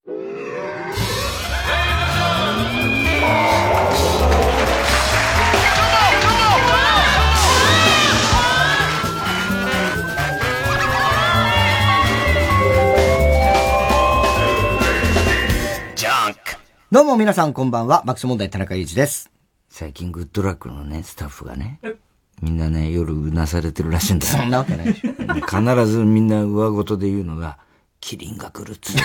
どうも皆さんこんばんは、爆笑問題田中裕二です。 最近グッドラックのね、スタッフがね、みんなね、夜うなされてるらしいんだよ。 そんなわけないでしょ。 必ずみんな上ごとで言うのが、キリンが来るっつう。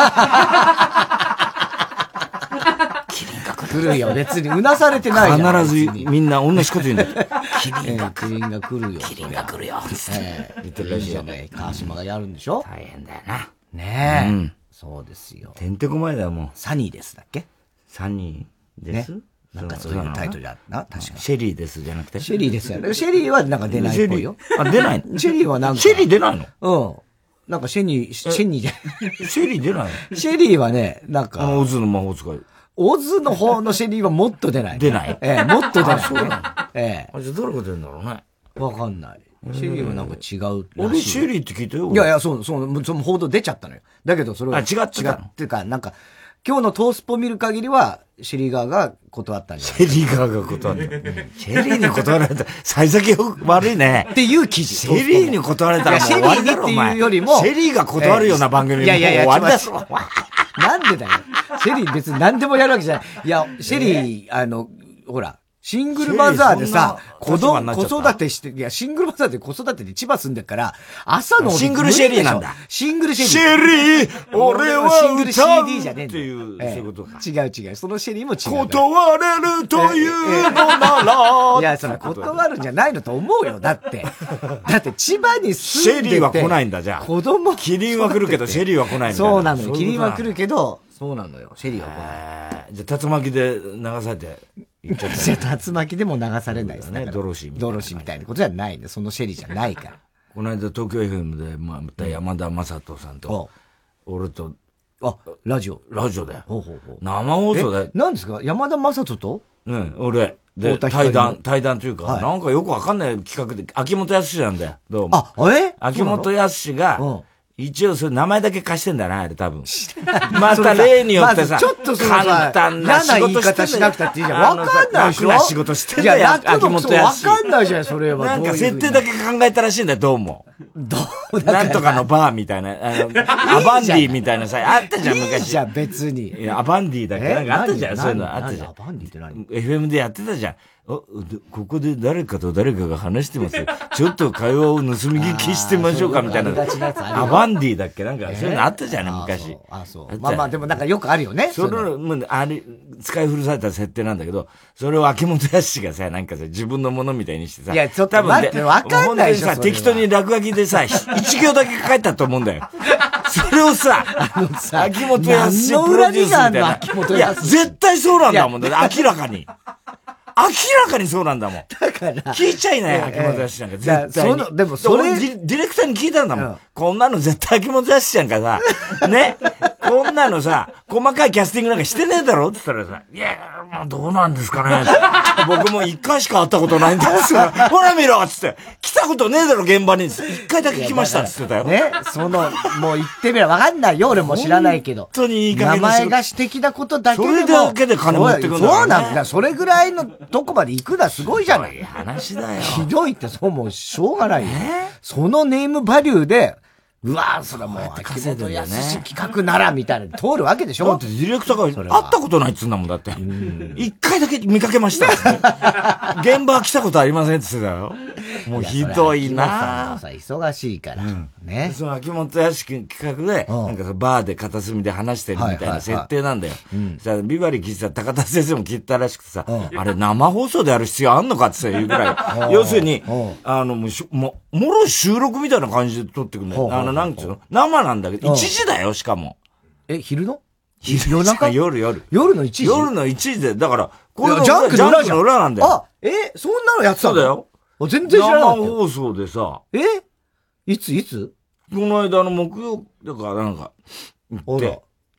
キリンが来る。 来るよ、別にうなされてないじゃん。 必ずみんな同じこと言うんだよ。 キリンが来るよ。 キリンが来るよ。つって言ってるらしいよね。 川島がやるんでしょ。 大変だよな。 ねえ。うん。そうですよ。 てんてこまいだよ、もう。 サニーですだっけ？ サニーです、 ね、なんかそういうタイトルだな、確か。 シェリーですじゃなくて。 シェリーですよね。シェリーはなんか出ないっぽいよ。 あ、出ないの？ シェリーはなんか。 シェリー出ないの？ うん。なんかシェニーじゃシェリー出ないの？シェリーはね、なんか。 オズの魔法使い。 オズの方のシェリーはもっと出ない。 出ない？ もっと出ない。 そうなの？じゃあどれが出るんだろうね。 わかんない。シェリーはなんか違うらしい。 俺シェリーって聞いたよ。 いや、その報道出ちゃったのよ。だけどそれは。 違ってたの？ っていうか、なんか、今日のトースポ見る限りは、シェリー側が断ったんじゃない？ シェリー側が断った。シェリーに断られたら、幸先悪いね。 っていう記事。 シェリーに断られたらもう終わりだろ、お前。 シェリーにっていうよりも。 シェリーが断るような番組いやいやいや、 終わりだぞ。 なんでだよ。シェリー別に何でもやるわけじゃない。いや、シェリー、ほら、シングルマザーでさ、子育てして、いや、シングルマザーで子育てで千葉住んでるから、朝のシングルシェリーなんだ。 シングルシェリー。 シェリー、俺はシングル CD じゃねえんだっていう、そういうことか。 違う。そのシェリーも違う。 断れるというのなら。 いや、それ断るんじゃないのと思うよ。だって、千葉に住んでて。 シェリーは来ないんだ、じゃあ。 子供。 キリンは来るけど、シェリーは来ないんだ。 そうなのよ。キリンは来るけど、そうなのよ。シェリーは来ない。 じゃあ、竜巻で流されて、行っちゃった。 じゃあ、竜巻でも流されないですね。 ドロシーみたいなことじゃないんで、そのシェリーじゃないから。 この間、東京 FM で、また山田正人さんと、俺と、 ラジオだよ。生放送だよ。 何ですか？山田正人と？ うん、俺。で、対談というか、なんかよくわかんない企画で、秋元康なんだよ。どうも。秋元康が、一応、それ名前だけ貸してんだな、あれ多分。また例によってさ、 ちょっと簡単な仕事してしなくたっていいじゃん。わかんないでしょ？ 楽な仕事してんだよ、秋元康。 わかんないじゃん、それは。 なんか設定だけ考えたらしいんだよ、どうも。なんとかのバーみたいな、アバンディみたいなさ、あったじゃん、昔。 じゃあ別に。 いや、アバンディだっけなんかあったじゃん、そういうのあったじゃん。 アバンディって何？ FM でやってたじゃん。ここで誰かと誰かが話してますよ。ちょっと会話を盗み聞きしてみましょうかみたいな。アバンディだっけなんか、そういうのあったじゃんね、昔。 そう。まあでもなんかよくあるよね。 それ、あれ、使い古された設定なんだけど、それを秋元康がさ、なんかさ、自分のものみたいにしてさ。 いや、ちょっと待って、わかんないでしょ。 適当に落書きでさ、一行だけ書いたと思うんだよ。それをさ、秋元康プロデュースみたいな。いや、絶対そうなんだもんね、明らかに。明らかにそうなんだもん。 だから。 聞いちゃいない、秋元康なんか絶対に。 でもそれ、 ディレクターに聞いたんだもん。こんなの絶対秋元康ちゃんかさ、ね。こんなのさ、細かいキャスティングなんかしてねえだろって言ったらさ、いや、まあどうなんですかね。僕も一回しか会ったことないんですよ。ほら見ろつって。来たことねえだろ、現場に。一回だけ来ましたって言ってたよ。 ね。もう言ってみればわかんないよ、俺も知らないけど。 本当にいい加減名前が私的なことだけでも。 それだけで金持ってくんだよ。 そうなんだ。それぐらいのとこまで行くのはすごいじゃない。 話だよ。 ひどいって、もうしょうがないよ。そのネームバリューで、うわぁ、それはもう、秋元康企画なら、みたいな通るわけでしょ？ だってディレクターが会ったことないっつうんだもん、だって。一回だけ見かけました。現場来たことありませんって言ってたよ。もうひどいなぁ。忙しいから。ね。 その秋元康企画で、なんかバーで片隅で話してるみたいな設定なんだよ。ビバリー聞いてた高田先生も聞いたらしくてさ、あれ生放送でやる必要あんのかって言うぐらい。要するに、もろ収録みたいな感じで撮ってくんだよ。なんつうの生なんだけど、1時だよ、しかも。 昼の夜中夜の 1時夜の1時で、だから、これジャンクの裏なんだよ。 そんなのやってたの？ そうだよ。 全然知らなかった。 生放送でさ。 いつこの間木曜だからなんか、行って。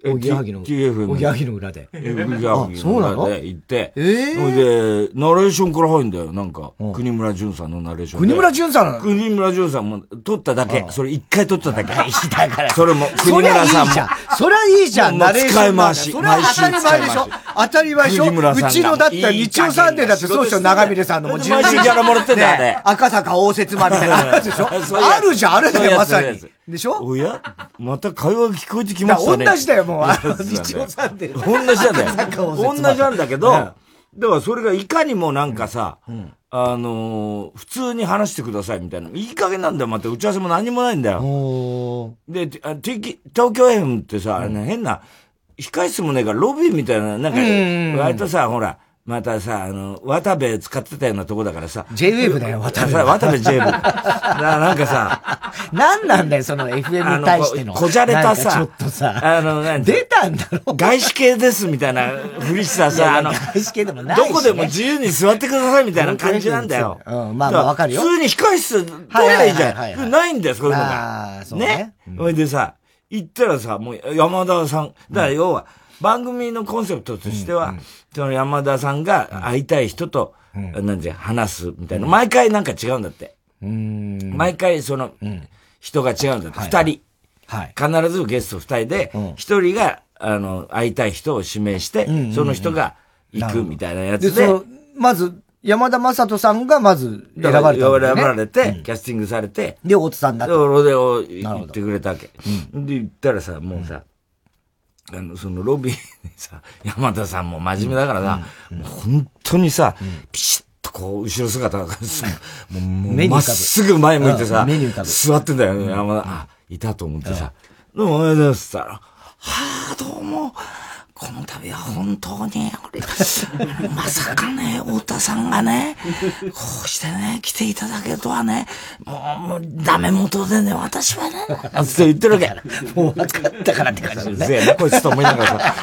おぎやはぎの。おぎやはぎの裏で。 おぎやはぎの裏で行って。 それで、ナレーションから入るんだよ。なんか、国村淳さんのナレーション。 国村淳さん国村淳さんも撮っただけ。それ一回撮っただけ。 だから。 それも、国村さんも。 そりゃいいじゃん、ナレーション。 使い回し。 それは当たり前でしょ。当たり前でしょ。うちのだったら日曜サンデーだってそうでしょ、長峰さんのもう毎週ギャラもらってんだね。 赤坂応接間みたいなやつでしょ。あるじゃん、あれだよ、まさに。でしょ。 おやまた会話が聞こえてきましたね。 同じだよ、もう。日曜サンデー。 同じなんだよ。同じなんだけど、だからそれがいかにもなんかさ、普通に話してくださいみたいな。いい加減なんだよ、また打ち合わせも何もないんだよ。で、東京 FM ってさ、変な、控室もねえからロビーみたいな、なんか、割とさ、ほら、またさ、渡部使ってたようなとこだからさ。 J-Wave だよ、渡部。 渡部 J-Wave。なんかさ。 何なんだよ、その FM に対しての。 こじゃれたさ。 ちょっとさ。出たんだろ。 外資系ですみたいなふりしたさ、 外資系でもないどこでも自由に座ってくださいみたいな感じなんだよ。 まあわかるよ。 普通に控室取ればいいじゃん。ないんだよ、そういうのが。ね。それでさ、行ったらさ、もう山田さん。だから要は、番組のコンセプトとしては、その山田さんが会いたい人と、話すみたいな。毎回なんか違うんだって。毎回その、人が違うんだって。二人。必ずゲスト二人で、一人が、会いたい人を指名して、その人が行くみたいなやつで。 まず、山田正人さんがまず選ばれたんだよね。 選ばれて、キャスティングされて。 で、大津さんだって。 俺を言ってくれたわけ。で、言ったらさ、もうさ、そのロビーにさ、山田さんも真面目だからさ、もう本当にさ、ピシッとこう、後ろ姿がさ、もうまっすぐ前向いてさ、座ってんだよね、山田。あ、いたと思ってさ、どうもおはようございますって言ったら、はぁ、どうも、この度は本当に、まさかね、太田さんがね、こうしてね、来ていただけるとはね、もう、ダメ元でね、私はね、って言ってるわけ。 もう分かったからって感じですね。こいつと思いながらさ。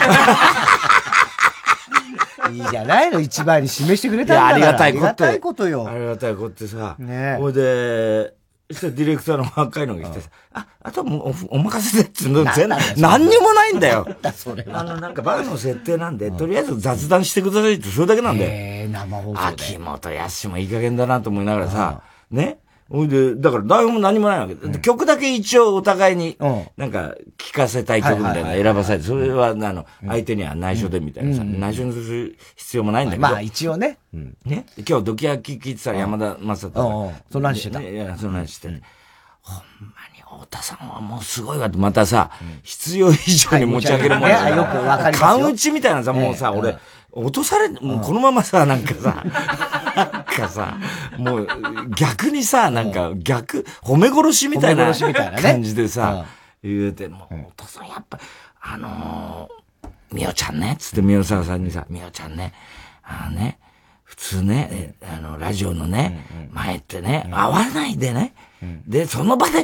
いいじゃないの、一番に示してくれたんだから。 ありがたいこと。 ありがたいことよ。 ありがたいことってさ。 ねほいで、そしたらディレクターの若いのが来てさ、あともうお任せでって言うの何にもないんだよ。 それは。 なんかバーの設定なんで、とりあえず雑談してくださいってそれだけなんだよ。 生放送で。 秋元康もいい加減だなと思いながらさ、ね。ほいで、だから台本も何もないわけ。曲だけ一応お互いに、なんか聴かせたい曲みたいなの選ばされて、それは相手には内緒でみたいなさ、内緒にする必要もないんだけど。 まあ一応ね。 ね。今日ドキヤキ聞いてたら山田正人が。 そんな話してた。 いや、そんな話してね。ほんまに太田さんはもうすごいわって、またさ、必要以上に持ち上げるもんだよくわかりますよ。 勘打ちみたいなさ、もうさ、俺、落とされ、もうこのままさ、なんかさ、もう逆にさ、なんか褒め殺しみたいな感じでさ、言うて、もう太田さんやっぱ、みおちゃんね、つってみおさんにさ、みおちゃんね、普通ね、ラジオのね、前ってね、会わないでね、で、その場で、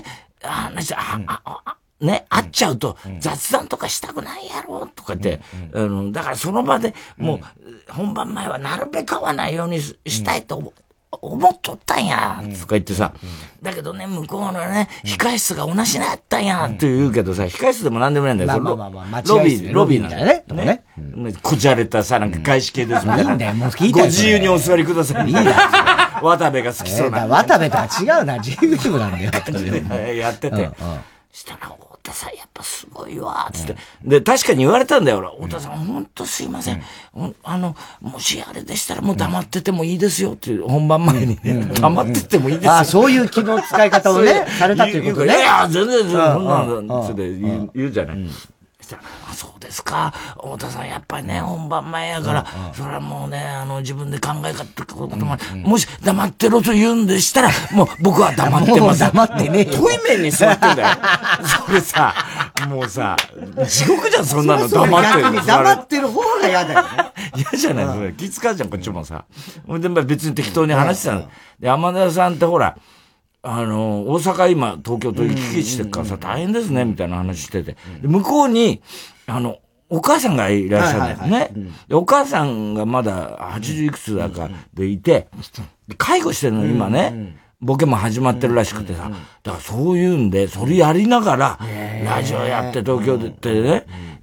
ね、会っちゃうと雑談とかしたくないやろとかって、だからその場でもう本番前はなるべく会わないようにしたいと思っとったんや、とか言ってさ、だけどね、向こうのね、控室が同じだったんや、って言うけどさ、控室でも何でもないんだよ。ロビーなんだよね。こじゃれたさ、なんか外資系ですみたいな。 いいんだよ、もう聞いたよ。 ご自由にお座りください。いいんだよ。渡部が好きそうな。 渡部とは違うな、J-Wave なんだよ。 やってて。したら、太田さんやっぱすごいわ、つって。で、確かに言われたんだよ、俺。太田さん、ほんとすいません。もしあれでしたらもう黙っててもいいですよっていう、本番前にね。黙っててもいいですよ。 あ、そういう気の使い方をね、されたっていうことね。 いや、全然、そんなの、つって言うじゃない。そうですか。太田さん、やっぱりね、本番前やから、それはもうね、自分で考え方ことも、もし黙ってろと言うんでしたら、もう僕は黙ってます。 黙ってね。 トイメンに座ってんだよ。それさ、もうさ、地獄じゃん、そんなの黙ってる。 黙ってる方が嫌だよね。 嫌じゃないそれ。気使うじゃん、こっちもさ。で、別に適当に話してたの。で、山田さんってほら、大阪今、東京と行き来してるからさ、大変ですね、みたいな話してて。で、向こうに、お母さんがいらっしゃるんだよね。で、お母さんがまだ80いくつだかでいて、介護してるの、今ね。ボケも始まってるらしくてさ。だからそういうんで、それやりながら、ラジオやって東京でってね、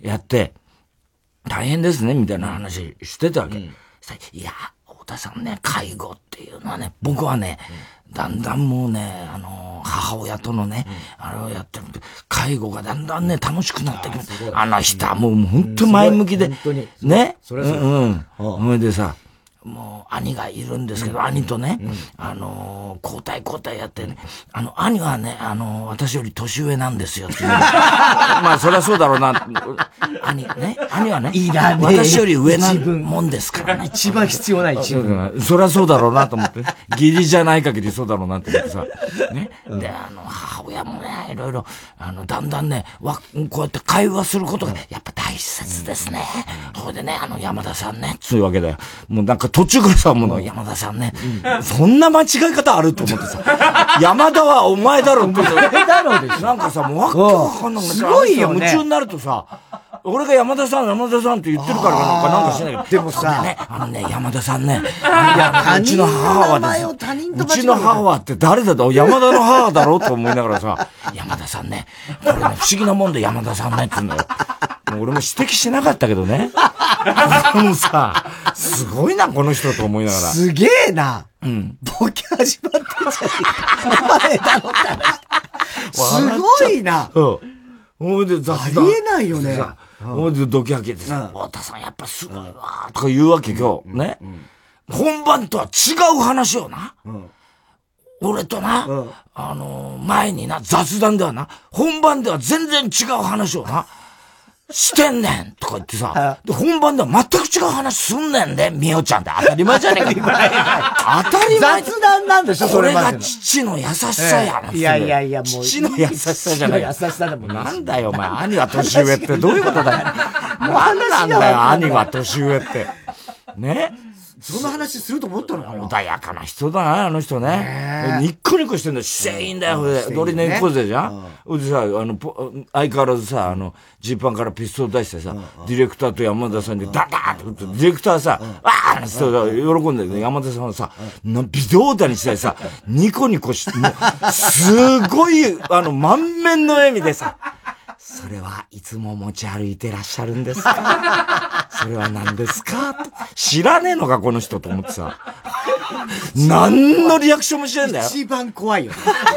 やって、大変ですね、みたいな話してたわけ。いや、太田さんね、介護っていうのはね、僕はね、だんだんもうね、母親とのね、あれをやってる介護がだんだんね、楽しくなってくる。あの人はもう本当前向きで、ね。それそれでさ、もう兄がいるんですけど、兄とね、交代やってね、兄はね、私より年上なんですよってまあ、そりゃそうだろうな。兄はね、私より上なもんですからね。 一番必要ない一文。 そりゃそうだろうなと思って、義理じゃない限りそうだろうなと思ってさ、ね。で、母親もね、いろいろ、だんだんね、こうやって会話することが、やっぱ大切ですね。それでね、山田さんね、そういうわけだよ。もうなんか途中からさ、もう山田さんね、そんな間違い方あると思ってさ、山田はお前だろって。なんかさ、もうわけわかんなくなっちゃう。すごいよね。夢中になるとさ、俺が山田さんって言ってるからなんかしないけど。でもさ、山田さんね、うちの母はですよ。うちの母はって誰だと、山田の母だろうと思いながらさ、山田さんね、これね、不思議なもんで山田さんねって言うんだよ。もう俺も指摘しなかったけどね。もうさ、すごいな、この人と思いながら。 すげえな。ボケ始まってんじゃねえか。お前だろって話。すごいな。 ほいで雑談。 ありえないよね。 ほいでドキハキでさ、太田さんやっぱすごいわとか言うわけ今日。ね。本番とは違う話をな。俺とな、前にな、雑談ではな、本番では全然違う話をな、してんねんとか言ってさ、で、本番では全く違う話すんねんで、みおちゃんって当たり前じゃねえか。当たり前。 雑談なんでしょ、それが父の優しさやな。 いや、もう。 父の優しさじゃない。 優しさだもん。 なんだよ、お前。兄は年上ってどういうことだよ。なんなんだよ、兄は年上って。ね。 そんな話すると思ったのかな。 穏やかな人だな、あの人ね。ニッコニコしてんだよ。姿勢いいんだよ。ドリネンポゼじゃん。でさ、相変わらずさ、ジーパンからピストル出してさ、ディレクターと山田さんでダダーって打って、ディレクターさ、わーって喜んでる山田さんはさ、微動だにしてさ、ニコニコして、すごい、満面の笑みでさ、それはいつも持ち歩いてらっしゃるんですか？それは何ですか？知らねえのかこの人と思ってさ。何のリアクションもしてんだよ。 一番怖いよね。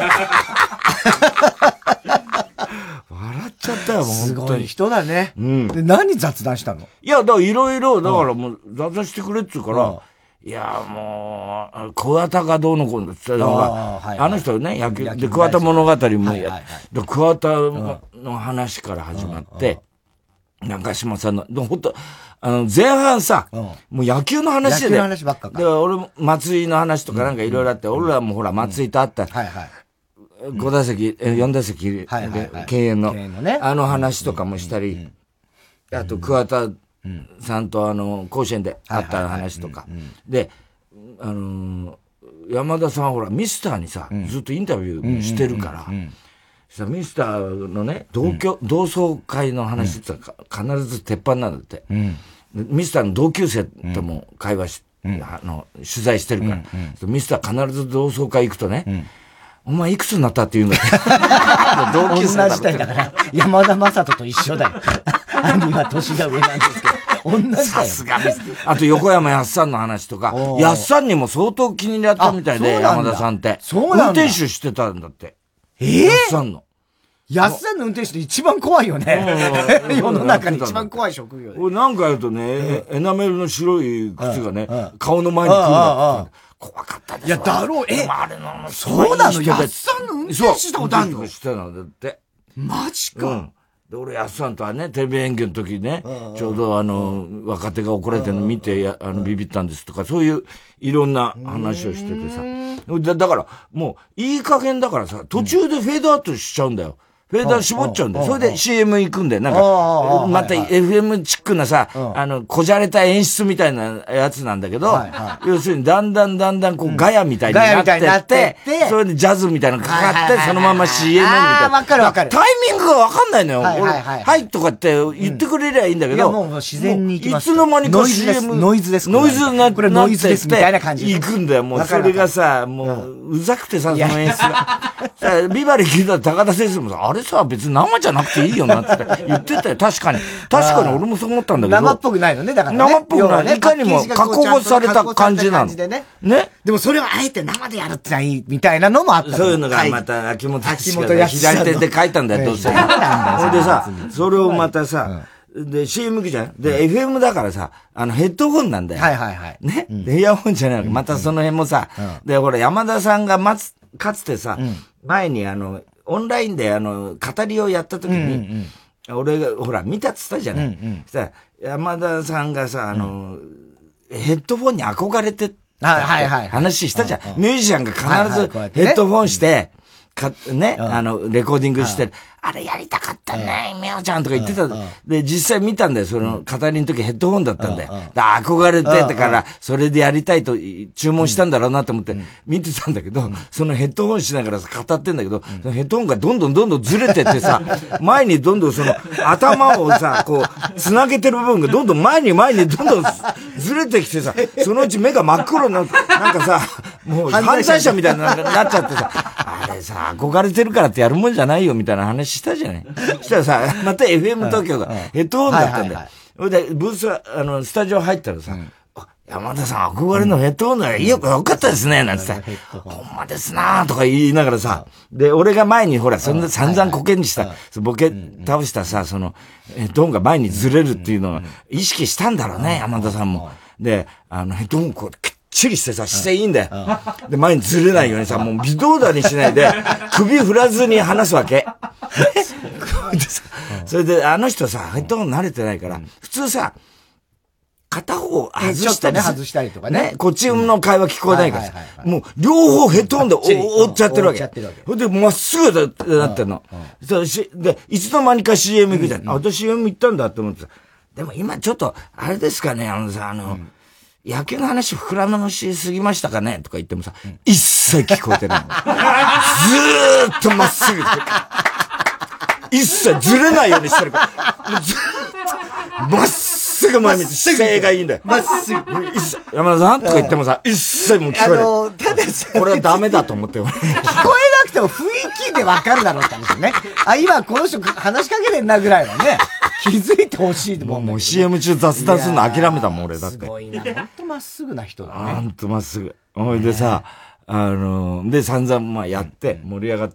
笑っちゃったよ、もう本当に。 すごい人だね。で、何雑談したの？ いや、だからいろいろ、だからもう雑談してくれって言うから、いや、もう、桑田がどうのこうのって言ったら、あの人ね、野球で桑田物語もやって、桑田の話から始まって、中島さんの、ほんと、前半さ、もう野球の話で、 野球の話ばっかか。 で、俺も松井の話とかなんかいろいろあって、俺らもほら松井と会った、5打席、4打席、敬遠の、話とかもしたり、あと桑田さんと甲子園で会った話とか。で、山田さんはほら、ミスターにさ、ずっとインタビューしてるから、ミスターのね、同窓会の話って必ず鉄板なんだって。ミスターの同級生とも会話取材してるから。ミスター必ず同窓会行くとね、お前いくつになったって言うんだって。 同級生同じ代だから、山田正人と一緒だよ。兄は年が上なんですけど。同じだよ。 さすがです。あと横山やっさんの話とか、やっさんにも相当気になったみたいで、山田さんって。 そうなんだ。 運転手してたんだって。 やっさんの。 やっさんの運転手って一番怖いよね。世の中に一番怖い職業で。 俺なんかやるとね、エナメルの白い靴がね、顔の前に来るんだって。怖かったです。 いや、だろう、 そうなの？やっさんの運転手したことあるの？ してたんだって。 マジか。 で、俺、やっさんとはね、テレビ演技の時ね、ちょうど若手が怒られてるの見て、ビビったんですとか、そういう、いろんな話をしててさ。だから、もう、いい加減だからさ、途中でフェードアウトしちゃうんだよ。フェーダー絞っちゃうんだよ。それで CM 行くんだよ。なんか、また FM チックなさ、こじゃれた演出みたいなやつなんだけど、要するにだんだんこうガヤみたいになってって、それでジャズみたいなのかかって、そのまま CM みたいな。 わかるわかる。 タイミングがわかんないのよ。俺、はいとかって言ってくれりゃいいんだけど、いやもう自然に行きます。 いつの間にか CM、 ノイズです。 ノイズになって、 これノイズですみたいな感じ。 行くんだよ。もうそれがさ、もう、うざくてさ、その演出が。ビバリー聞いたら高田先生もさ、あれさ、別に生じゃなくていいよなって言ってたよ。確かに俺もそう思ったんだけど。 生っぽくないのね、だからね。 生っぽくない。いかにも加工された感じなの。 ね。でもそれをあえて生でやるってのはいい、みたいなのもあった。 そういうのがまた、秋元康が左手で書いたんだよ、どうせ。ほんでさ、それをまたさ、で、CM 機じゃんで、FM だからさ、ヘッドホンなんだよ。ね。で、イヤホンじゃないの。またその辺もさ、で、ほら、山田さんがかつてさ、前にオンラインで語りをやった時に、俺が、ほら、見たっつったじゃない。そしたら、山田さんがさ、ヘッドフォンに憧れて、話したじゃん。ミュージシャンが必ずヘッドフォンして、ね、レコーディングして、あれやりたかったね、みおちゃんとか言ってた。で、実際見たんだよ、その語りの時ヘッドホンだったんだよ。憧れてたから、それでやりたいと注文したんだろうなと思って見てたんだけど、そのヘッドホンしながら語ってんだけど、そのヘッドホンがどんどんずれてってさ、前にどんどんその頭をさ、こう、繋げてる部分がどんどん前にどんどんずれてきてさ、そのうち目が真っ黒になって、なんかさ、もう犯罪者みたいになっちゃってさ、あれさ、憧れてるからってやるもんじゃないよみたいな話したじゃない。そしたらさ、また FM 東京がヘッドホンだったんだよ。それで、ブース、スタジオ入ったらさ、山田さん憧れのヘッドホンだよかったですね、なんてさ、ほんまですなーとか言いながらさ、で、俺が前にほら、散々コケにした、ボケ倒したさ、その、ヘッドホンが前にずれるっていうのを意識したんだろうね、山田さんも。で、ヘッドホンこう、チリしてさ、姿勢いいんだよ。で、前にずれないようにさ、もう微動だにしないで、首振らずに話すわけ。それで、あの人さ、ヘッドホン慣れてないから、普通さ、片方外したりとかね。 こっちの会話聞こえないからさ、もう両方ヘッドホンで覆っちゃってるわけ。それで、まっすぐなってんの。で、いつの間にか CM 行くじゃん。私 CM 行ったんだって思ってさ。でも今ちょっと、あれですかね、野球の話膨らましすぎましたかねとか言ってもさ、一切聞こえてない。ずーっとまっすぐ。一切ずれないようにしてるから。ずーっと、まっすぐ前見て姿勢がいいんだよ。 まっすぐ。 山田さんとか言ってもさ、一切もう聞こえない。ただこれはダメだと思ってよ。聞こえなくても雰囲気でわかるだろうって話ね。今この人話しかけてんなぐらいはね。気づいてほしいと思う。 もう CM 中雑談するの諦めたもん、俺だって。 すごいな。ほんとまっすぐな人だね。 ほんとまっすぐ。ほいでさ、で、散々やって、盛り上がった。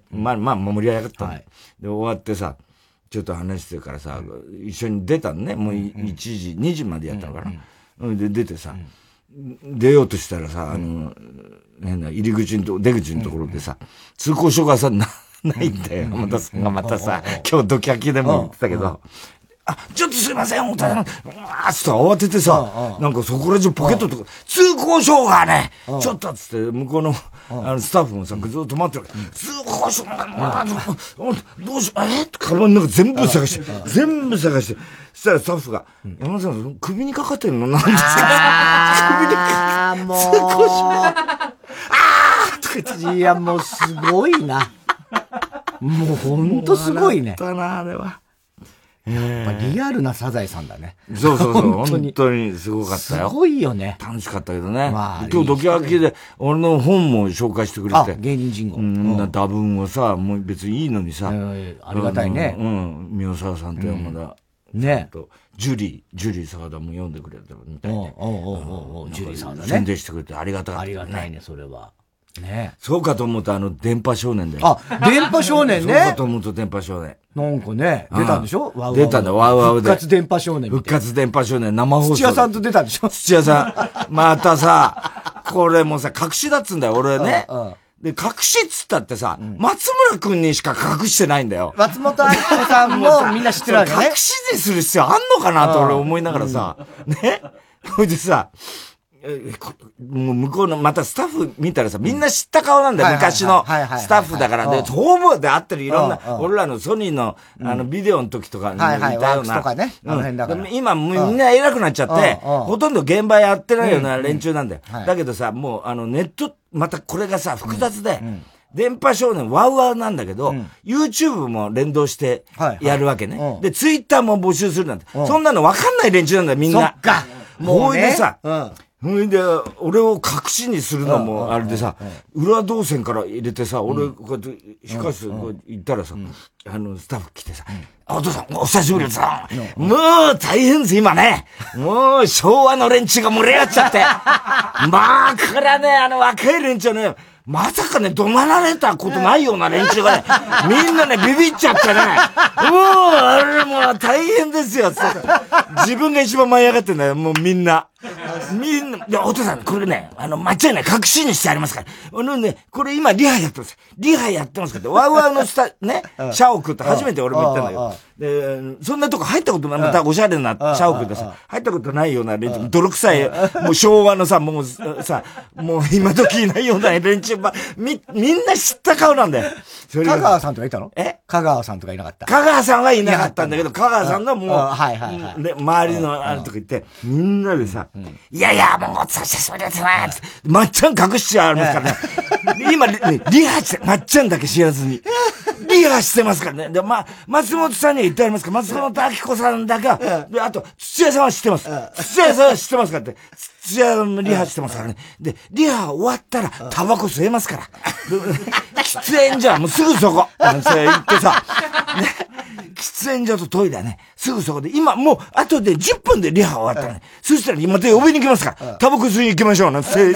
で、終わってさ、ちょっと話してるからさ、一緒に出たのね。もう1時、2時までやったのかな。で、出てさ、出ようとしたらさ、変な入り口の出口のところでさ、通行証がさ、ないんだよ。山田さんがまたさ、今日ドキャキでも言ってたけど、ちょっとすいません、太田さん。つって慌ててさ、なんかそこら中ポケットとか、通行証がね、ちょっとつって、向こうの、スタッフもさ、ずっと待ってる。通行証が、どうしよう、カバンの中全部探して。そしたらスタッフが、山田さん、首にかかってるのなんですか？ 首にかかってる。もう。通行証。とか言って。いや、もうすごいな。もうほんとすごいね。 だな、あれは。 リアルなサザエさんだね。 そう。本当にすごかったよ。 すごいよね。 楽しかったけどね。今日ドキャキで、俺の本も紹介してくれて。 芸人人語。 多分はさ、もう別にいいのにさ。 ありがたいね。 宮沢さんと山田。 ね。 ジュリー沢田も読んでくれたみたいで。 ジュリー沢田ね。 宣伝してくれてありがたかった。 ありがたいね、それは。ね。 そうかと思うと電波少年だよ。 電波少年ね。 そうかと思うと電波少年。 なんかね、出たんでしょ？ 出たんだ、ワウワウで。 復活電波少年。 復活電波少年、生放送。 土屋さんと出たんでしょ？ 土屋さん。またさ、これもさ、隠しだっつんだよ、俺ね。で、隠しっつったってさ、松村くんにしか隠してないんだよ。 松本明子さんもみんな知ってるわけね。 隠しでする必要あんのかなと俺思いながらさ、ね。ほいでさ、もう向こうの、またスタッフ見たらさ、みんな知った顔なんだよ、昔のスタッフだから。で、方々で会ってるいろんな、俺らのソニーの、ビデオの時とかにいたような。 とかね。 今、みんな偉くなっちゃって、ほとんど現場やってないような連中なんだよ。だけどさ、もう、ネット、またこれがさ、複雑で、電波少年ワウワウなんだけど、YouTube も連動してやるわけね。で、Twitter も募集するなんて。そんなの分かんない連中なんだよ、みんな。 そっか。 もうね。でさ、 ほいで、俺を隠しにするのも、あれでさ、裏動線から入れてさ、俺、こうやって、控室行ったらさ、スタッフ来てさ、お父さん、お久しぶりですさ、もう大変です、今ね。もう昭和の連中が盛り上がっちゃって。まあ、からね、若い連中ね、まさかね、怒鳴られたことないような連中がね、みんなね、ビビっちゃってね、あれもう大変ですよ、自分が一番舞い上がってんだよ、もうみんな。いや、お父さん、これね、間違いない、隠しにしてありますから。これ今、リハやってます。リハやってますから。ワウワウのね、社屋って初めて俺も言ったんだけど。で、そんなとこ入ったことない、またおしゃれな社屋でさ、入ったことないような連中、泥臭い、もう昭和のさ、もうさ、もう今時いないような連中、みんな知った顔なんだよ。 香川さんとかいたの？香川さんとかいなかった？ 香川さんはいなかったんだけど、香川さんがもう、 で、 周りのあれとか言って、みんなでさ、いやいや、もう、久しぶりですね、まっちゃん隠しちゃいますからね。今、リハして、まっちゃんだけ知らずに。リハしてますからね。で、松本さんには言ってありますから、松本明子さんだが、で、あと、土屋さんは知ってます。土屋さんは知ってますからって。土屋のリハしてますからね。で、リハ終わったら、タバコ吸えますから。喫煙所はもうすぐそこ。そう言ってさ、喫煙所とトイレはね、すぐそこで、今もう、あとで10分でリハ終わったらね、そしたらまた呼びに行きますから、タバコ吸いに行きましょうなんて言って、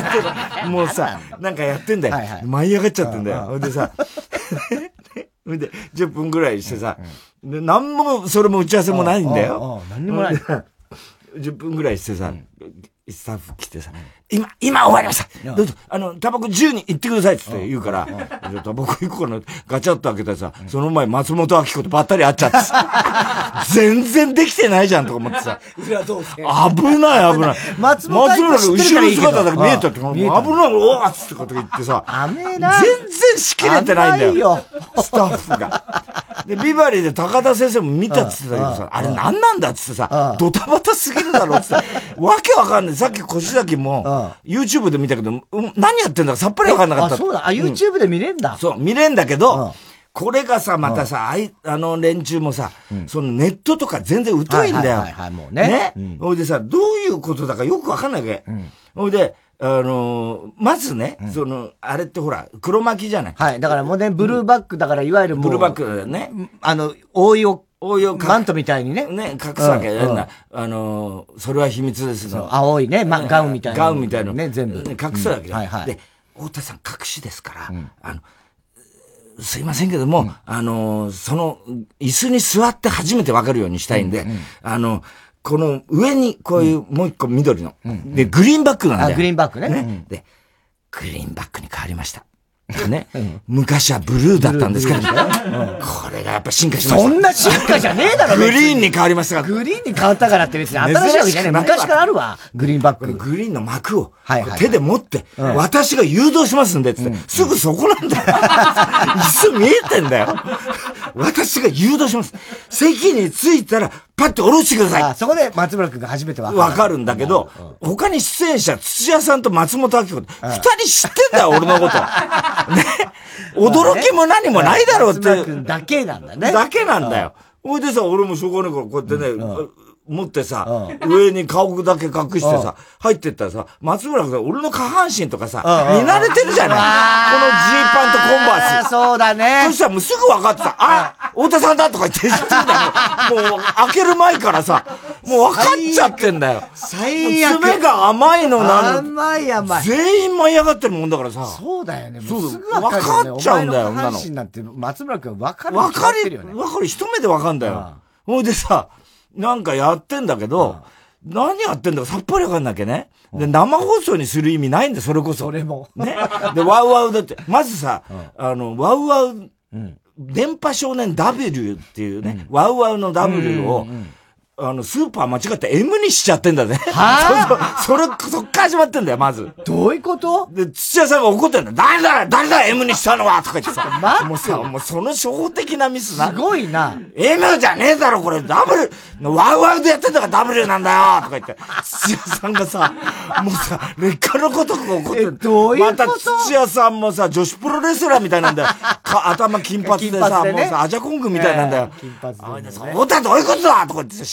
もうさ、なんかやってんだよ。舞い上がっちゃってんだよ。ほいでさ、ほいで、10分ぐらいしてさ、なんも、それも打ち合わせもないんだよ。 何にもない。 10分ぐらいしてさ、スタッフ来てさ、今終わりましたどうぞ、タバコ10に行ってくださいって言うから、タバコ行こうかな、ガチャッと開けたらさ、その前松本明子とばったり会っちゃってさ、全然できてないじゃんとか思ってさ、危ない。松本明子が後ろの姿だけ見えたって、危ない、おーっつってこと言ってさ、全然仕切れてないんだよ、スタッフが。で、ビバリーで高田先生も見たっつってたけどさ、あれ何なんだっつってさ、ドタバタすぎるだろっつって、わけわかんない。さっき越崎も、YouTube で見たけど、何やってんだかさっぱりわかんなかった。 そうだ、YouTube で見れんだ。 そう、見れんだけど、これがさ、またさ、連中もさ、そのネットとか全然疎いんだよ。 もうね。 ほいでさ、どういうことだかよくわかんないわけ。ほいで、まずね、あれってほら、黒巻きじゃない。 はい。だからもうね、ブルーバックだから、いわゆるもう。 ブルーバックだよね。 応用マントみたいにね。 ね、隠すわけ。それは秘密です。 青いね、ガウンみたいな。 ガウンみたいな。 ね、全部。 隠すわけだ。で、太田さん隠しですから、すいませんけども、その、椅子に座って初めてわかるようにしたいんで、この上にこういうもう一個緑の。で、グリーンバックなんだよ。 グリーンバックね。 で、グリーンバックに変わりました。ね。昔はブルーだったんですけど、これがやっぱ進化しました。 そんな進化じゃねえだろ、 グリーンに変わりましたから。 グリーンに変わったからって別に新しいわけじゃねえ。昔からあるわ、グリーンバック。 グリーンの幕を手で持って、私が誘導しますんで、つって、すぐそこなんだよ。椅子見えてんだよ。私が誘導します。席に着いたら、パッと下ろしてください。 そこで松村くんが初めてわかるんだけど、他に出演者、土屋さんと松本明子、二人知ってんだよ、俺のこと。ね。驚きも何もないだろうって。 松村くんだけなんだね。 だけなんだよ。ほいでさ、俺もしょうがないからこうやってね、持ってさ、上に顔だけ隠してさ、入ってったらさ、松村君俺の下半身とかさ、見慣れてるじゃないこのジーパンとコンバース。 そうだね。 そしたらもうすぐ分かってた。あ、太田さんだとか言って知ってんだよ。もう開ける前からさ、もう分かっちゃってんだよ。 最悪。 爪が甘いのなの。甘い。 全員舞い上がってるもんだからさ。 そうだよね。 そうすぐ分かっちゃうんだよ。 下半身なんて松村君分かる。 分かる。一目で分かんだよ。ほいでさ、なんかやってんだけど、何やってんだかさっぱりわかんなきゃね。で、生放送にする意味ないんだよ、それこそ。 それも。 ね。で、ワウワウだって、まずさ、ワウワウ、電波少年 W っていうね、ワウワウの W を、スーパー間違って M にしちゃってんだね。そっから始まってんだよ、まず。 どういうこと？ で、土屋さんが怒ってんだよ。誰だ M にしたのはとか言ってさ。もうさ、もうその初歩的なミスな。 すごいな。 M じゃねえだろ、これ W、ワウワウでやってんだから W なんだよとか言って。土屋さんがさ、もうさ、劣化のことが起こってる。 どういうこと？ また土屋さんもさ、女子プロレスラーみたいなんだよ。頭金髪でさ、もうさ、アジャコングみたいなんだよ。 金髪で。 そうだ、どういうことだとか言ってさ、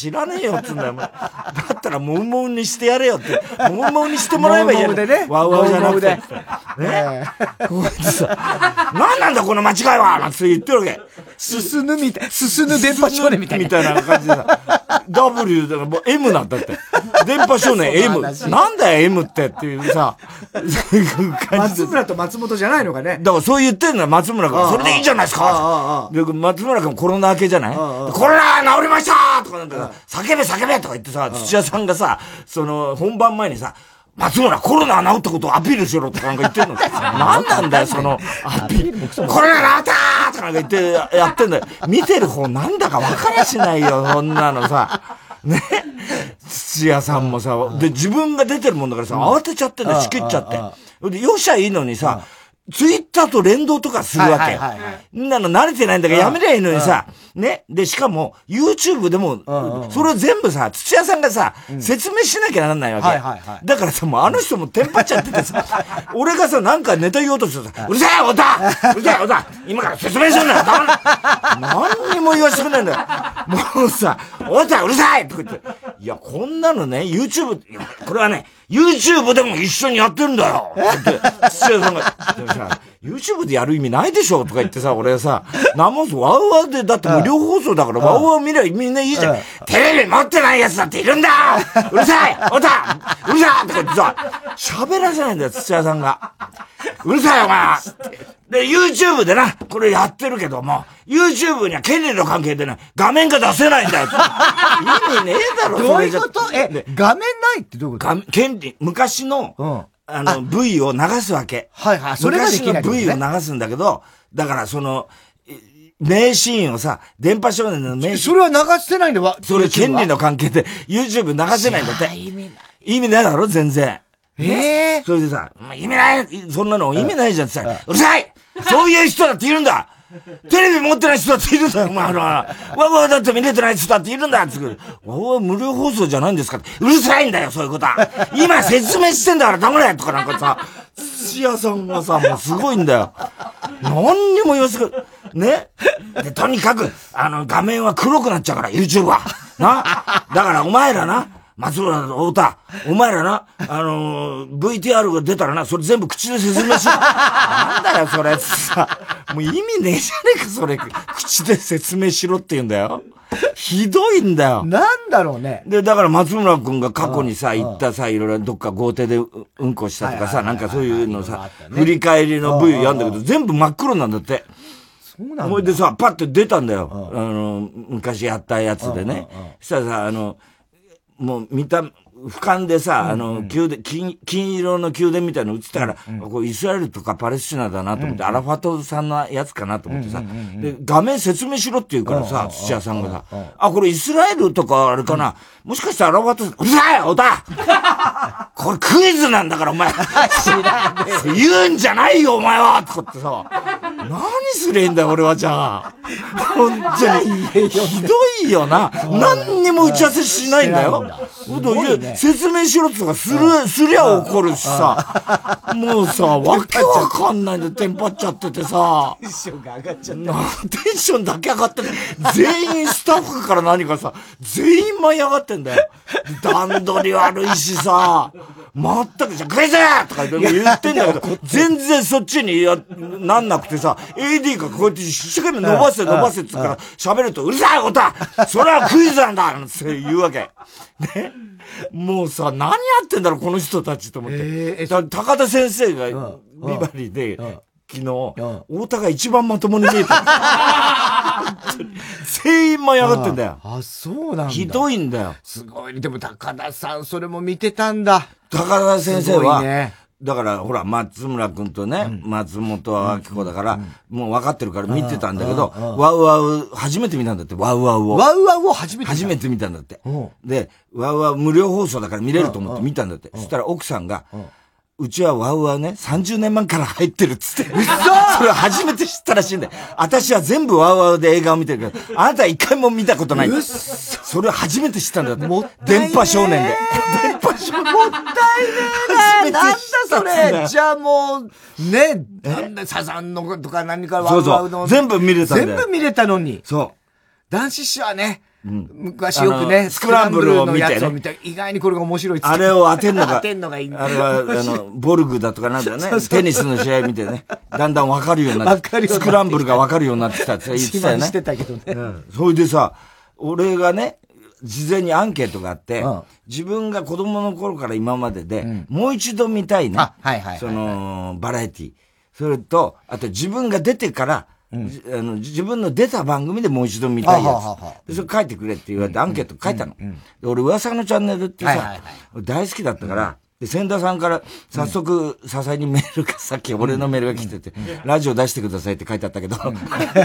知らねえよっつうんだよ。だったらモウモウにしてやれよって。モウモウにしてもらえばいいよ。ね。ワウワウじゃなくて。ね。こうやってさ、なんなんだこの間違いはなんて言ってるわけ。 すすぬ電波少年みたいな。 みたいな感じでさ。W だからもう M なんだって。電波少年 M。なんだよ M ってっていうさ。 松村と松本じゃないのかね。 だからそう言ってんのよ、松村が。それでいいじゃないですか。で、松村君コロナ明けじゃない？コロナ治りましたとかなんかさ、叫べとか言ってさ、土屋さんがさ、本番前にさ、松村コロナ治ったことをアピールしろとかなんか言ってんの。なんなんだよ、その、アピール。コロナ治ったとかなんか言ってやってんだよ。見てる方なんだか分かりゃしないよ、そんなのさ。ね。土屋さんもさ、で、自分が出てるもんだからさ、慌てちゃってんだよ、仕切っちゃって。で、よっしゃいいのにさ、ツイッターと連動とかするわけよ。みんなの慣れてないんだからやめりゃいいのにさ、ね。で、しかも、YouTube でも、それを全部さ、土屋さんがさ、説明しなきゃなんないわけ。だからさ、もうあの人もテンパっちゃっててさ、俺がさ、なんかネタ言おうとしてさ、うるさい、太田うるさい、太田今から説明するんだよ何にも言わせてくれないんだよ。もうさ、太田うるさいとか言って、いや、こんなのね、YouTube、これはね、YouTube でも一緒にやってるんだよって土屋さんが、でもさ、YouTube でやる意味ないでしょとか言ってさ、俺さ、生放送、ワウワウで、だって無料放送だから、ワウワウ見りゃみんないいじゃん。テレビ持ってない奴だっているんだうるさい太田うるさいとか言ってさ、喋らせないんだよ、土屋さんが。うるさいお前で、YouTube でな、これやってるけども、YouTube には権利の関係でね、画面が出せないんだよ。意味ねえだろ、 どういうこと画面ないってどういうこと権利、昔の、V を流すわけ。 はいはい。それができない、 昔の V を流すんだけど、だから名シーンをさ、電波少年の名シーン。それは流せないんだわ。 それ権利の関係で YouTube 流せないんだって。意味ないだろ、全然。それでさ、意味ないそんなの意味ないじゃんってさ、うるさいそういう人だっているんだテレビ持ってない人だっているんだよ、お前わわだって見れてない人だっているんだってわわ無料放送じゃないんですかって。うるさいんだよ、そういうことは。今説明してんだからダメだよとかなんかさ、土屋さんがさ、もうすごいんだよ。何にも言わせてくれ。ねで、とにかく、画面は黒くなっちゃうから、YouTube は。なだからお前らな、松村と太田、お前らな、VTR が出たらな、それ全部口で説明しろ。なんだよ、それ、さ。もう意味ねえじゃねえか、それ。口で説明しろって言うんだよ。ひどいんだよ。 なんだろうね。 で、だから松村くんが過去にさ、行ったさ、いろいろどっか豪邸でうんこしたとかさ、なんかそういうのさ、振り返りの V やんだけど、全部真っ黒なんだって。 そうなんだ。 それでさ、パッと出たんだよ。昔やったやつでね。したらさ、もう俯瞰でさ、宮殿、金色の宮殿みたいなの映ったから、これイスラエルとかパレスチナだなと思って、アラファトさんのやつかなと思ってさ、で、画面説明しろって言うからさ、土屋さんがさ、これイスラエルとかあれかな、もしかしてアラファト、うるさい太田これクイズなんだからお前言うんじゃないよお前はとかってさ、何すりゃいいんだよ俺はじゃあ。本当に。ひどいよな。何にも打ち合わせしないんだよ。説明しろってかすりゃ怒るしさ。もうさ、わけわかんないんでテンパっちゃっててさ。 テンションが上がっちゃった。 テンションだけ上がってて、全員スタッフから何かさ、全員舞い上がってんだよ。段取り悪いしさ。全くじゃ、クイズとか言ってんだけど、全然そっちになんなくてさ、AD がこうやって一生懸命伸ばせって言うから喋ると、うるさい太田それはクイズなんだって言うわけ。ね。もうさ、何やってんだろうこの人たちと思って。高田先生がビバリーで、昨日、太田が一番まともに見えた。全員舞い上がってんだよ。 そうなんだ。 ひどいんだよ。 すごい。でも高田さん、それも見てたんだ。 高田先生は、だから、ほら、松村くんとね、松本明子だから、もう分かってるから見てたんだけど、ワウワウ、初めて見たんだって、ワウワウを。 ワウワウを初めて見たんだって。で、ワウワウ無料放送だから見れると思って見たんだって。そしたら奥さんが、うちはワウワウね、30年前から入ってるっつって。それ初めて知ったらしいんだよ。私は全部ワウワウで映画を見てるけど、あなたは一回も見たことない。それ初めて知ったんだって。電波少年で。電波少年。 もったいねえな。なんだそれ。じゃあもう、ね、なんだサザンのとか何かワウワウの。 全部見れたんだよ。 全部見れたのに。 そう。 男子誌はね、 昔よくね、 スクランブルを見てね。意外にこれが面白いっつって。あれを当てんのが、 いいんだ。 あれは、ボルグだとかなんだよね。テニスの試合見てね。だんだん分かるようになって。スクランブルが分かるようになってきたって言ってたよね。 してたけどね。 それでさ、俺がね、事前にアンケートがあって、自分が子供の頃から今までで、もう一度見たいね。その、バラエティ。それと、あと自分が出てから、自分の出た番組でもう一度見たいやつ。それ書いてくれって言われてアンケート書いたの。俺、噂のチャンネルってさ、大好きだったから、で、千田さんから早速、笹井にメールが、さっき俺のメールが来てて、ラジオ出してくださいって書いてあったけど、関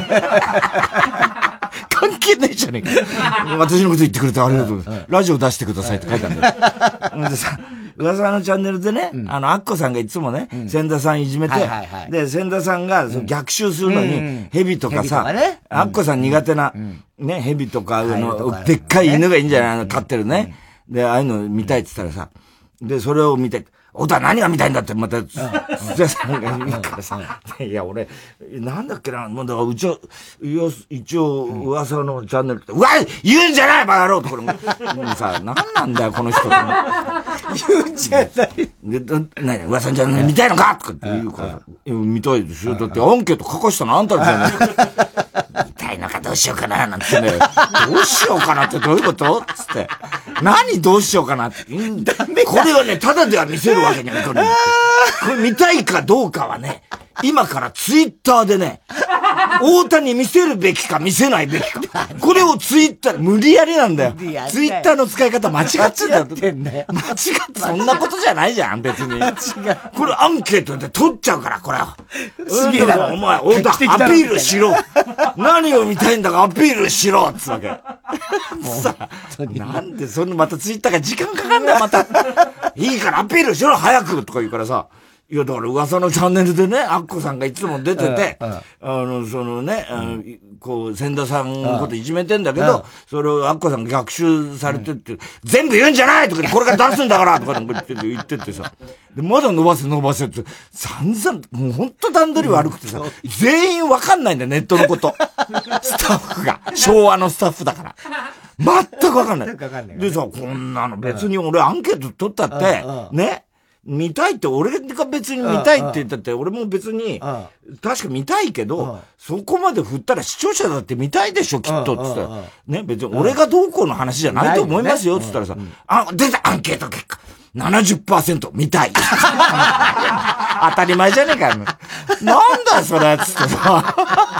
係ないじゃねえか。私のこと言ってくれてありがとうございます。ラジオ出してくださいって書いてあるんだよ。でさ、噂のチャンネルでね、アッコさんがいつもね、千田さんいじめて、で、千田さんが逆襲するのに、蛇とかさ、アッコさん苦手な、ね、蛇とか、でっかい犬がいいんじゃないの飼ってるね。で、ああいうの見たいって言ったらさ、で、それを見て、おた何が見たいんだって、また、土屋さんが言うからさ、いや、俺、なんだっけな、もうだから、一応、噂のチャンネルって、うわ言うんじゃないバカ野郎って、これもうさ、なんなんだよ、この人。 言うんじゃない。 何、噂のチャンネル見たいのかとかって言うから、見たいですよ。だって、アンケート書かしたのあんたじゃないか。見たいのかどうしようかな、なんてね。どうしようかなってどういうことつって。何どうしようかなって。これはね、ただでは見せるわけにはいかない。これ見たいかどうかはね、今からツイッターでね、太田に見せるべきか見せないべきか。これをツイッター、無理やりなんだよ。ツイッターの使い方間違ってんだよ。間違って、そんなことじゃないじゃん、別に。これアンケートで取っちゃうから、これは。 すげえだろ。 お前、太田、アピールしろ。何を見たいんだかアピールしろつわけ。さなんでそんなまたツイッターが時間かかんだよ、また。いいからアピールしろ、早くとか言うからさ。いや、だから噂のチャンネルでね、アッコさんがいつも出てて、そのね、こう、千田さんのこといじめてんだけど、それをアッコさんが逆襲されてって、全部言うんじゃないとか、これから出すんだからとか言っててさ、で、まだ伸ばせって、散々、もうほんと段取り悪くてさ、全員わかんないんだよ、ネットのこと。スタッフが。昭和のスタッフだから。全くわかんない。でさ、こんなの別に俺アンケート取ったって、ね、見たいって、俺が別に見たいって言ったって、俺も別に、確か見たいけど、そこまで振ったら視聴者だって見たいでしょ、きっと、つったら。ね、別に俺がどうこうの話じゃないと思いますよ、つったらさ、出たアンケート結果。70% 見たい。当たり前じゃねえかよ。なんだそれ、つってさ。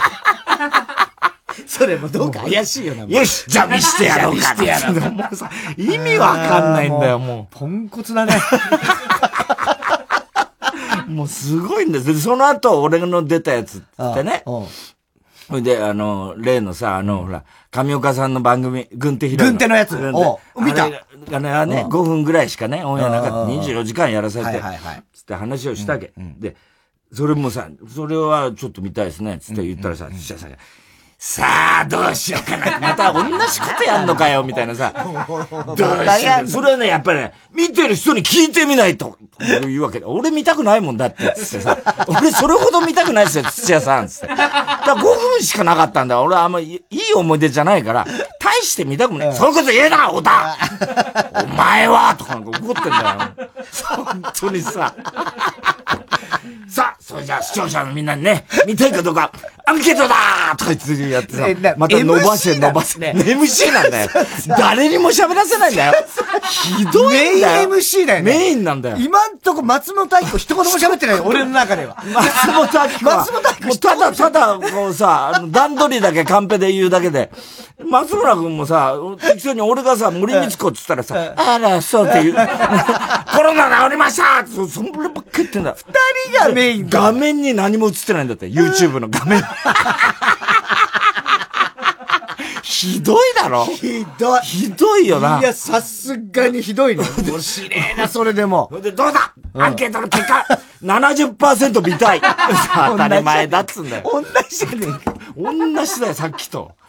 それもどうか怪しいよな。 よし、じゃあ見してやろうか。見してやろうか。もうさ、意味わかんないんだよ、もう。ポンコツだね。 もうすごいんです。その後、俺の出たやつってね。それで、例のさ、ほら、上岡さんの番組、軍手軍手のやつ。見た。 がね、5分ぐらいしかね、オンエアなかった。24時間やらされて、つって話をしたわけ。で、それもさ、それはちょっと見たいですね、つって言ったらさ、さあ、どうしようかな。また同じことやんのかよ、みたいなさ。どうしよう。それはね、やっぱりね、見てる人に聞いてみないと。言うわけで。俺見たくないもんだって、つってさ。俺それほど見たくないですよ、土屋さん、つって。だから5分しかなかったんだ。俺はあんまいい思い出じゃないから、大して見たくない。そういうこと言うな、太田お前はとかなんか怒ってんだよ。本当にさ。さあ、それじゃあ視聴者のみんなにね、見たいかどうか、アンケートだーとか言ってやってさ、また伸ばせ。MC なんだよ。誰にも喋らせないんだよ。ひどいんだよ。 メイン MC だよね。 メインなんだよ。 今んとこ松本明子一言も喋ってないよ、俺の中では。 松本明子ただ、こうさ、段取りだけカンペで言うだけで、松村くんもさ、適当に俺がさ、森光子って言ったらさ、あら、そうって言う。コロナ治りましたって、そればっかり言ってんだ。 二人がメイン。 画面に何も映ってないんだって、YouTube の画面。ひどいだろ？ ひどいよな。 いや、さすがにひどいね。面白いな、それでも。 で、どうだ、アンケートの結果、70% 見たい。当たり前だっつんだよ。 同じじゃねえか。 同じだよ、さっきと。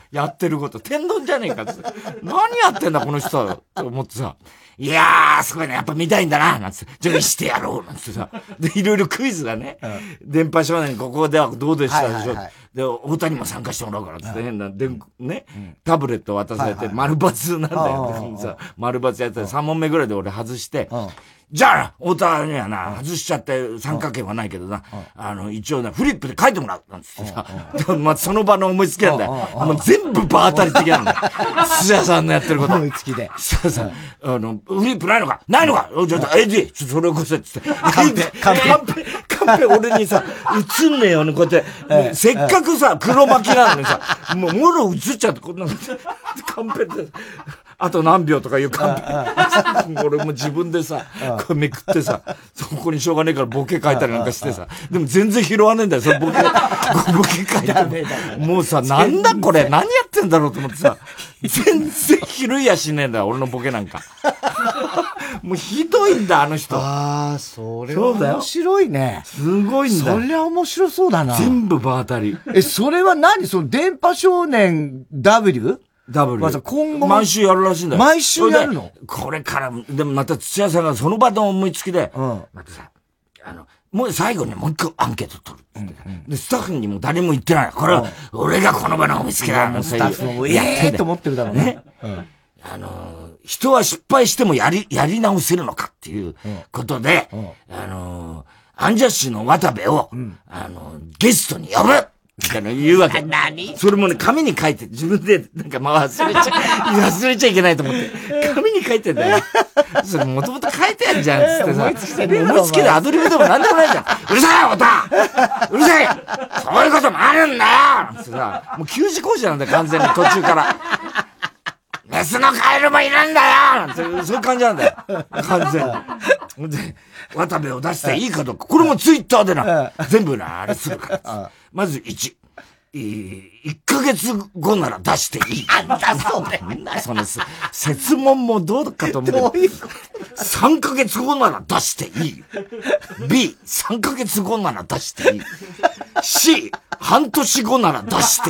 やってること。天丼じゃねえかって。何やってんだこの人は。と思ってさ。いやー、すごいね。やっぱ見たいんだな。なんつって。じゃあ見してやろう。なんつってさ。で、いろいろクイズがね。電波少年ここではどうでしたでしょ。で、大谷も参加してもらうから。つって変な、ね。タブレット渡されて、丸抜なんだよ。さ、丸抜やって3問目ぐらいで俺外して、じゃあ、太田にはな、外しちゃって三角形はないけどな、一応な、フリップで書いてもらうなんつってさ、まあ、その場の思いつきなんだよ。もう全部場当たり的なんだよ。土屋さんのやってること。 思いつきで。 そうさ、フリップないのかないのかちょっと、AD、ちょっとそれをこせって言って。カンペ俺にさ、映んねえよ、こうやって。せっかくさ、黒巻きなのにさ、もろ映っちゃって、こんな、カンペで。あと何秒とかいうカンペ。俺も自分でさ、これめくってさ、そこにしょうがねえからボケ書いたりなんかしてさ、でも全然拾わねえんだよ、そのボケ書いて。もうさ、なんだこれ、何やってんだろうと思ってさ、全然拾いやしねえんだよ、俺のボケなんか。もうひどいんだ、あの人。 ああ、それは面白いね。 すごいんだよ。 そりゃ面白そうだな。 全部場当たり。 それは何その電波少年 W？まず今後毎週やるらしいんだよ。 毎週やるの？ これから、でもまた土屋さんがその場の思いつきで、またさ、もう最後にもう一個アンケート取るって。で、スタッフにも誰も言ってない。これは、俺がこの場の思いつきだ。 スタッフも、と思ってるだろうね。 人は失敗してもやり直せるのかっていうことで、アンジャッシュの渡部を、ゲストに呼ぶみたいな言うわけ。 何？ それもね、紙に書いて、自分で、なんか忘れちゃいけないと思って。紙に書いてんだよ。それもともと書いてあるじゃん、つってさ。思いつきでアドリブでもなんでもないじゃん。うるさい、太田！うるさい！そういうこともあるんだよ！つってさ、もう給仕講師なんだよ、完全に途中から。メスのカエルもいるんだよ！そういう感じなんだよ。完全に。で、渡部を出していいかどうか。これもツイッターでな、全部な、あれするから。まず1ヶ月後なら出していい。 なんだそれ。 その説問もどうかと思うけど。3ヶ月後なら出していい。B、3ヶ月後なら出していい。C、半年後なら出してい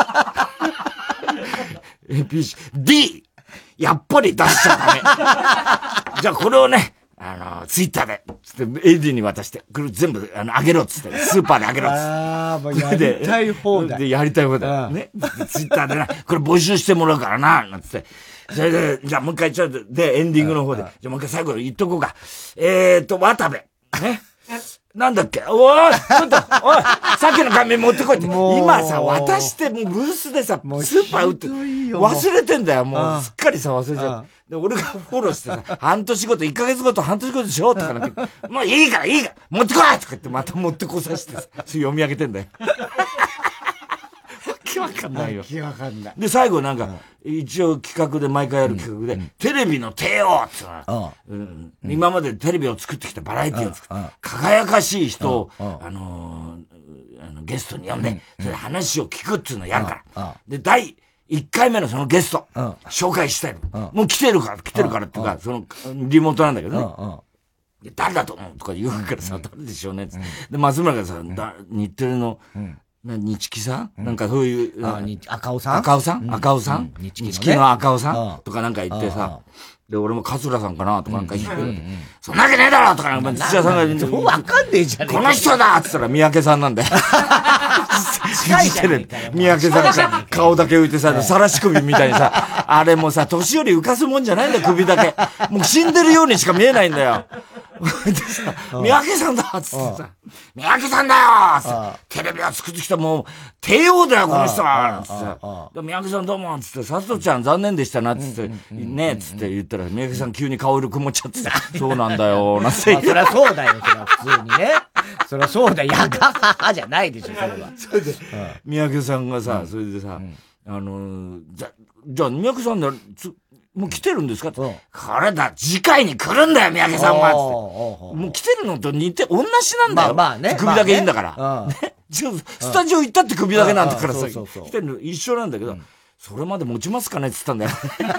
い。B、D、やっぱり出しちゃダメ。じゃあこれをね、ツイッターで、つって、AD に渡して、これ全部、あげろっつって、スーパーであげろっつって。 ああ、もうやりたい放題。 で、やりたい放題。ね。ツイッターでな、これ募集してもらうからな、なんつって。それで、じゃあもう一回ちょっと、で、エンディングの方で、じゃあもう一回最後言っとこうか。渡部。ね。なんだっけおいちょっとおいさっきの紙持ってこいって。今さ、渡して、もうブースでさ、スーパー売って、忘れてんだよ。もう、すっかりさ、忘れちゃう。で、俺がフォローしてさ、半年ごと、1ヶ月ごと半年ごとでしょとかなんか、もういいから、持ってこいとか言って、また持ってこさせてさ、読み上げてんだよ。わけわかんないよ。 わけわかんない。 で、最後なんか、一応企画で、毎回やる企画で、テレビの帝王っての今までテレビを作ってきたバラエティを作って、輝かしい人を、ゲストに呼んで、それ話を聞くっていうのをやるから。で、第1回目のそのゲスト、紹介したいの。もう来てるからっていうか、その、リモートなんだけどね。誰だと思うとか言うからさ、誰でしょうね。で、松村がさ、日テレの、日記さんなんかそういう、 赤尾さん赤尾さん日記の赤尾さんとかなんか言ってさ、で、俺も桂さんかなとかなんか言って、そんなわけねえだろとかなんか、土屋さんが言って、 わかんねえじゃねえこの人だって言ったら三宅さんなんだよ。 近いじゃねえかよ。 三宅さんがさ、顔だけ浮いてさ、さらし首みたいにさ、あれもさ、年寄り浮かすもんじゃないんだよ、首だけ。もう死んでるようにしか見えないんだよ。でさ、三宅さんだっつってさ、三宅さんだよテレビは作ってきたもう、帝王だよ、この人はつってさ、三宅さんどうもつって、さとちゃん残念でしたなつって、ねつって言ったら、三宅さん急に顔色曇っちゃってさ、そうなんだよ、なんて言って。 そりゃそうだよ、そりゃ普通にね。そりゃそうだよ、やがははじゃないでしょ、それは。 それで、三宅さんがさ、それでさ、じゃあ三宅さんだ、もう来てるんですかって。これだ、次回に来るんだよ、三宅さんはつって。もう来てるのと似て、同じなんだよ。 まあね。 首だけいいんだから。ね。スタジオ行ったって首だけなんだからさ、来てるの一緒なんだけど、それまで持ちますかねって言ったんだよ。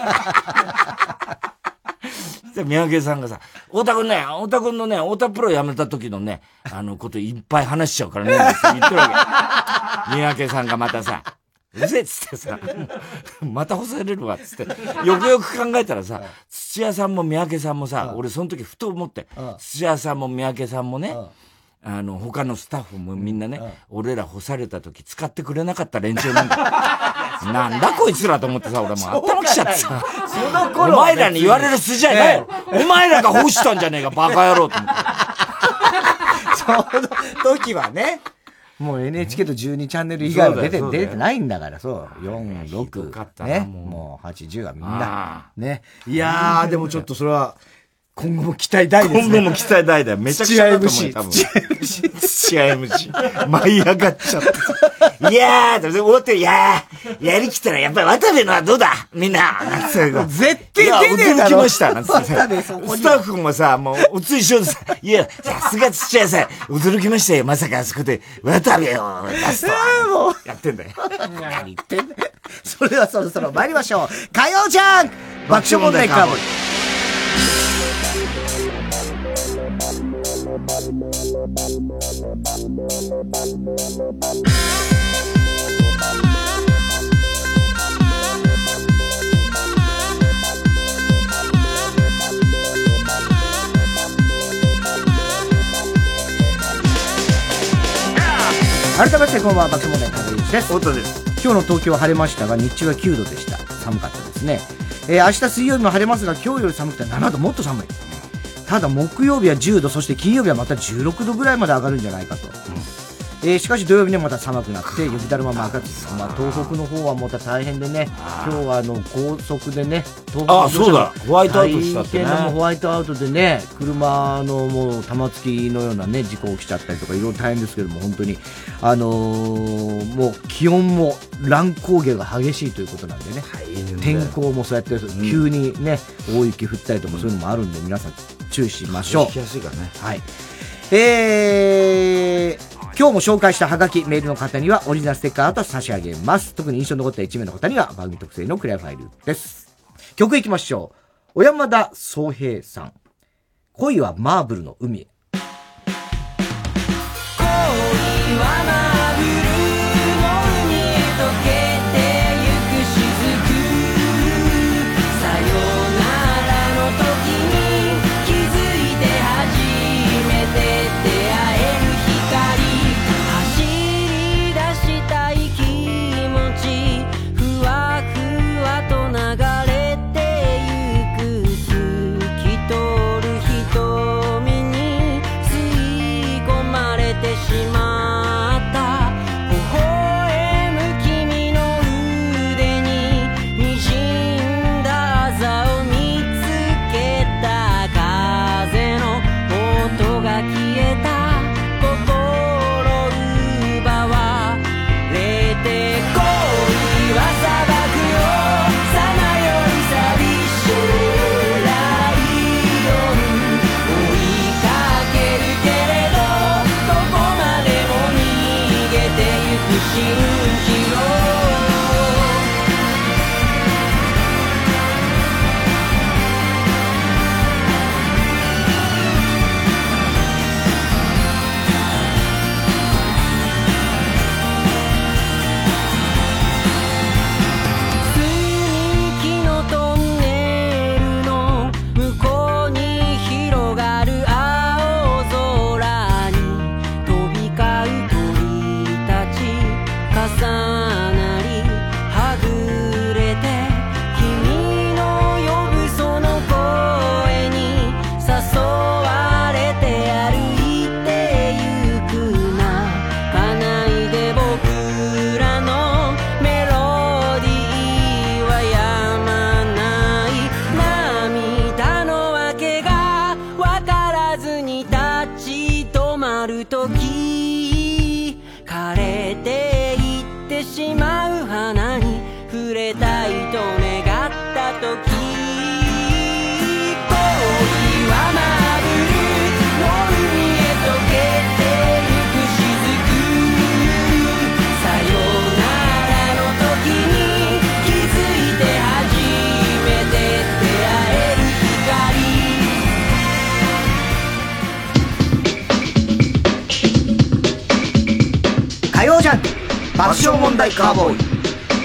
三宅さんがさ、太田くんのね、太田プロ辞めた時のね、こといっぱい話しちゃうからね、って言ってるわけ。三宅さんがまたさ、 うぜっつってさ、また干されるわっつって、よくよく考えたらさ、土屋さんも三宅さんもさ、俺その時ふと思って、土屋さんも三宅さんもね、他のスタッフもみんなね、俺ら干された時使ってくれなかった連中なんだ。なんだこいつらと思ってさ、俺もう頭きちゃってさ、 その頃お前らに言われる筋合いないよ。お前らが干したんじゃねえか、バカ野郎と思って。 その時はね、もう NHK と12チャンネル以外は出てないんだから、そう。4、6、ね。もう8、10はみんな。ね。いやー、でもちょっとそれは、今後も期待大ですね。 今後も期待大だよ。めちゃくちゃだと思うよ、多分。土屋 MC。舞い上がっちゃって。いやー、終わって、いやー、やりきったらやっぱり渡部のはどうだみんな。 絶対出ねえだろ。 驚きました。なんつってスタッフもさ、もう、おついしょでさ、いや、さすが土屋さん、驚きましたよ。まさかあそこで渡部を出すとは。やってんだよ。 何言ってんだよ。それではそろそろ参りましょう。火曜じゃん爆笑問題カーボーイ。改めましてこんばんは、爆笑問題カーボーイです。 太田です。 今日の東京は晴れましたが、日中は9度でした。寒かったですね。明日水曜日も晴れますが、今日より寒くて7度、もっと寒い。ただ木曜日は10度、そして金曜日はまた16度ぐらいまで上がるんじゃないかと。しかし土曜日にまた寒くなって雪だるまも上がって、東北の方はまた大変でね、今日は高速でね、 東北そうだ、ホワイトアウトしたってね。 ホワイトアウトでね、車のもう玉突きのようなね、事故起きちゃったりとかいろいろ大変ですけども、本当にもう気温も乱高下が激しいということなんでね、天候もそうやって急にね、大雪降ったりとかそういうのもあるんで、皆さん注意しましょう。 引きやすいからね。 はい。今日も紹介したハガキ、メールの方にはオリジナルステッカーと差し上げます。特に印象に残った1名の方には番組特製のクリアファイルです。曲いきましょう。小山田宗平さん。恋はマーブルの海へ。 恋はマーブルの海へ溶けてゆく雫。さよならの時に気づいて初めて出会える光。走り出したい気持ち、ふわふわと流れてゆく。透き通る瞳に吸い込まれてしまった。微笑む君の腕に滲んだあざを見つけた。風の音が消えた。心奪われて恋は砂漠よ。さまよい寂しいライオン。追いかけるけれどどこまでも逃げてゆく蜃気楼。積み木のトンネルの向こうに広がる青空に飛び交う鳥たち重なりはぐれて、君の呼ぶその声に誘われて歩いてゆくな。叶いで僕らのメロディーはやまない。涙のわけがわからずに立ち止まるとき、枯れていってしまう花に触れたいと願ったとき。恋はマーブルの海へ溶けてゆく雫。さよならの時に気づいて初めて出会える火曜ジャンク爆笑問題カーボーイ。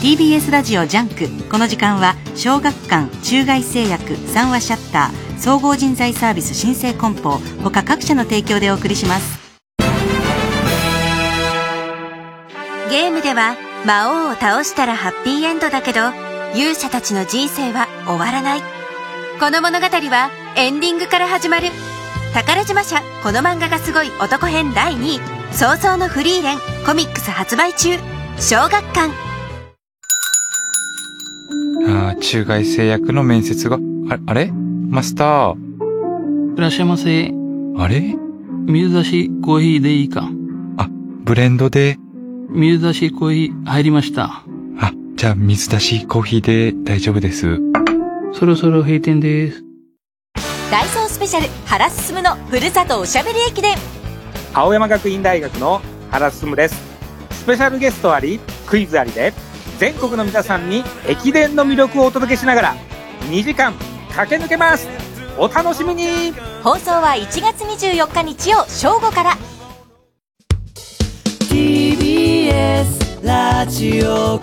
TBS ラジオジャンク。この時間は小学館、中外製薬、三話シャッター、総合人材サービス新生梱包他各社の提供でお送りします。 ゲームでは魔王を倒したらハッピーエンドだけど、勇者たちの人生は終わらない。この物語はエンディングから始まる。宝島社この漫画がすごい男編第2位、早々のフリーレンコミックス発売中。小学館。 中外製薬の面接が、あれマスター。 いらっしゃいませ。 あれ水出しコーヒーでいいか。 ブレンドで。 水出しコーヒー入りました。 じゃあ水出しコーヒーで大丈夫です。 そろそろ閉店です。 ダイソースペシャル原進のふるさとおしゃべり駅伝。 青山学院大学の原進です。スペシャルゲストありクイズありで全国の皆さんに駅伝の魅力をお届けしながら2時間駆け抜けます。お楽しみに。 放送は1月24日日曜正午から。 TBS ラジオ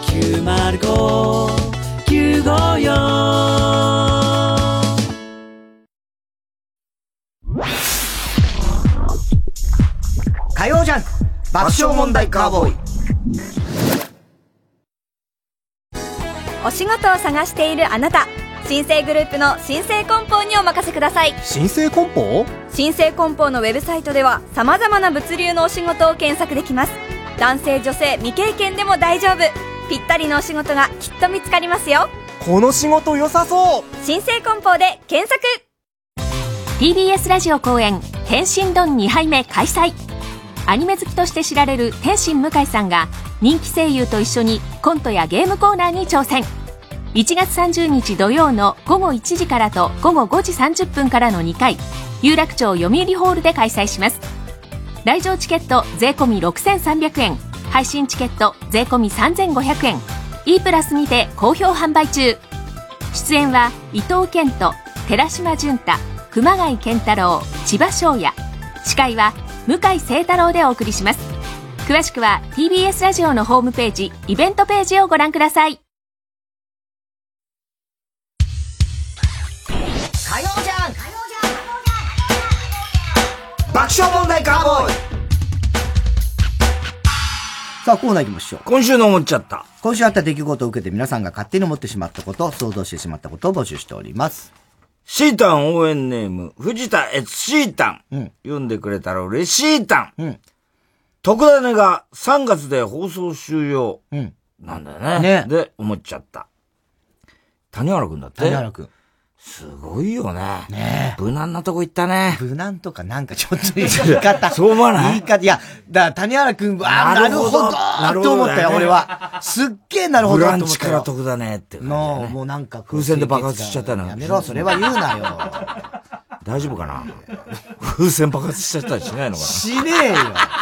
905954。 火曜ジャンク爆笑問題カーボーイ。 お仕事を探しているあなた、新生グループの新生梱包にお任せください。 新生梱包？ 新生梱包のウェブサイトでは様々な物流のお仕事を検索できます。男性女性未経験でも大丈夫。ぴったりのお仕事がきっと見つかりますよ。 この仕事良さそう。 新生梱包で検索。 TBS ラジオ公演天津丼2杯目開催。アニメ好きとして知られる天心向井さんが人気声優と一緒にコントやゲームコーナーに挑戦。1月30日土曜の午後1時からと午後5時30分からの2回、有楽町読売ホールで開催します。来場チケット税込み6300円、配信チケット税込み3500円、 E プラスにて好評販売中。出演は伊藤健人、寺島純太、熊谷健太郎、千葉翔也。司会は向井聖太郎でお送りします。詳しくは TBS ラジオのホームページイベントページをご覧ください。 火曜ジャンク爆笑問題カーボーイ。さあコーナー行きましょう。 今週の思っちゃった。 今週あった出来事を受けて皆さんが勝手に思ってしまったこと、想像してしまったことを募集しております。 シータン応援ネーム、藤田悦シータン。読んでくれたら嬉しいタン。特ダネが3月で放送終了。なんだよね。で、思っちゃった。谷原くんだって。 谷原くん。 すごいよね。 ね無難なとこ行ったね。 無難とかなんかちょっと言い方。 そう思わない？ 言い方。いや、だから谷原くん、なるほどと思ったよ、俺は。すっげえなるほどと思ったよ。 ブランチから特だねって感じだね。 もうなんか風船で爆発しちゃったな。 やめろ、それは言うなよ。 大丈夫かな？風船爆発しちゃったりしないのかな？ しねえよ。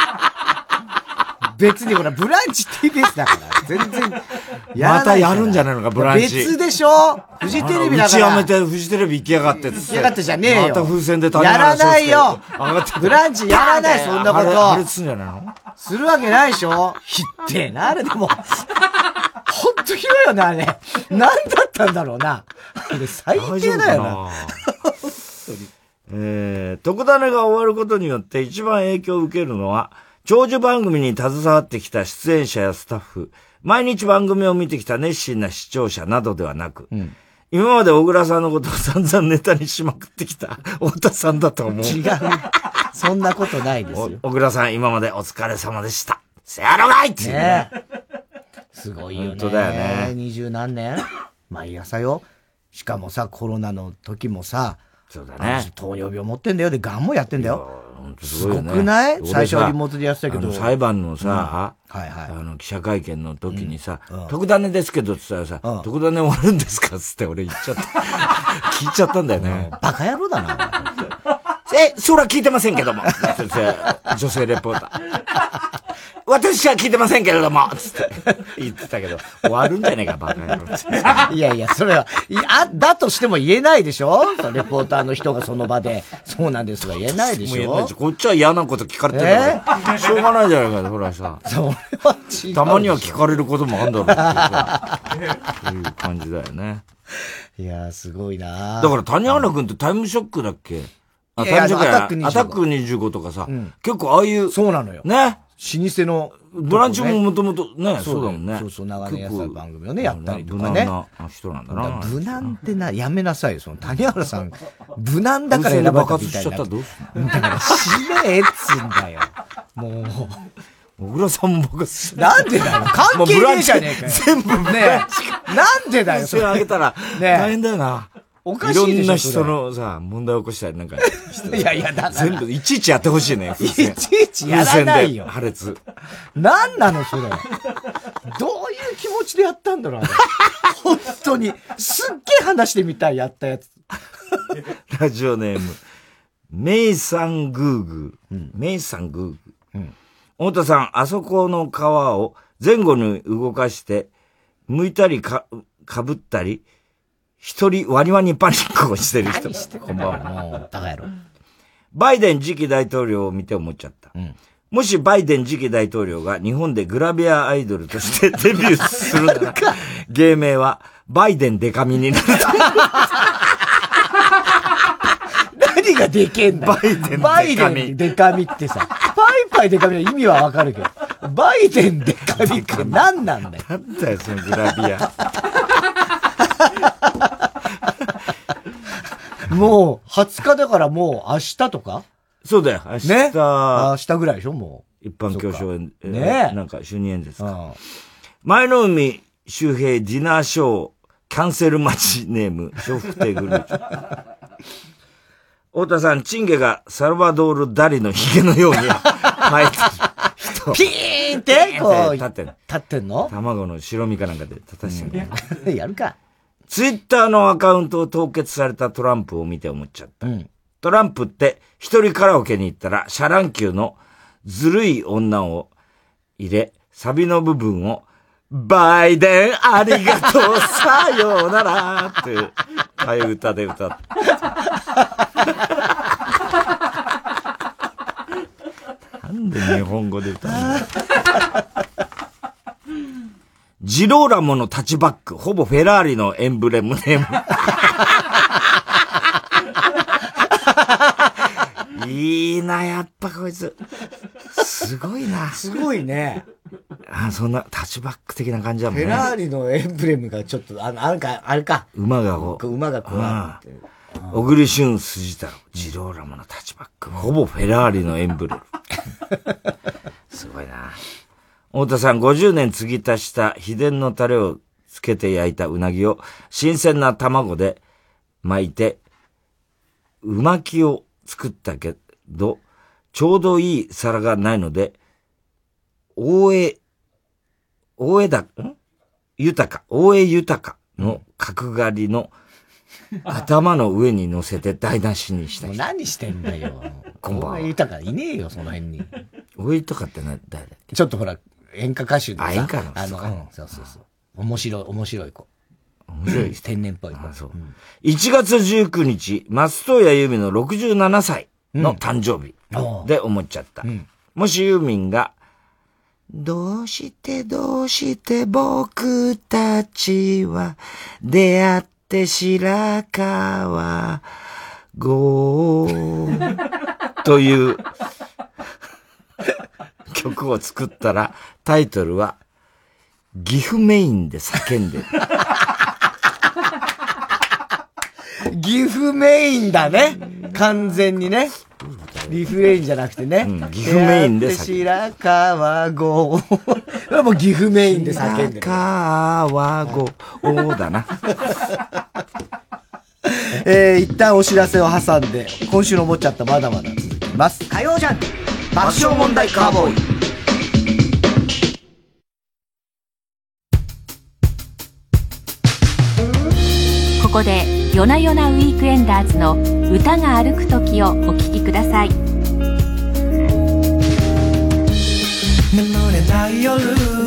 別にほら、ブランチ TBS だから、全然やらない。またやるんじゃないのか、ブランチ。 別でしょ？フジテレビだから。 うちやめて、フジテレビ行きやがってって。 行きやがってじゃねえよ。 また風船で谷原章介。やらないよ。 上がって。 ブランチやらない、そんなこと。 あれすんじゃないの？ するわけないでしょ？ひってえな、あれでも。ほんとひどいよな、あれ。なんだったんだろうな。あれ最低だよな。 特ダネが終わることによって一番影響を受けるのは、長寿番組に携わってきた出演者やスタッフ、毎日番組を見てきた熱心な視聴者などではなく、今まで小倉さんのことを散々ネタにしまくってきた太田さんだと思う。 違う。そんなことないですよ。 小倉さん、今までお疲れ様でした。せやろがいってね。 すごいよね。 本当だよね。 20何年毎朝よ。しかもさ、コロナの時もさ、 そうだね。 糖尿病持ってんだよ。で、癌もやってんだよ。 すごくない？最初はリモートでやってたけど。 裁判のさ、記者会見の時にさ、特ダネですけどって言ったらさ、特ダネ終わるんですかつって俺言っちゃった。聞いちゃったんだよね。 バカ野郎だな。 そら聞いてませんけども。女性レポーター。 私は聞いてませんけれどもつって言ってたけど、終わるんじゃねえか、バカ野郎。 いやいや、それは、だとしても言えないでしょ？レポーターの人がその場で、そうなんですが言えないでしょ？ こっちは嫌なこと聞かれてるから、しょうがないじゃないか、ほらさ。 それは違う。 たまには聞かれることもあるんだろうってそういう感じだよね。 いやー、すごいな。 だから谷原くんってタイムショックだっけ？ アタック 25とかさ、結構ああいう。 そうなのよ。 ね。 老舗の。 ブランチももともとね、そうだもんね。 そう、長年やった番組をね、やったりとかね。 無難な人なんだな。 無難ってやめなさいよ、その谷原さん。無難だから選ばれたみたいな。 爆発しちゃったらどうすんの？ だから死ねえっつんだよ。もう。 小倉さんも爆発しちゃった。なんでだよ。関係ねえじゃねえかよ。 全部ね。 なんでだよ、 それあげたら、大変だよな。 おかしいでしょ。 いろんな人のさ、問題を起こしたりなんか。 いやいや、だから。 全部、いちいちやってほしいね。 いちいちやらないよ。 破裂。 なんなの、それ。どういう気持ちでやったんだろう、あれ。本当に。すっげえ話してみたい、やったやつ。 ラジオネーム、メイさんグーグー。メイさんグーグー。太田さん、あそこの皮を前後に動かして、剥いたりかぶったり、一人ワニワニパニックをしてる人。こんばんは。 バカ野郎。 バイデン次期大統領を見て思っちゃった。もしバイデン次期大統領が日本でグラビアアイドルとしてデビューするなら、芸名はバイデンデカミになると。 何がでけえんだよ。 バイデンデカミってさ、パイパイデカミの意味はわかるけど、バイデンデカミって何なんだよ。 なんだよ、そのグラビア。 もう、20日だからもう明日とか？ そうだよ、明日。 ね。明日ぐらいでしょ、もう。一般教書ね。 なんか、就任演説か。前の海周平ディナーショー、キャンセル待ちネーム、笑福亭グルーチョ。太田さん、チンゲがサルバドール・ダリのヒゲのように生えてる人。 ピーンってこう、 立ってんの？ 卵の白身かなんかで立たしてる。やるか。 ツイッターのアカウントを凍結されたトランプを見て思っちゃった。トランプって一人カラオケに行ったらシャランキューのずるい女を入れ、サビの部分をバイデンありがとうさようならっていう替え歌で歌って。なんで日本語で歌うの？ジローラモのタッチバック、ほぼフェラーリのエンブレムネーム。いいな、やっぱこいつ。すごいな。 すごいね。 そんなタッチバック的な感じだもんね。 フェラーリのエンブレムがちょっと、あれか。 馬がこう。 馬がこうあって。 小栗旬筋太郎、ジローラモのタッチバック、ほぼフェラーリのエンブレム。すごいな。太田さん、50年継ぎ足した秘伝のタレをつけて焼いたうなぎを新鮮な卵で巻いて、うまきを作ったけど、ちょうどいい皿がないので、大江豊の角刈りの頭の上に乗せて台無しにした人。 何してんだよ。 こんばんは。 大江豊いねえよ、その辺に。 大江豊って誰だっけ？ ちょっとほら、演歌歌手でさ。 演歌のそう。面白い子。 面白い天然っぽい子。 そう。1月19日、松任谷由実の67歳の誕生日で思っちゃった。もしユーミンが、どうして僕たちは出会って白川郷という曲を作ったら、タイトルは岐阜メインで叫んでる。 岐阜メインだね。完全にね。リフレインじゃなくてね。 岐阜メインで白川郷。もう岐阜メインで叫んでる。 白川郷だな。 一旦お知らせを挟んで、今週の思っちゃったまだまだ続きます。 火曜ジャンク爆笑問題カーボーイ。 ここで夜な夜なウィークエンダーズの歌が歩く時をお聞きください。 眠れない夜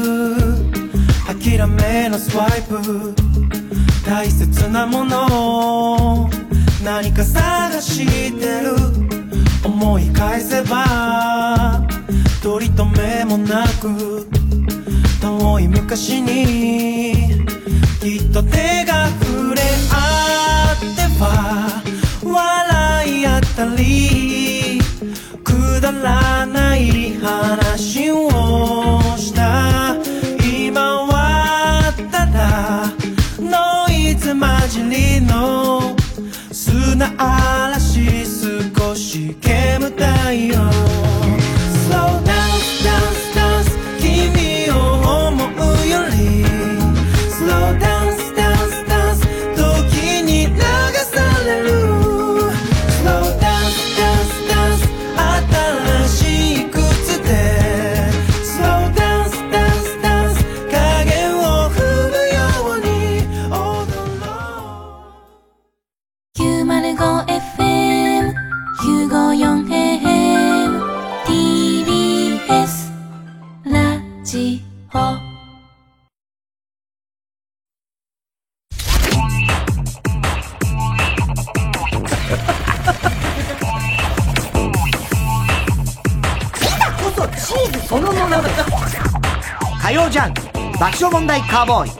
諦めのスワイプ大切なもの何か探してる思い返せば取り留めもなく遠い昔にきっと手が触れ合っては笑い合ったりくだらない話をした今はただノイズ混じりの砂嵐少し煙たいよ Slow down, dance, dance 君を思うより Slow down, dance, dance 時に流される Slow down, dance, dance 新しい靴で Slow down, dance, dance 影を踏むように踊ろう 905FM 954AM TBS ラジオチーズそのものだ。火曜ジャンク爆笑問題カーボーイ。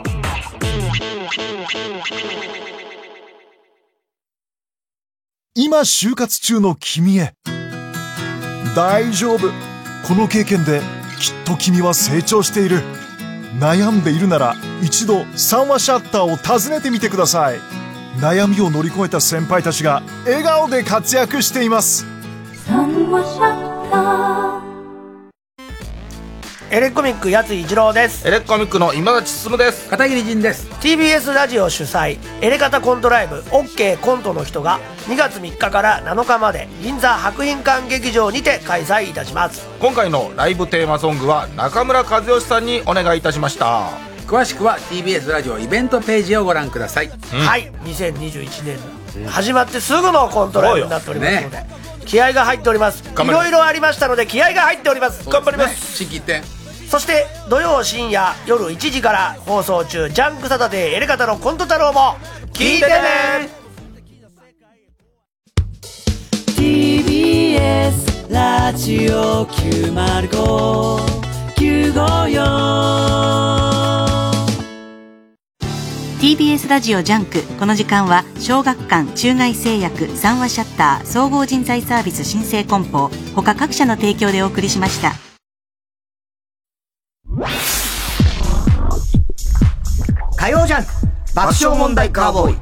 今就活中の君へ。大丈夫。この経験できっと君は成長している。悩んでいるなら一度三話シャッターを訪ねてみてください。悩みを乗り越えた先輩たちが笑顔で活躍しています。 三話シャッター。 エレコミックやつい一郎です。 エレコミックの今立進です。 片桐仁です。 TBS ラジオ主催エレカタコントライブ OK コントの人が2月3日から7日まで銀座博品館劇場にて開催いたします。 今回のライブテーマソングは中村和義さんにお願いいたしました。 詳しくは TBS ラジオイベントページをご覧ください。 はい、2021年始まってすぐのコントライブになっておりますので、気合が入っております。いろいろありましたので気合が入っております。頑張ります。 心機一転。 そして土曜深夜夜1時から放送中ジャンクサタデーエレカタのコント太郎も聞いてね。 TBS ラジオ905954 TBS ラジオジャンク。この時間は小学館、中外製薬、三話シャッター、総合人材サービス新生梱包他各社の提供でお送りしました。 火曜ジャンク爆笑問題カーボーイ。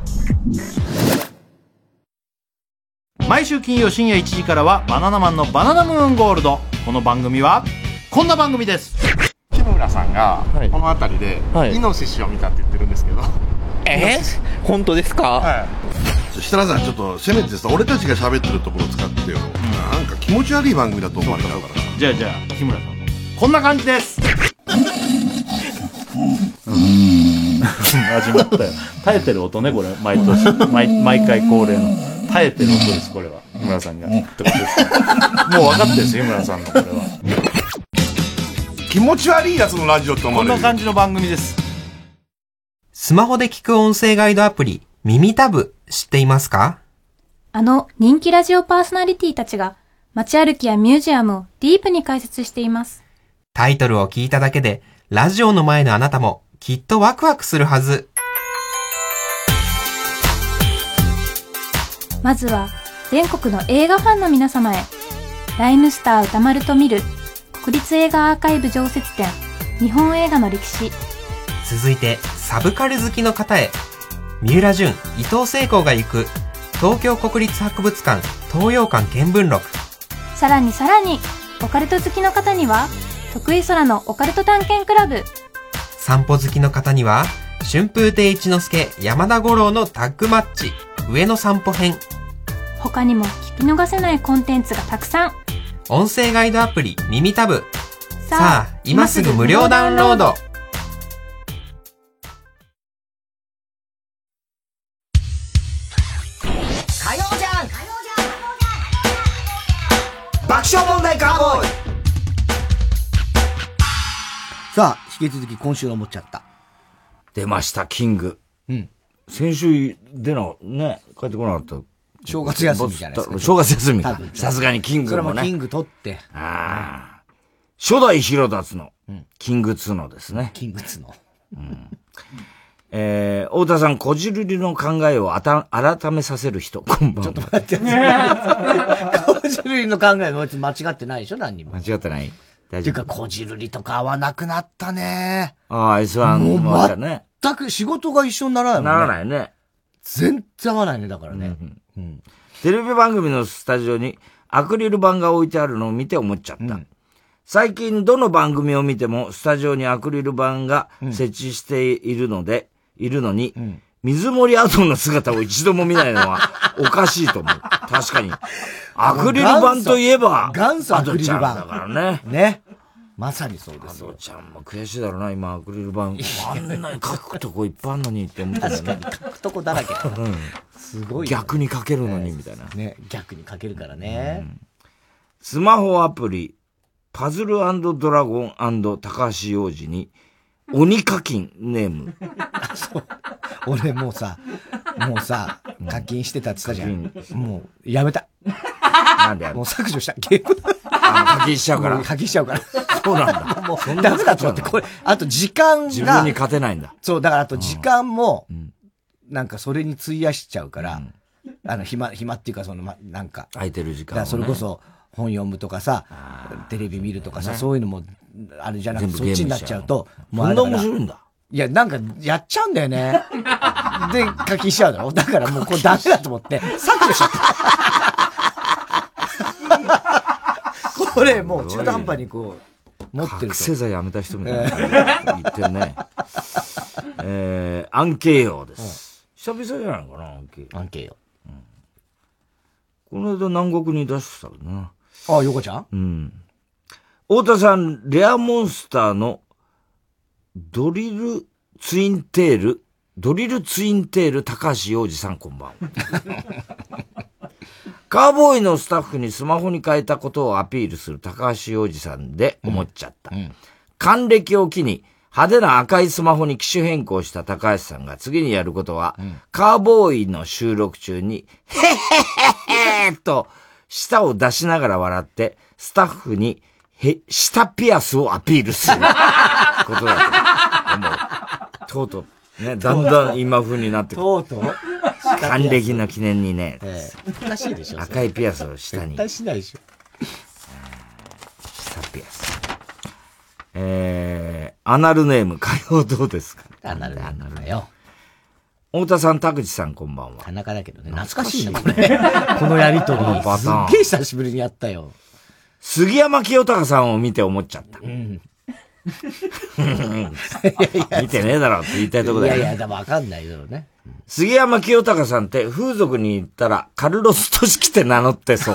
毎週金曜深夜1時からはバナナマンのバナナムーンゴールド。この番組はこんな番組です。 木村さんがこの辺りでイノシシを見たって言ってるんですけど、 本当ですか？ はい。 設楽さんちょっとせめてさ俺たちが喋ってるところを使ってよ、なんか気持ち悪い番組だと思われたから。 じゃあ木村さんこんな感じです。始まったよ。耐えてる音ね、これ毎回恒例の耐えてる音です。これは日村さんがってことですか？もう分かってるんです日村さんのこれは。 気持ち悪いやつのラジオって思われる。 こんな感じの番組です。 スマホで聞く音声ガイドアプリ耳タブ知っていますか？ 人気ラジオパーソナリティたちが街歩きやミュージアムをディープに解説しています。 タイトルを聞いただけでラジオの前のあなたもきっとワクワクするはず。 まずは全国の映画ファンの皆様へ。ライムスター歌丸と見る国立映画アーカイブ常設展日本映画の歴史。 続いてサブカル好きの方へ。三浦淳、伊藤聖子が行く東京国立博物館東洋館見聞録。 さらにオカルト好きの方には徳井空のオカルト探検クラブ。 散歩好きの方には春風亭一之輔山田五郎のタッグマッチ上野散歩編。 他にも聞き逃せないコンテンツがたくさん。 音声ガイドアプリ耳タブ。さあ今すぐ無料ダウンロード。 火曜ジャンク爆笑問題カーボーイ。 さあ、引き続き今週の思っちゃった。 出ました、キング。うん。先週帰ってこなかった。 正月休みじゃないですか。 正月休みか。さすがにキングもね。 それもキング取って。 初代広達の、キング角ですね。 キング角。 太田さん、こじるりの考えを改めさせる人、こんばんは。 ちょっと待って。こじるりの考えは間違ってないでしょ、何にも。 間違ってない。 大丈夫。ていうか、こじるりとか合わなくなったね。 S1 もね。 全く仕事が一緒にならないもんね。 ならないね。 全然合わないね、だからね。 テレビ番組のスタジオにアクリル板が置いてあるのを見て思っちゃった。最近どの番組を見てもスタジオにアクリル板が設置しているのに、水森アドの姿を一度も見ないのはおかしいと思う。確かに。アクリル板といえば、 元祖アクリル板だからね。 ね。まさにそうです。 アドちゃんも悔しいだろうな、今アクリル板。あんなに書くとこいっぱいあるのにって思ってるね。 書くとこだらけ。すごい。 逆に書けるのに、みたいな。 ね。逆に書けるからね。 スマホアプリ、パズル&ドラゴン&高橋洋二に、鬼課金ネーム。 そう。俺もうさ、課金してたって言ったじゃん。もう、やめた。 なんでやるもう削除した。ゲーム課金しちゃうから。 課金しちゃうから。 そうなんだ。 もう、ダメだと思って、これ、あと時間が。 自分に勝てないんだ。 そう、だからあと時間も、なんかそれに費やしちゃうから、暇っていうか、なんか。 空いてる時間。 だからそれこそ、本読むとかさ、テレビ見るとかさ、そういうのも、あれじゃなくて、そっちになっちゃうと、 もうそんな面白いんだ。 いや、なんか、やっちゃうんだよね。で、課金しちゃうだろ。だからもうこれダメだと思って、削除しちゃった。これ、もう中途半端にこう、持ってると。 覚醒剤やめた人みたいな言ってるね。アンケイヨです。久々じゃないのかな、 アンケイヨ。 この間南国に出してたけどな。 ああ、ヨコちゃん？ うん。太田さん、レアモンスターのドリルツインテール高橋洋二さんこんばんは。カーボーイのスタッフにスマホに変えたことをアピールする高橋洋二さんで思っちゃった。還暦を機に派手な赤いスマホに機種変更した高橋さんが次にやることは、カーボーイの収録中に、へへへへと舌を出しながら笑って、スタッフに舌ピアスをアピールすることだと思う。とうとう、ね、だんだん今風になってくる。 とうとう還暦の記念にね、 おかしいでしょ。 赤いピアスを下に。 絶対しないでしょ。 舌ピアス。アナルネーム、火曜どうですか？ アナルネームだよ。 太田さん、田口さん、こんばんは。 田中だけどね。懐かしいね、これ。このやりとり。すっげえ久しぶりにやったよ。 杉山清隆さんを見て思っちゃった。見てねえだろって言いたいとこだよね。 いや、でもわかんないだろうね。 杉山清隆さんって風俗に行ったらカルロス・トシキって名乗ってそう。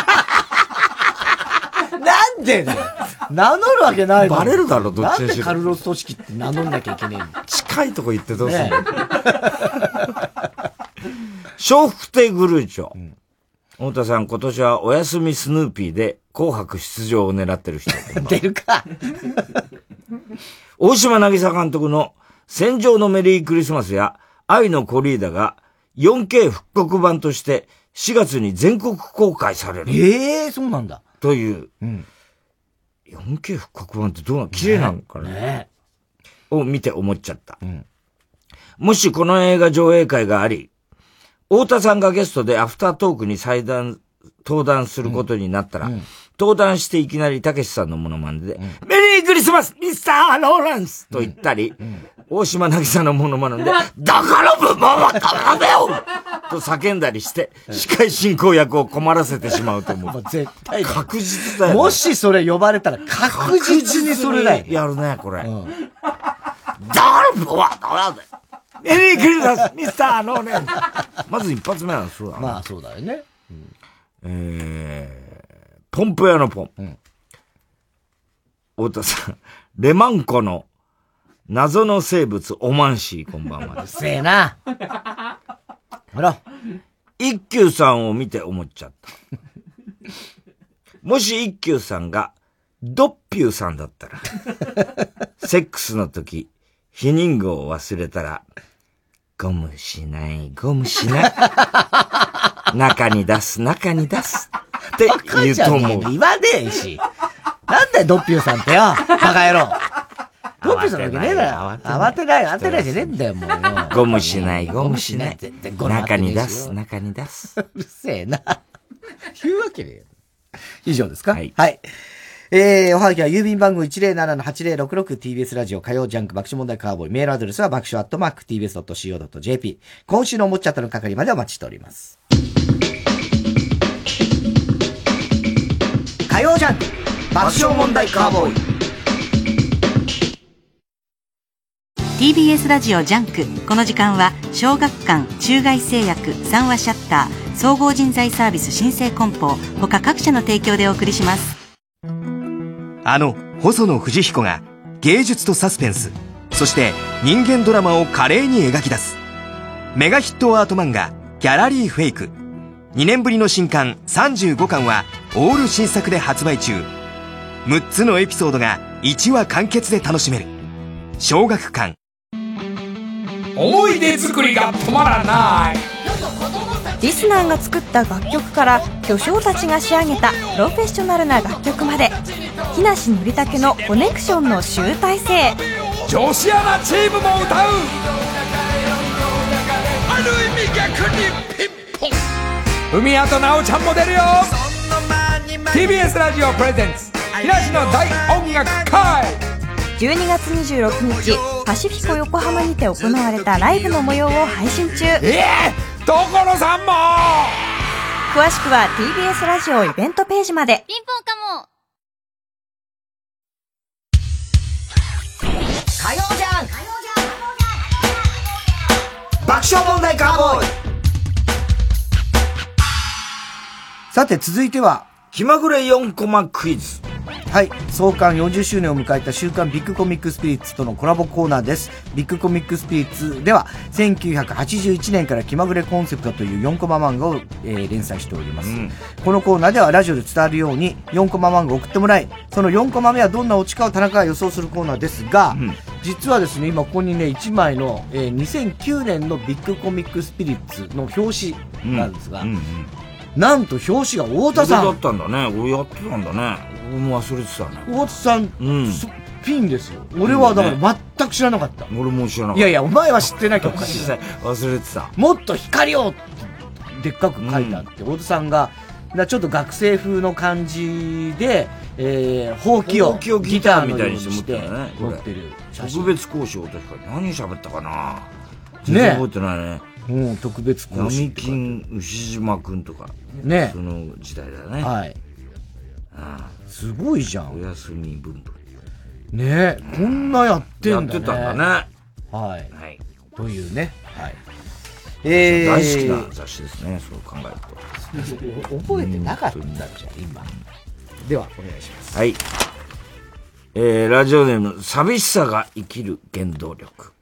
なんでだよ。名乗るわけないもん。 バレるだろ、どっちにしろ。 なんでカルロス・トシキって名乗んなきゃいけねえの？ 近いとこ行ってどうすんの？笑福亭グルーチョ。太田さん、今年はお休みスヌーピーで紅白出場を狙ってる人。 出るか。 大島渚監督の戦場のメリークリスマスや愛のコリーダが 4K 復刻版として4月に全国公開される。 そうなんだ。 という。4K 復刻版ってどうなの？綺麗なのかね。を見て思っちゃった。もしこの映画上映会があり、太田さんがゲストでアフタートークに登壇することになったら、登壇していきなりたけしさんのモノマネで、メリークリスマスミスター・ローレンスと言ったり、大島渚のモノマネで、だから部門は頼めよと叫んだりして、司会進行役を困らせてしまうと思う。 絶対確実だよ、ね。 もしそれ呼ばれたら確実にそれだよ。 やるね、これ。だから部門は頼めよメリークリスマスミスター・ローレンスまず一発目はそうだね。 まあそうだよね。 ポンプ屋のポン。太田さん、レマンコの謎の生物オマンシーこんばんはです。 せえな。ほら。 一休さんを見て思っちゃった。もし一休さんがドッピューさんだったら、 セックスの時、避妊具を忘れたら、ゴムしない、ゴムしない。中に出す、中に出す。って言うと思う。 言わねえし。なんだよ、ドッピューさんってよ。バカ野郎。ドッピューさんだけねえだよ。慌てないじゃねえんだよ、もうよ。 ゴムしない、ゴムしない。中に出す、中に出す。 うるせえな。言うわけねえよ。以上ですか？ はい。 はい。おはがきは郵便番号 107-8066TBS ラジオ火曜ジャンク爆笑問題カーボーイ。メールアドレスは爆笑@tbs.co.jp。今週のおもちゃったの係までお待ちしております。火曜ジャンク爆笑問題カーボーイ。 TBS ラジオジャンク。この時間は小学館、中外製薬、三話シャッター、総合人材サービス新生梱包他各社の提供でお送りします。 細野富士彦が芸術とサスペンス、そして人間ドラマを華麗に描き出すメガヒットアート漫画ギャラリーフェイク。2年ぶりの新刊35巻はオール新作で発売中。6つのエピソードが1話完結で楽しめる小学館。 思い出作りが止まらない。 リスナーが作った楽曲から巨匠たちが仕上げたプロフェッショナルな楽曲まで、木梨憲武のコネクションの集大成。 女子アナチームも歌う。ある意味逆にピンポン。海谷と直ちゃんも出るよ。 TBS ラジオプレゼンツ木梨の大音楽会。 12月26日パシフィコ横浜にて行われたライブの模様を配信中。 所さんも。 詳しくは TBS ラジオイベントページまで。 ピンポンかも。 火曜じゃん爆笑問題カーボーイ。 さて続いては気まぐれ4コマクイズ。 はい。創刊40周年を迎えた週刊ビッグコミックスピリッツとのコラボコーナーです。ビッグコミックスピリッツでは、1981年から気まぐれコンセプトという4コマ漫画を、連載しております、このコーナーではラジオで伝わるように4コマ漫画を送ってもらい、その4コマ目はどんなオチかを田中が予想するコーナーですが、実はですね、今ここにね、1枚の、2009年のビッグコミックスピリッツの表紙なんですが、なんと表紙が太田さん。 だったんだね。俺やってたんだね。俺も忘れてたね。 太田さん、ピンですよ。俺はだから全く知らなかった。 俺も知らなかった。 いやいや、お前は知ってなきゃおかしい。 忘れてた。 もっと光をでっかく書いてあって、太田さんが、ちょっと学生風の感じで、ほうきをギターみたいにして持ってる写真。 特別講師を確か何喋ったかな。 全然覚えてないね。 特別講師。 闇金牛島くんとか。 ね。 その時代だね。 はい。すごいじゃん。 お休み文部。 ねえ、こんなやってんだね。 やってたんだね。 はい。というね。はい。 大好きな雑誌ですね、そう考えると。覚えてなかったんじゃん、今。では、お願いします。 はい。ラジオネーム、寂しさが生きる原動力。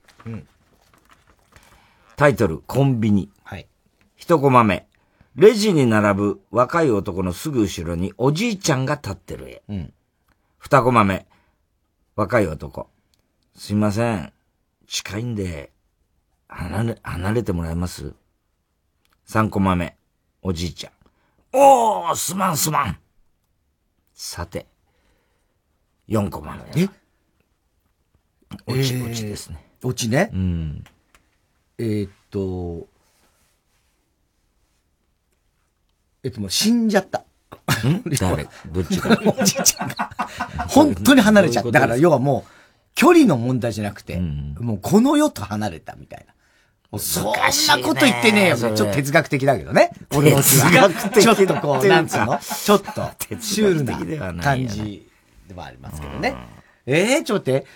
タイトル、コンビニ。一コマ目。レジに並ぶ若い男のすぐ後ろにおじいちゃんが立ってる絵。二コマ目。若い男。すいません。近いんで、離れてもらえます？三コマ目。おじいちゃん。おー、すまん。さて、四コマ目。オチですね。 オチね。もう死んじゃった。 誰？どっちか。 おじいちゃんが。本当に離れちゃった。だから要はもう、距離の問題じゃなくて、もうこの世と離れたみたいな。そんなこと言ってねえよ。ちょっと哲学的だけどね。俺の哲学的。ちょっとこう、なんつうの？ちょっと、シュールな感じではありますけどね。ちょっと待って。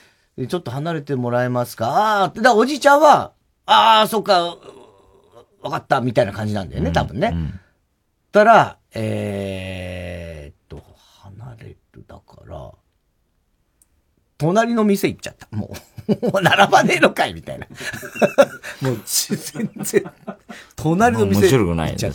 ちょっと離れてもらえますか？だおじいちゃんは、そっか、わかった、みたいな感じなんだよね、多分ね。たら、離れるだから、隣の店行っちゃった。もう並ばねえのかいみたいな。もう、全然、隣の店行っちゃった。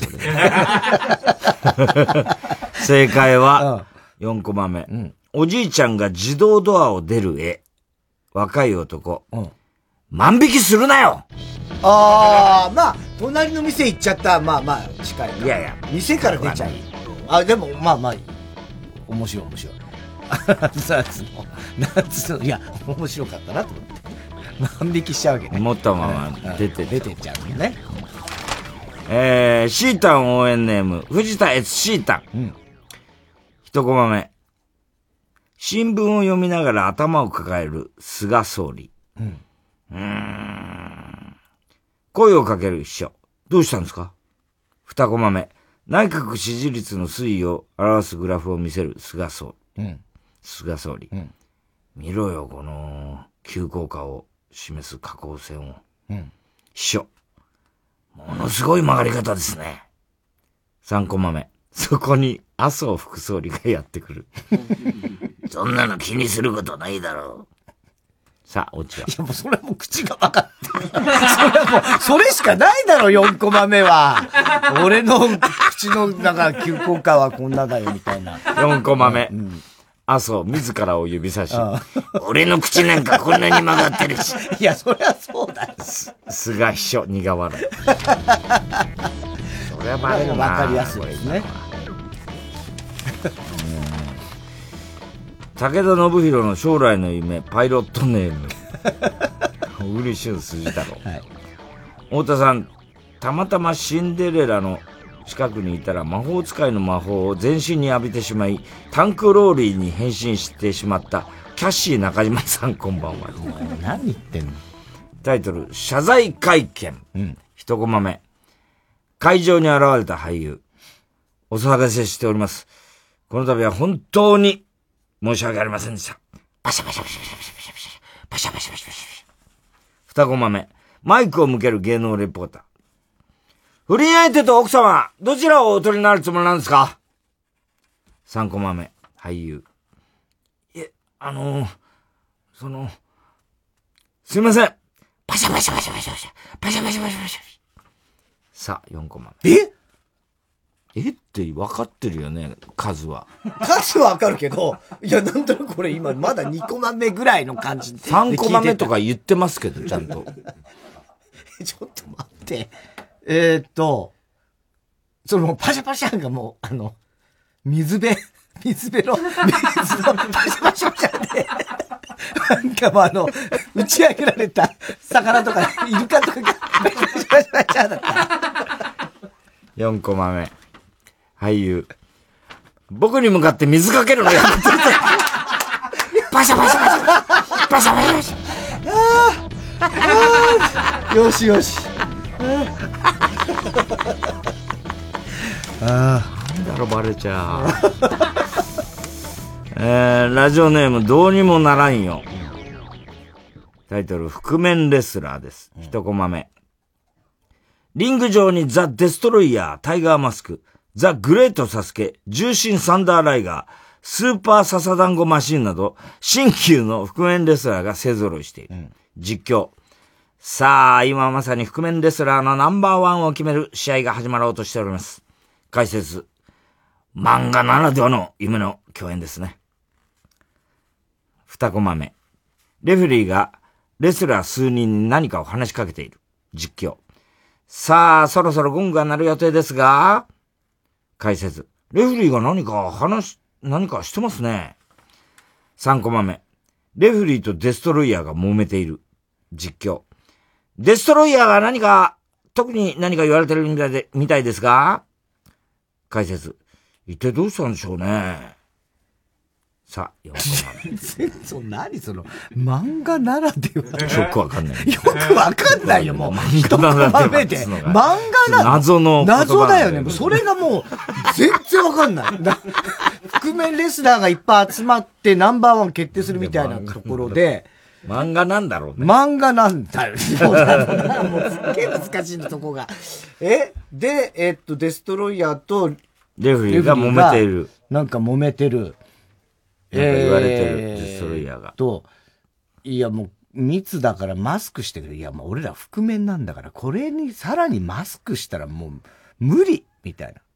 正解は、4コマ目。おじいちゃんが自動ドアを出る絵。 若い男。万引きするなよ。 まあ、隣の店行っちゃった。まあ、近い。 いやいや。 店から出ちゃう。でも、まあ、面白い。なんつうの、いや、面白かったなと思って。万引きしちゃうわけね。 持ったまま出てっちゃうね。 シータン応援ネーム、藤田悦シータン。一コマ目。新聞を読みながら頭を抱える菅総理。声をかける秘書。どうしたんですか？二コマ目。内閣支持率の推移を表すグラフを見せる菅総理。菅総理。見ろよ、この急降下を示す下降線を。秘書。ものすごい曲がり方ですね。3コマ目。そこに麻生副総理がやってくる。そんなの気にすることないだろう。さあ、オチは。 いや、もうそれはもう口が分かってる。それはもう、それしかないだろ、4コマ目は。俺の口の、急降下はこんなだよ、みたいな。 4コマ目。麻生、自らを指さし。俺の口なんかこんなに曲がってるし。 いや、そりゃそうだよ。 菅秘書、苦笑い。それはバレるな。 わかりやすいですね。 武田信弘の将来の夢、パイロットネーム。小栗旬筋太郎。太田さん、たまたまシンデレラの近くにいたら魔法使いの魔法を全身に浴びてしまい、タンクローリーに変身してしまったキャッシー中島さん、こんばんは。 何言ってんの？ タイトル、謝罪会見。一コマ目。会場に現れた俳優。お騒がせしております。この度は本当に申し訳ありませんでした。パシャパシャパシャパシャパシャパシャパシャパシャパシャパシャ。二コマ目。マイクを向ける芸能レポーター。不倫相手と奥様、どちらをお取りになるつもりなんですか？三コマ目。俳優。すいません。パシャパシャパシャパシャパシャ。パシャパシャパシャパシャ。さあ、4コマ目。って分かってるよね、数は。 数は分かるけど、いや、なんとなくこれ今まだ2コマ目ぐらいの感じで。 3コマ目とか言ってますけど、ちゃんと。 ちょっと待って。そのパシャパシャがもう、水辺の、パシャパシャパシャで、なんかもう打ち上げられた魚とか、イルカとかが、パシャパシャパシャパシャだった。 4コマ目。俳優。僕に向かって水かけるのやめてください。パシャパシャパシャ。パシャパシャパシャ。よしよし。 なんだろ、バレちゃう。ラジオネーム、どうにもならんよ。タイトル、覆面レスラーです。一コマ目。リング上にザ・デストロイヤー、タイガーマスク、ザ・グレートサスケ、重心サンダーライガー、スーパーササダンゴマシンなど、新旧の覆面レスラーが勢揃いしている。実況。さあ、今まさに覆面レスラーのナンバーワンを決める試合が始まろうとしております。解説。漫画ならではの夢の共演ですね。二コマ目。レフェリーがレスラー数人に何かを話しかけている。実況。さあ、そろそろゴングが鳴る予定ですが、解説。レフェリーが何かしてますね。3コマ目。レフェリーとデストロイヤーが揉めている。実況。デストロイヤーが特に何か言われてるみたいですが、解説。一体どうしたんでしょうね。さあ、4コマ目。何その、漫画ならでは。 よくわかんない。 よくわかんないよ、もう。 漫画ならでは。 漫画なの謎だよね。もうそれがもう、全然わかんない。覆面レスラーがいっぱい集まってナンバーワン決定するみたいなところで、 漫画なんだろうね。 漫画なんだよ。もうすっげえ難しいのとこが。で、デストロイヤーとレフリーが揉めている。 なんか揉めてる。 なんか言われてる、デストロイヤーが。 いやもう、密だからマスクしてくれ。いやもう俺ら覆面なんだから、これにさらにマスクしたらもう、無理みたいな。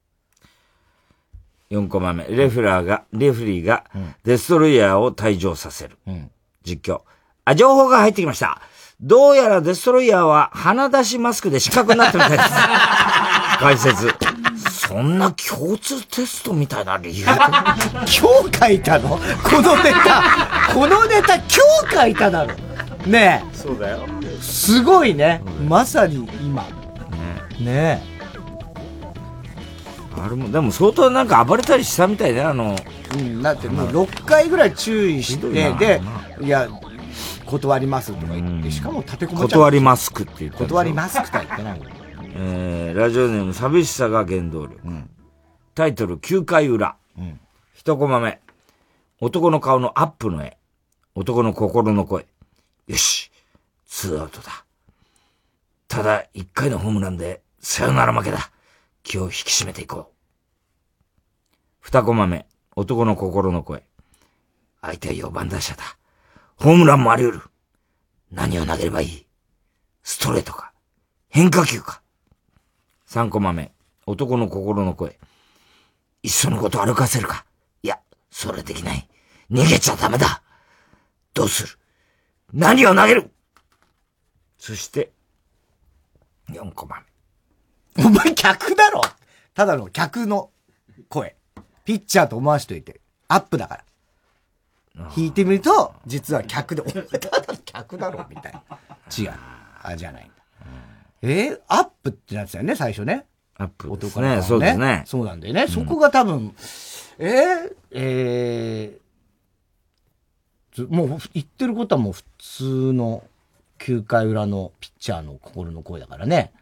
4コマ目。レフリーがデストロイヤーを退場させる。実況。 情報が入ってきました。どうやらデストロイヤーは鼻出しマスクで失格になってるみたいです。解説。そんな共通テストみたいな理由で今日書いたのこのネタ今日書いただろ。ねえ。 そうだよ。 すごいね。まさに今。ねえ。 あれも、でも相当なんか暴れたりしたみたいだよ、 だってもう6回ぐらい注意して、で、いや、断りますとか言って、しかも立てこもっちゃう。 断りマスクって言って断りマスクとは言ってない。 ラジオネーム寂しさが原動力。タイトル9回裏。一コマ目。男の顔のアップの絵。男の心の声。よし。2アウトだ。ただ1回のホームランでサヨナラ負けだ。気を引き締めていこう。2コマ目。男の心の声。相手は4番打者だ。ホームランもあり得る。何を投げればいい？ストレートか変化球か。3コマ目。男の心の声。いっそのこと歩かせるか。いや、それできない。逃げちゃダメだ。どうする？何を投げる？そして、4コマ目。お前客だろ。ただの客の声。ピッチャーと思わしといて。アップだから。弾いてみると、実は客で、お前ただの客だろみたいな。違う。じゃないんだ。アップってなってたよね、最初ね。 アップですね。そうですね。 そうなんだよね。そこが多分、もう言ってることはもう普通の9回裏のピッチャーの心の声だからね。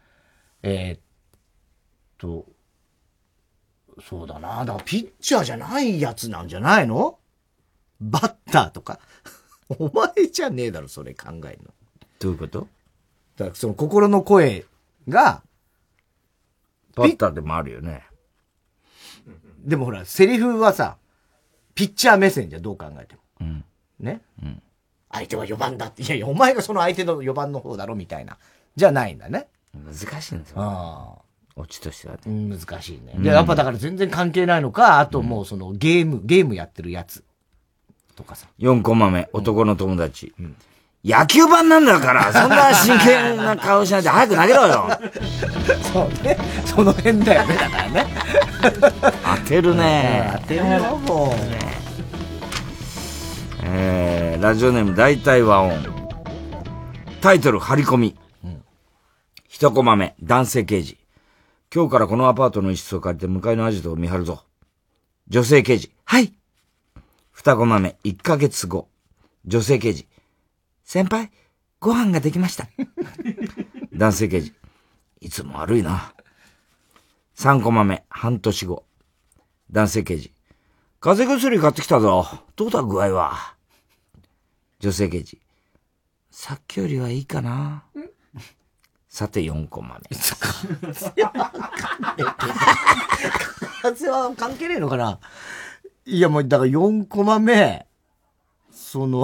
そうだな。だからピッチャーじゃないやつなんじゃないの？バッターとか。お前じゃねえだろ、それ考えるの。 どういうこと？ だからその心の声が、 バッターでもあるよね。 でもほら、セリフはさ、ピッチャー目線じゃどう考えても。ね、相手は4番だって。いやいや、お前がその相手の4番の方だろみたいな。じゃないんだね。 難しいんですよ。オチとしてはね。難しいね。で、やっぱだから全然関係ないのか、あともうそのゲームやってるやつ。とかさ。 4コマ目、男の友達。野球盤なんだから、そんな真剣な顔しないで早く投げろよ。 そうね。その辺だよね、だからね。 当てるね。 当てるよ、もう。 ラジオネーム大体和音。タイトル張り込み。1コマ目、男性刑事。今日からこのアパートの一室を借りて向かいのアジトを見張るぞ。女性刑事。はい。2コマ目、1ヶ月後。女性刑事。先輩、ご飯ができました。男性刑事。いつも悪いな。3コマ目、半年後。男性刑事。風邪薬買ってきたぞ。どうだ具合は。女性刑事。さっきよりはいいかな。さて4コマ目。 風は関係ねえのかな。いやもうだから4コマ目、その、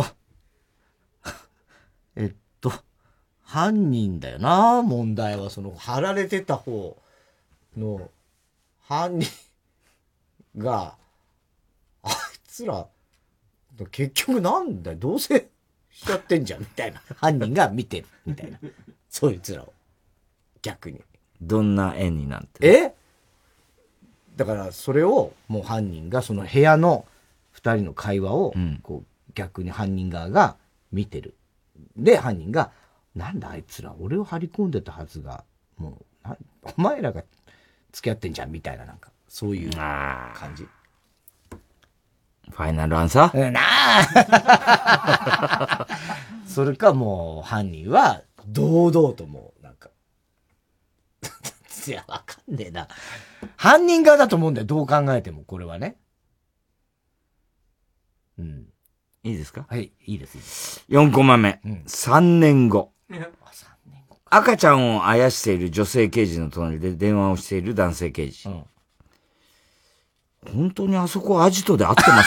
犯人だよな、問題は。その、貼られてた方の犯人が、あいつら、結局なんだよ、どうせしちゃってんじゃん、みたいな。犯人が見てる、みたいな。そいつらを。逆に。 どんな絵になってる？ だから、それを、もう犯人が、その部屋の二人の会話を、こう、逆に犯人側が見てる。で、犯人が、なんだあいつら、俺を張り込んでたはずが、もう、お前らが付き合ってんじゃん、みたいな、なんか、そういう感じ。 ファイナルアンサー？ それかもう、犯人は、堂々ともう、なんか、いや、わかんねえな。犯人側だと思うんだよ、どう考えても、これはね。 いいですか？ はい、いいです。 4コマ目、3年後。赤ちゃんをあやしている女性刑事の隣で電話をしている男性刑事。本当にあそこアジトで会ってます。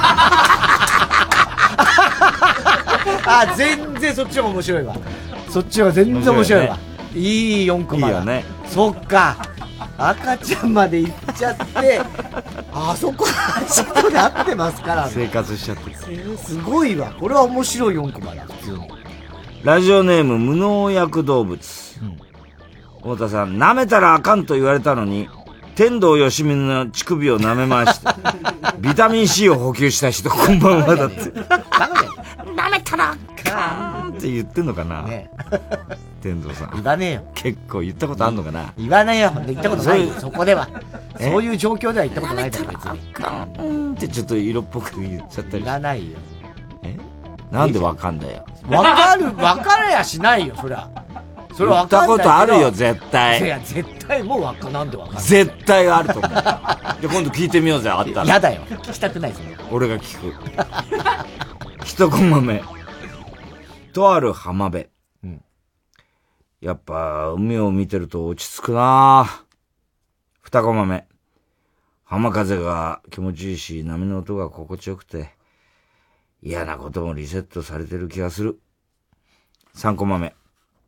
全然そっちは面白いわ。そっちは全然面白いわ。いい4コマだ。 いいよね。 そっか。赤ちゃんまで行っちゃって、 あそこで合ってますからね。 生活しちゃってる。 すごいわ。これは面白い4コマだ、普通に。 ラジオネーム無農薬動物。太田さん、舐めたらあかんと言われたのに、天童よしみの乳首を舐め回して、ビタミン C を補給した人、こんばんはだって。舐めたらあかんって言ってんのかな、ね、天童さん。 言わねえよ。 結構言ったことあんのかな。 言わないよ。言ったことないよ。そこでは。そういう状況では言ったことないだろ、別に。 ってちょっと色っぽく言っちゃったり。 言わないよ。 なんでわかんだよ。 わかれやしないよ、そりゃ。それは分かんないけど。言ったことあるよ、絶対。 いや、絶対もうなんでわかんない。 絶対あると思う。じゃあ今度聞いてみようぜ、あったら。 やだよ。聞きたくないぞ。 俺が聞く。一コマ目。とある浜辺。やっぱ、海を見てると落ち着くなぁ。二コマ目。浜風が気持ちいいし、波の音が心地よくて、嫌なこともリセットされてる気がする。三コマ目。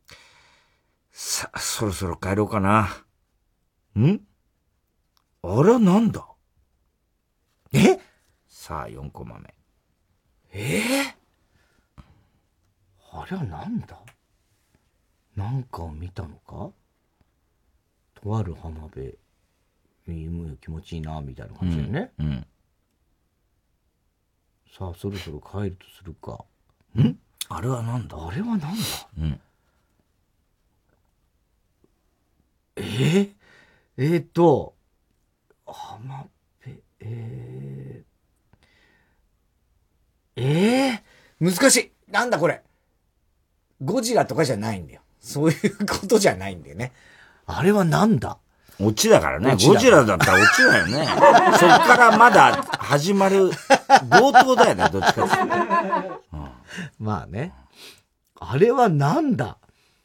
そろそろ帰ろうかな。ん？あれはなんだ？さあ、4コマ目。 あれはなんだ？なんかを見たのか？とある浜辺に海が気持ちいいな、みたいな感じだよね。さあ、そろそろ帰るとするか。 あれはなんだ？ あれはなんだ？浜辺、難しい。なんだこれ。ゴジラとかじゃないんだよ。そういうことじゃないんだよね。あれはなんだ？ オチだからね。ゴジラだったらオチだよね。そっからまだ始まる冒頭だよね、どっちかっていうと。 まあね。あれはなんだ？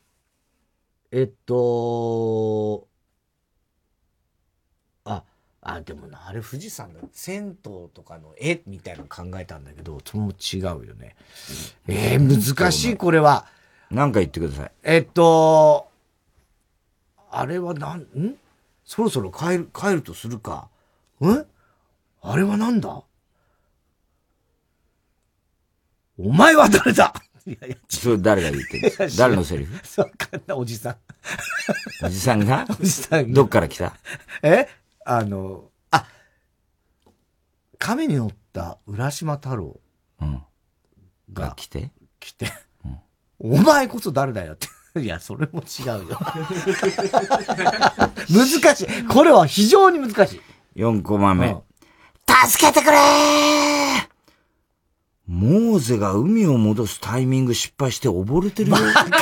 でもな、あれ富士山の銭湯とかの絵みたいなの考えたんだけど、それも違うよね。難しい、これは。 なんか言ってください。 あれはそろそろ帰るとするか。あれはなんだ？お前は誰だ？ それ誰が言ってる？誰のセリフ？ わかんない、おじさん。 おじさんが？ おじさんが。 どっから来た？ 亀に乗った浦島太郎が来て、 お前こそ誰だよって。いや、それも違うよ。難しい。これは非常に難しい。 4コマ目。助けてくれー！モーゼが海を戻すタイミング失敗して溺れてるよ。 わからね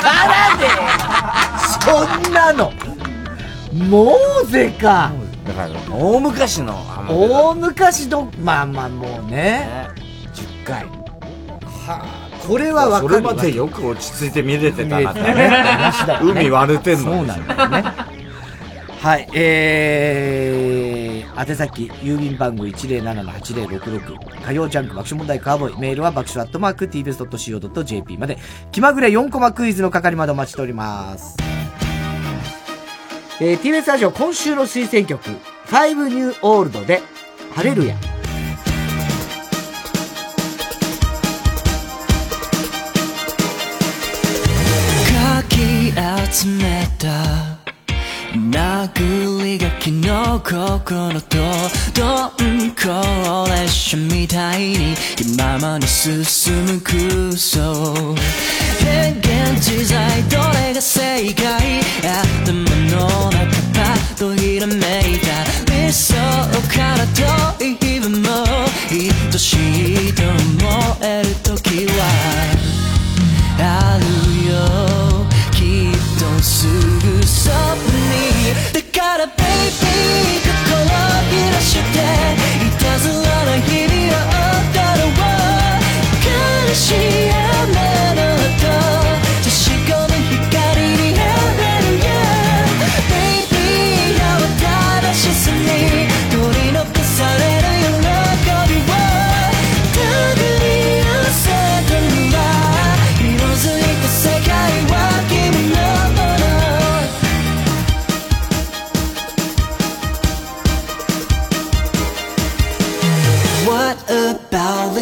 え！そんなのモーゼか。 だから、大昔の浜辺。大昔の、まあもうね。10回。これは分かる。 それまでよく落ち着いて見れてたなってね。海割れてんの。 そうなんだよね。はい、宛先、郵便番号 107-8066、火曜ジャンク爆笑問題カーボーイ、メールは爆笑@tbs.co.jp まで、気まぐれ4コマクイズの係までお待ちしております。TBS ラジオ今週の推薦曲、5 New Old で、ハレルヤ。 かき集めた殴り書きの心と鈍行列車みたいに気ままに進む空想変幻自在どれが正解頭の中パッとひらめいた理想から遠い日々も愛しいと思える時はあるよきっとすぐそばにだからベイビー心を揺らしていたずらな日々を踊ろう悲しい雨の後確かな光にハレルヤ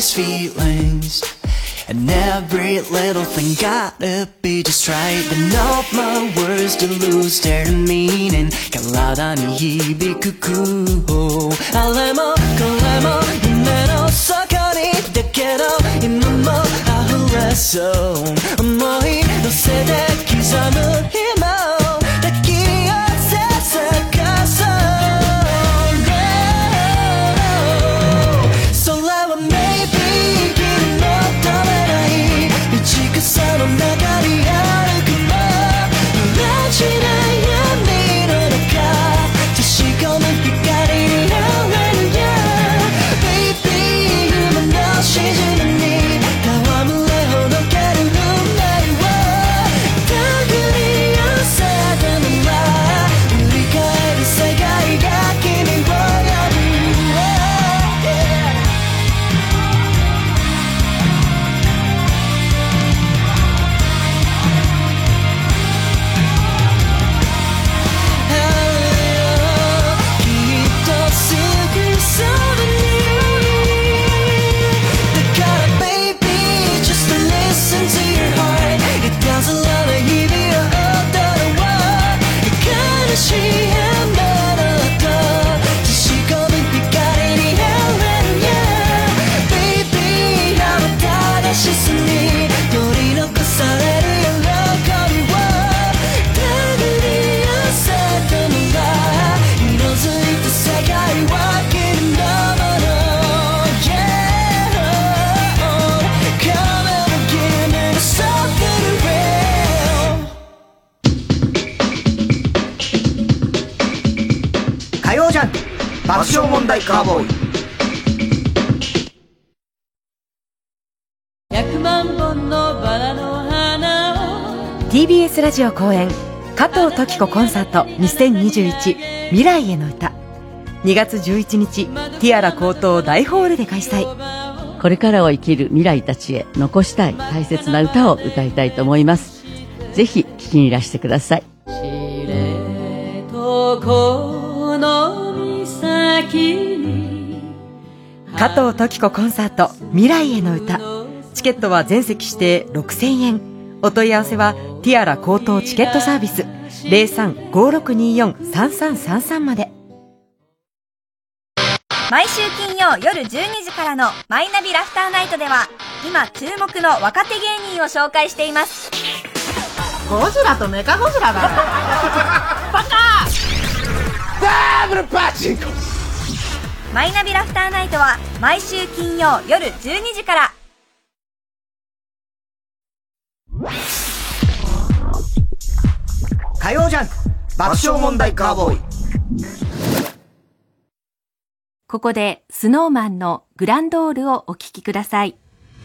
these feelings, and every little thing gotta be just right. But no my words to lose their meaning. 体に響く空砲、あれもこれも夢の底にだけど今も溢れそう思い乗せて刻む今を抱き寄せ探そう。それは maybe 君の止めない道草の中にある雲、裏地ない闇の中確かむ光にあれるや Baby 夢のしじみに戯れほどける運命を手繰り寄せたまま振り返る世界が君を呼ぶ。 爆笑問題カーボーイ。 100万本のバラの花を TBS ラジオ公演加藤登紀子コンサート2021未来への歌、2月11日ティアラ高等大ホールで開催。 これからを生きる未来たちへ残したい大切な歌を歌いたいと思います。ぜひ聴きにいらしてください。 知床の加藤登紀子コンサート未来への歌、チケットは全席指定6000円。お問い合わせはティアラ高等チケットサービス 03-5624-3333 まで。 毎週金曜夜12時からのマイナビラフターナイトでは今注目の若手芸人を紹介しています。 ゴジラとメカゴジラだバカダブルパチンコ。 マイナビラフターナイトは毎週金曜夜12時から。 火曜ジャンク爆笑問題カーボーイ。 ここでスノーマンのグランドールをお聴きください。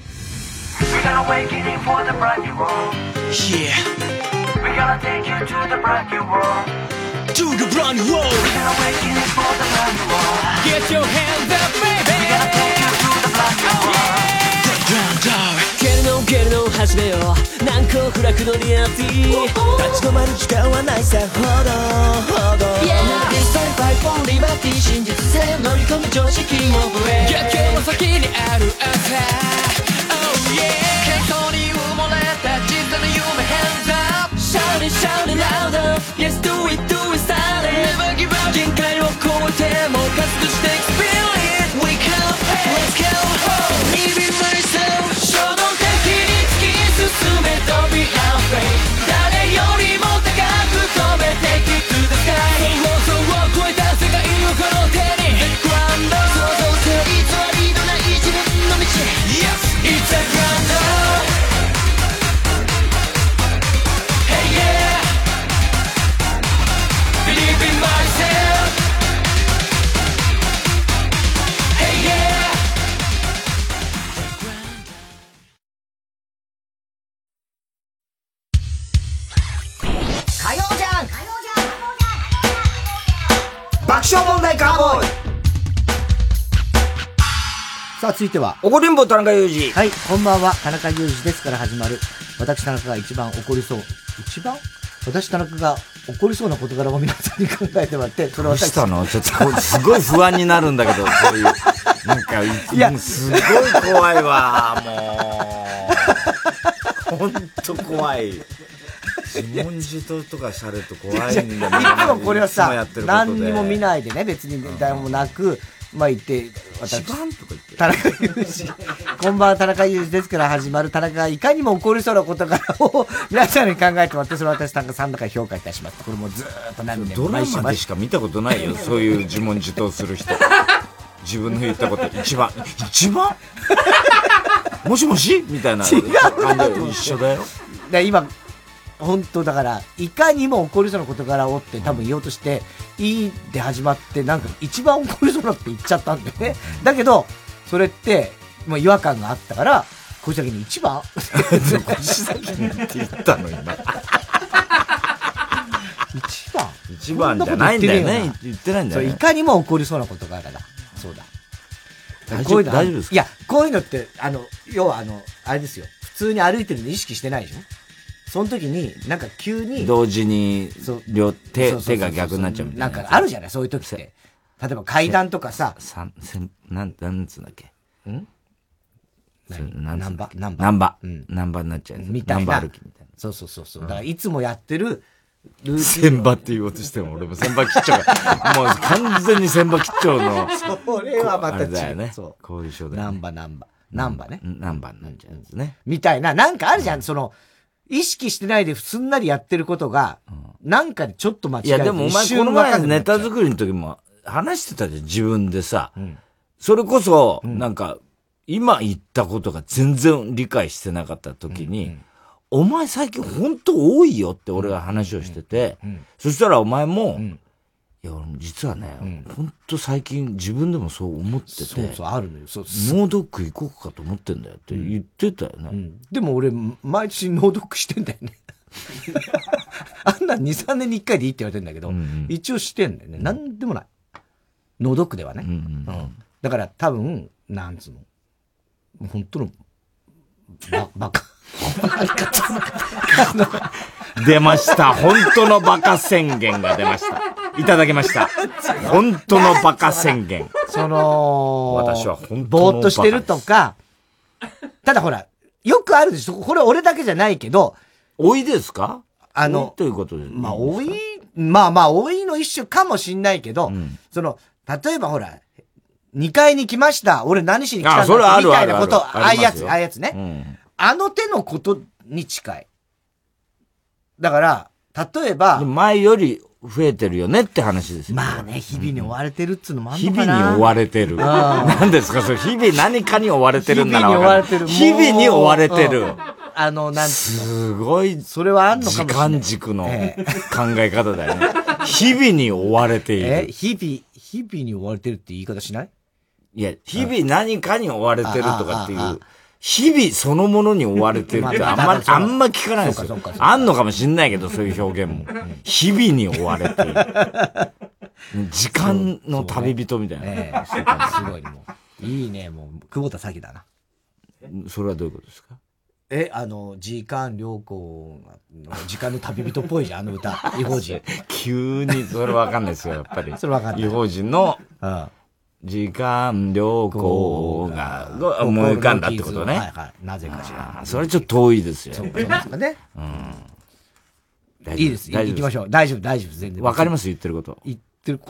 We're gonna take you to the brand new world. To the brand new world. We're gonna wake it for the brand new world. Get your hands up, baby. We're gonna take you to the brand new world. The brand new. 蹴るの始めよう。難攻不落のリアリティ。立ち止まる時間はないさほどほど。This time fight for liberty。真実性乗り込む常識をブレイク。逆境の先にある朝。Oh yeah。健康に埋もれた小さな夢 hands up。Shout it, shout it louder. Yes, do it, do it, start it. Never give up. 限界を超えても加速して experience. We can pay. Let's go home. Even myself. 衝動的に突き進め Don't be afraid. 誰よりも高く飛べ Take it to the sky. 想像を超えた世界をこの手に The grand. 創造性偽りのない自分の道 Yes, it's a grand. Cowboy。 さあ、続いては、 怒りんぼ田中裕二。 はい、こんばんは、田中裕二ですから始まる、私田中が一番怒りそう、私田中が怒りそうな事柄を皆さんに考えてもらって、それはどうしたの？ちょっとすごい不安になるんだけど、そういうなんか、いや、すごい怖いわ、もう。ほんと怖い。自問自答とかされると怖いんだよね。 いつもこれをさ、何にも見ないでね、別に台本もなく、まあ言って、 私、とか言って。 田中裕二、こんばんは田中裕二ですから始まる田中がいかにも起こりそうなことからを皆さんに考えてもらって、それを私田中さんだから評価いたします。これもずーっと何年もドラマでしか見たことないよ、そういう自問自答する人。自分の言ったこと一番もしもしみたいな感じで一緒だよ。 今本当だからいかにも起こりそうな事柄をって多分言おうとしていいで始まってなんか一番起こりそうなって言っちゃったんだよね。だけどそれってもう違和感があったから小石崎に一番小石崎にって言ったの今一番じゃないんだよね。言ってないんだよね。 いかにも起こりそうな事柄だ。そうだ。 大丈夫ですか？ いやこういうのって要はあれですよ。普通に歩いてるの意識してないでしょ。その時になんか急に同時に手が逆になっちゃうみたいな。 なんかあるじゃないそういう時って。例えば階段とかさ、 なんつうんだっけ？ ナンバになっちゃう。 みたいな。 ナンバ歩きみたいな。 そう。だからいつもやってるルーティン。千場って言おうとしても俺も千場吉兆がもう完全に千場吉兆の。 それはまた違う。 だよね。こういう章だよね。 ナンバね。 ナンバになっちゃうんですね。 みたいななんかあるじゃん。意識してないですんなりやってることが、なんかでちょっと間違えて。 いやでもお前この前ネタ作りの時も話してたじゃん、自分でさ。それこそ、なんか、今言ったことが全然理解してなかった時に、お前最近本当多いよって俺が話をしてて、そしたらお前も、いや、実はね、本当最近自分でもそう思ってて、 そうあるのよ。 ノードック行こうかと思ってんだよって言ってたよね。 でも俺、毎年ノードックしてんだよね。あんな2、3年に1回でいいって言われてんだけど、一応してんだよね。なんでもない。ノードックではね。だから多分、なんつうの、本当の、バカ。 出ました。本当のバカ宣言が出ました。いただきました。本当のバカ宣言。 私は本当のぼーっとしてるとか、ただほら、よくあるでしょ。これ俺だけじゃないけど。 多いですか？ということで。 まあ多いの一種かもしんないけど、例えばほら、2階に来ました。俺何しに来たんだそれあるみたいなこと、ああいうやつね。手のことに近い。だから、例えば。 前より増えてるよねって話ですよ。 まあね、日々に追われてるっつうのもあるのかな。 日々に追われてる。何ですかそれ、日々何かに追われてるんだな。 日々に追われてる。 日々に追われてる。 なんすごい、 それはあんのかもしれない。 時間軸の考え方だよね。日々に追われている。 日々に追われてるって言い方しない？ いや、日々何かに追われてるとかっていう。日々そのものに追われてるってあんま聞かないですよ。あんのかもしんないけど、そういう表現も。日々に追われている。時間の旅人みたいな。 すごいもう。いいね、もう、久保田早紀だな。 それはどういうことですか？ 時間良子の時間の旅人っぽいじゃん、あの歌。異邦人。 急に、それわかんないですよ、やっぱり。 それわかんない。 異邦人の、時間良子が思い浮かんだってことね。 なぜかしら。 それちょっと遠いですよ。 そうですかね。いいです。行きましょう。大丈夫、全然。 わかります言ってること。 言ってること。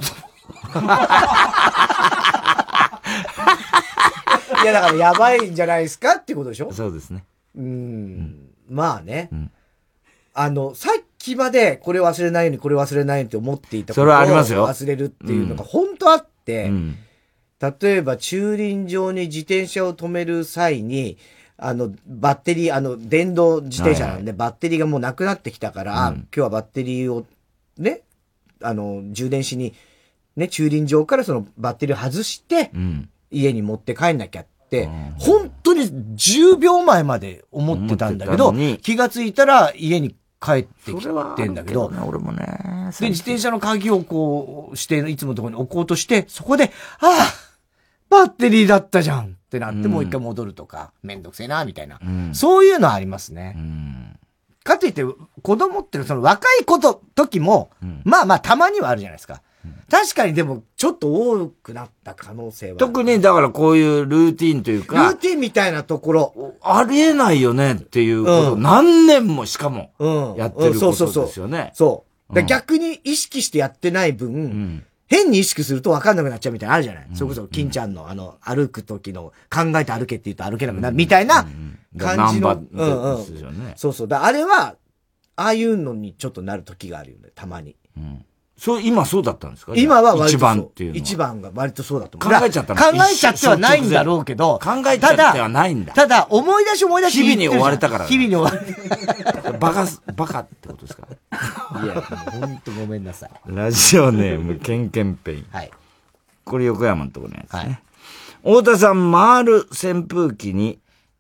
いや、だからやばいんじゃないですかってことでしょ？ そうですね。 まあね。さっきまでこれ忘れないようにこれ忘れないようにって思っていたことを忘れるっていうのが本当あって、例えば駐輪場に自転車を止める際に、バッテリー、電動自転車なんで、バッテリーがもうなくなってきたから、今日はバッテリーをね、充電しに、ね、駐輪場からそのバッテリーを外して、家に持って帰んなきゃって、本当に10秒前まで思ってたんだけど、気がついたら家に帰ってきてんだけど、 俺もね。 で、自転車の鍵をこうして、いつものところに置こうとして、そこで、バッテリーだったじゃんってなって、もう一回戻るとか、めんどくせえな、みたいな。そういうのはありますね。かといって、子供ってその若い時も、まあまあたまにはあるじゃないですか。 確かにでも、ちょっと多くなった可能性は。 特に、だからこういうルーティンというか。 ルーティンみたいなところ。 ありえないよねっていうことを何年もしかも、やってることですよね。 そう。逆に意識してやってない分、変に意識すると分かんなくなっちゃうみたいなのあるじゃない。それこそ、金ちゃんの歩く時の考えて歩けって言うと歩けなくなるみたいな感じの。そうそう。あれは、ああいうのにちょっとなる時があるよね、たまに。 そう、今そうだったんですか？ 今は割と一番っていうのは。 一番が割とそうだと思う。 考えちゃったの？ 考えちゃってはないんだろうけど。 考えちゃってはないんだ。 ただ、思い出し日々に追われたから。 日々に追われバカってことですか？ いや、ほんとごめんなさい。 ラジオネーム、ケンケンペイン。 はい。 これ横山のところのやつね。太田さん、回る扇風機に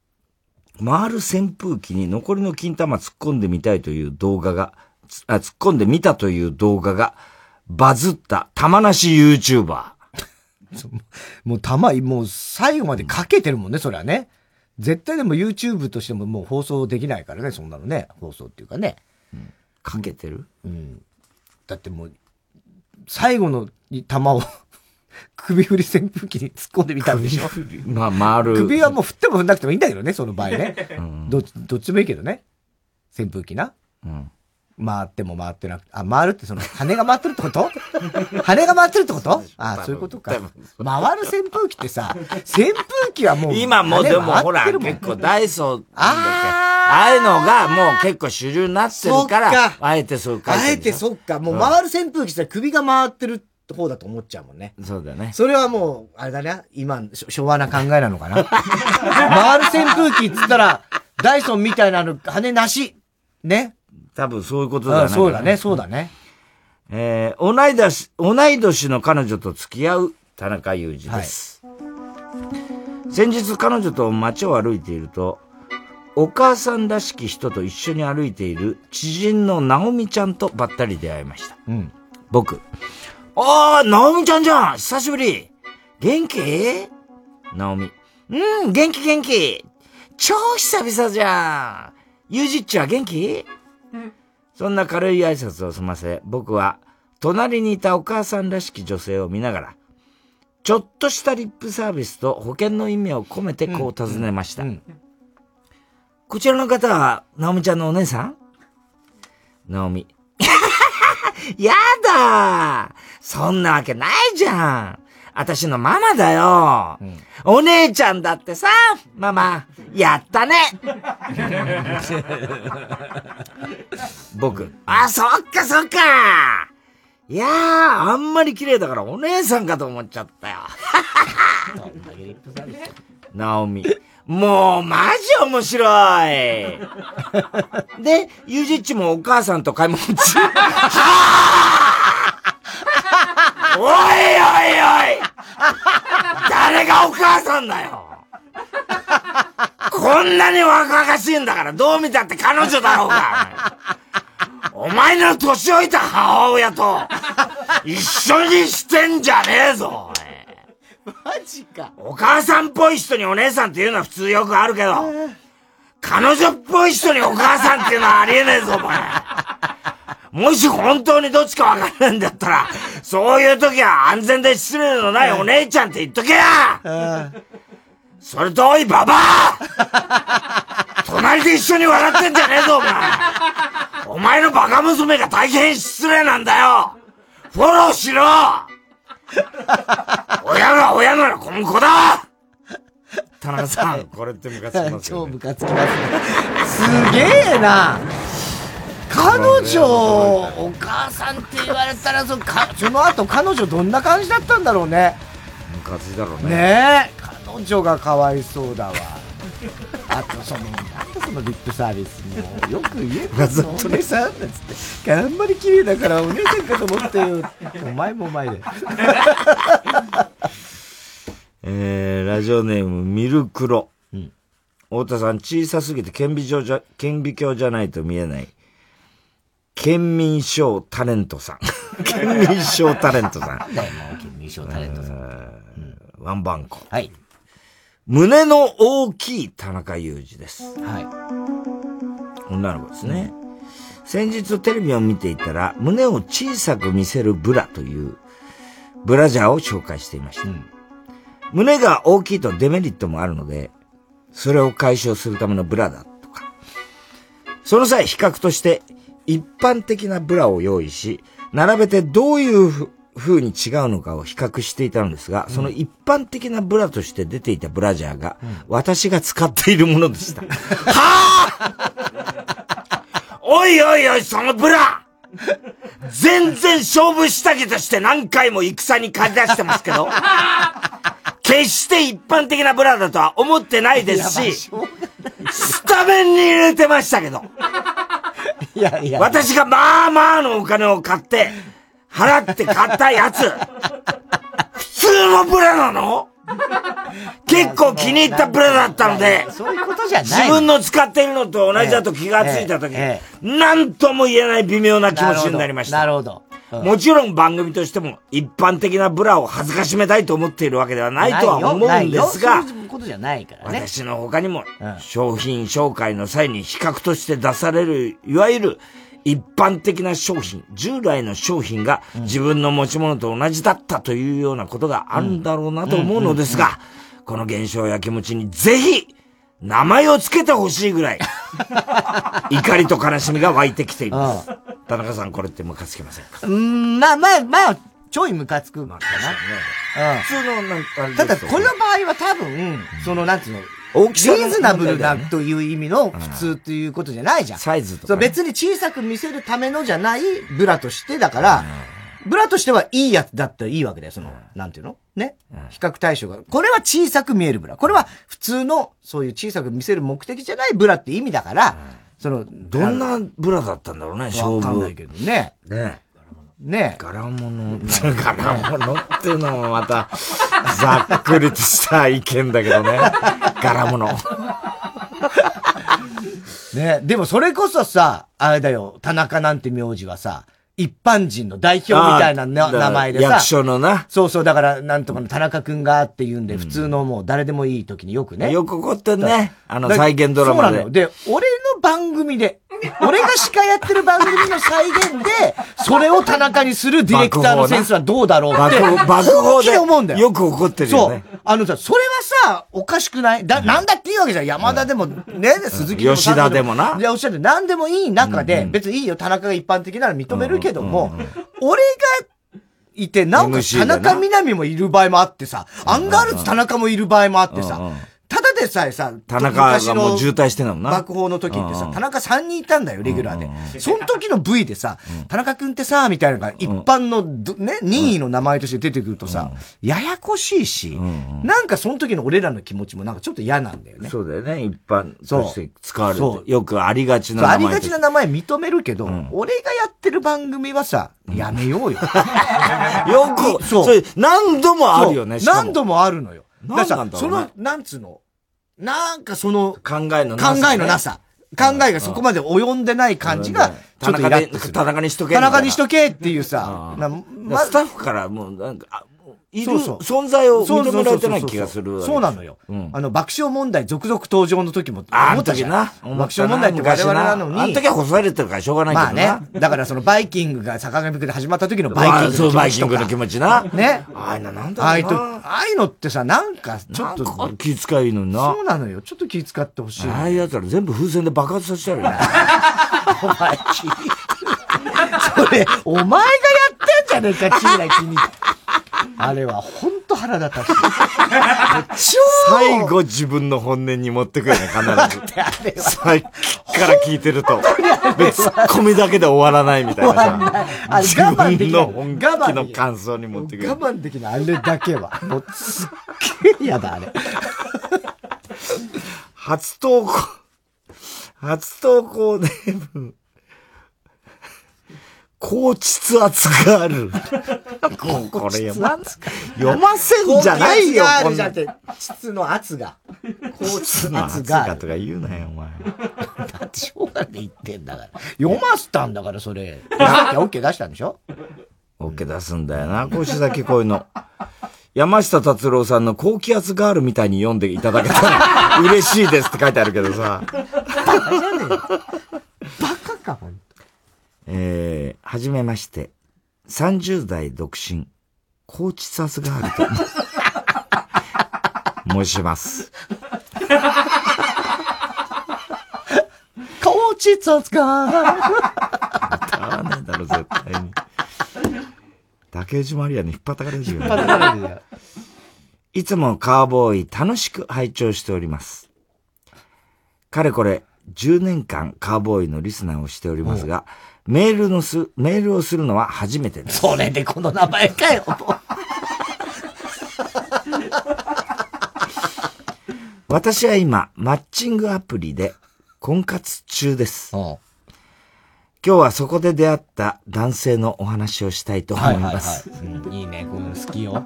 残りの金玉突っ込んでみたいという動画が、突っ込んでみたという動画がバズった玉なし YouTuber。 もう最後までかけてるもんね、それはね。絶対でも YouTube としてももう放送できないからね、そんなのね。放送っていうかね。 かけてる？ だってもう、最後の玉を首振り扇風機に突っ込んでみたんでしょ。 まあ、回る。 首はもう振っても振んなくてもいいんだけどね、その場合ね。どっちもいいけどね。扇風機な。回っても回ってなくて。回るって羽が回ってるってこと羽が回ってるってことそういうことか。回る扇風機ってさ、扇風機はもう。 今もでもほら、結構ダイソーああいうのがもう結構主流になってるから、あえてそう書いてる。 あえてそっか。もう回る扇風機って首が回ってる方だと思っちゃうもんね。 そうだね。 それはもう、あれだね。今、昭和な考えなのかな。回る扇風機っつったら、ダイソンみたいな羽なし。ね。 多分そういうことだね。 そうだね、そうだね。 同い年の彼女と付き合う田中裕二です。先日彼女と街を歩いていると、お母さんらしき人と一緒に歩いている知人の直美ちゃんとばったり出会いました。僕。直美ちゃんじゃん！久しぶり！元気？直美。元気！超久々じゃん！ゆうじっちは元気？そんな軽い挨拶を済ませ、僕は隣にいたお母さんらしき女性を見ながら、ちょっとしたリップサービスと保険の意味を込めてこう尋ねました。こちらの方は、直美ちゃんのお姉さん？直美。やだー！そんなわけないじゃん！私のママだよ、お姉ちゃんだってさ、ママ、やったね僕、そっかいやー、あんまり綺麗だからお姉さんかと思っちゃったよ。ナオミ、もうマジ面白いで、ユージッチもお母さんと買い物中。おい誰がお母さんだよこんなに若々しいんだからどう見たって彼女だろうがお前の年老いた母親と一緒にしてんじゃねえぞマジか。 お母さんっぽい人にお姉さんっていうのは普通よくあるけど彼女っぽい人にお母さんっていうのはありえねえぞお前もし本当にどっちかわかんないんだったら、そういう時は安全で失礼のないお姉ちゃんって言っとけやそれとおいババア隣で一緒に笑ってんじゃねえぞお前のバカ娘が大変失礼なんだよフォローしろ親ならこの子だ田中さん、これってムカつきますよね。 超ムカつきますね。すげえな彼女、お母さんって言われたらその後彼女どんな感じだったんだろうね。 ムカついだろうね。 ねえ、彼女がかわいそうだわ。あとそのリップサービスもよく言えばお姉さんってつってあんまり綺麗だからお姉さんかと思ってよ。お前もお前で。 ラジオネームミルクロ。太田さん、小さすぎて顕微鏡じゃないと見えない。県民賞タレントさん。県民賞タレントさん。 県民賞タレントさん。 ワンバンコ。 はい。 胸の大きい田中裕二です。 はい。 女の子ですね。 先日テレビを見ていたら、胸を小さく見せるブラというブラジャーを紹介していました。胸が大きいとデメリットもあるので、それを解消するためのブラだとか。その際比較として一般的なブラを用意し、並べてどういう風に違うのかを比較していたのですが、その一般的なブラとして出ていたブラジャーが、私が使っているものでした。はぁおいおいおい、そのブラ全然勝負下着として何回も戦に駆り出してますけど、決して一般的なブラだとは思ってないですし、スタメンに入れてましたけど。 いやいや。 私がまあまあのお金を買って、払って買ったやつ、普通のブラなの？結構気に入ったブラだったので、 そういうことじゃない。 自分の使っているのと同じだと気がついたとき、なんとも言えない微妙な気持ちになりました。 なるほど。 もちろん番組としても一般的なブラを恥ずかしめたいと思っているわけではないとは思うんですが、 そういうことじゃないからね。 私の他にも商品紹介の際に比較として出される、いわゆる一般的な商品、従来の商品が自分の持ち物と同じだったというようなことがあるんだろうなと思うのですが、この現象や気持ちにぜひ名前をつけてほしいぐらい怒りと悲しみが湧いてきています。田中さん、これってムカつきませんか？ まあ、ちょいムカつくかな。 普通のなんか、 ただ、この場合は多分、その、なんつうの、 大きさリーズナブルなという意味の普通っていうことじゃないじゃん。 サイズとか、 別に小さく見せるためのじゃないブラとしてだから、ブラとしてはいいやつだったらいいわけだよ、その、なんていうのね。比較対象が。これは小さく見えるブラ。これは普通の、そういう小さく見せる目的じゃないブラって意味だから、その、 どんなブラだったんだろうね、勝負。 わかんないけどね。ね柄物。柄物っていうのもまた、ざっくりとした意見だけどね。柄物。 ね、でもそれこそさ、あれだよ、田中なんて名字はさ、一般人の代表みたいな名前でさ。 役所のな。 そうそう、だから、なんとかの田中くんがって言うんで、普通のもう誰でもいい時によくね。 よく怒ってんね。再現ドラマで。 そうなのよ。で、俺の番組で、俺が司会やってる番組の再現で、それを田中にするディレクターのセンスはどうだろうって、 爆砲で思うんだよ。 よく怒ってるよね。 そう。それはさ、おかしくないなんだっていいわけじゃん。山田でもね、鈴木でも。 吉田でもな。 いや、おっしゃる。なんでもいい中で、別にいいよ。田中が一般的なら認めるけども、俺がいて、なおかつ田中みな実もいる場合もあってさ、アンガールズ田中もいる場合もあってさ、ただでさえさ、 田中がもう渋滞してんのな。 爆砲の時ってさ、田中3人いたんだよ、レギュラーで。その時の V でさ、田中くんってさ、みたいなのが一般のね、任意の名前として出てくるとさ、ややこしいし、なんかその時の俺らの気持ちもなんかちょっと嫌なんだよね。 そうだよね、一般として使われる。よくありがちな名前。 ありがちな名前認めるけど、俺がやってる番組はさ、やめようよ。 よく、それ何度もあるよね、 何度もあるのよ。だからさ、その、なんつうの、なんかその、 考えのなさ。考えがそこまで及んでない感じが、ちょっとイラッとする。 田中にしとけ。 田中にしとけっていうさ、 スタッフからもうなんか、存在を認められてない気がする。 そうなのよ。爆笑問題続々登場の時も思ったじゃん。爆笑問題って我々なのに。 あの時は干されてるからしょうがないけどな。 まあね。だからそのバイキングが坂上くで始まった時のバイキングの気持ちとか。 バイキングの気持ちな。 ね。 ああいうのなんだろうな。 ああいうのってさ、なんかちょっと。 気遣いのにな。 そうなのよ。ちょっと気遣ってほしい。 ああいうやつら全部風船で爆発させちゃうよね。 お前、それ、お前がやってんじゃねえか、チーラ気に。あれはほんと腹立たしい。 最後自分の本音に持ってくるね、必ず。さっきから聞いてると。ツッコミだけで終わらないみたいなさ。自分の本気の感想に持ってくる。 我慢できない、あれだけは。もうすっげえ嫌だ、あれ。 初投稿ネーム。高膣圧がある。これ読ませんじゃないよ、 こんな。膣の圧が。高膣の圧が。 とか言うなよ、お前。 だってしょうがない言ってんだから。読ませたんだから、それ。さっき OK 出したんでしょ？ OK 出すんだよな、こうしてだけこういうの。山下達郎さんの高気圧ガールみたいに読んでいただけたら嬉しいですって書いてあるけどさ。 バカじゃねえよ。バカか、ほんと。 はじめまして、30代独身、コーチサスガールと申します。 コーチサスガール歌わねえだろ、絶対に。竹内まりやに引っ叩かれるよ。いつもカーボーイ楽しく拝聴しております。かれこれ10年間カーボーイのリスナーをしておりますが、メールをするのは初めてです。 それでこの名前かよ。 私は今、マッチングアプリで婚活中です。今日はそこで出会った男性のお話をしたいと思います。 いいね、この好きよ。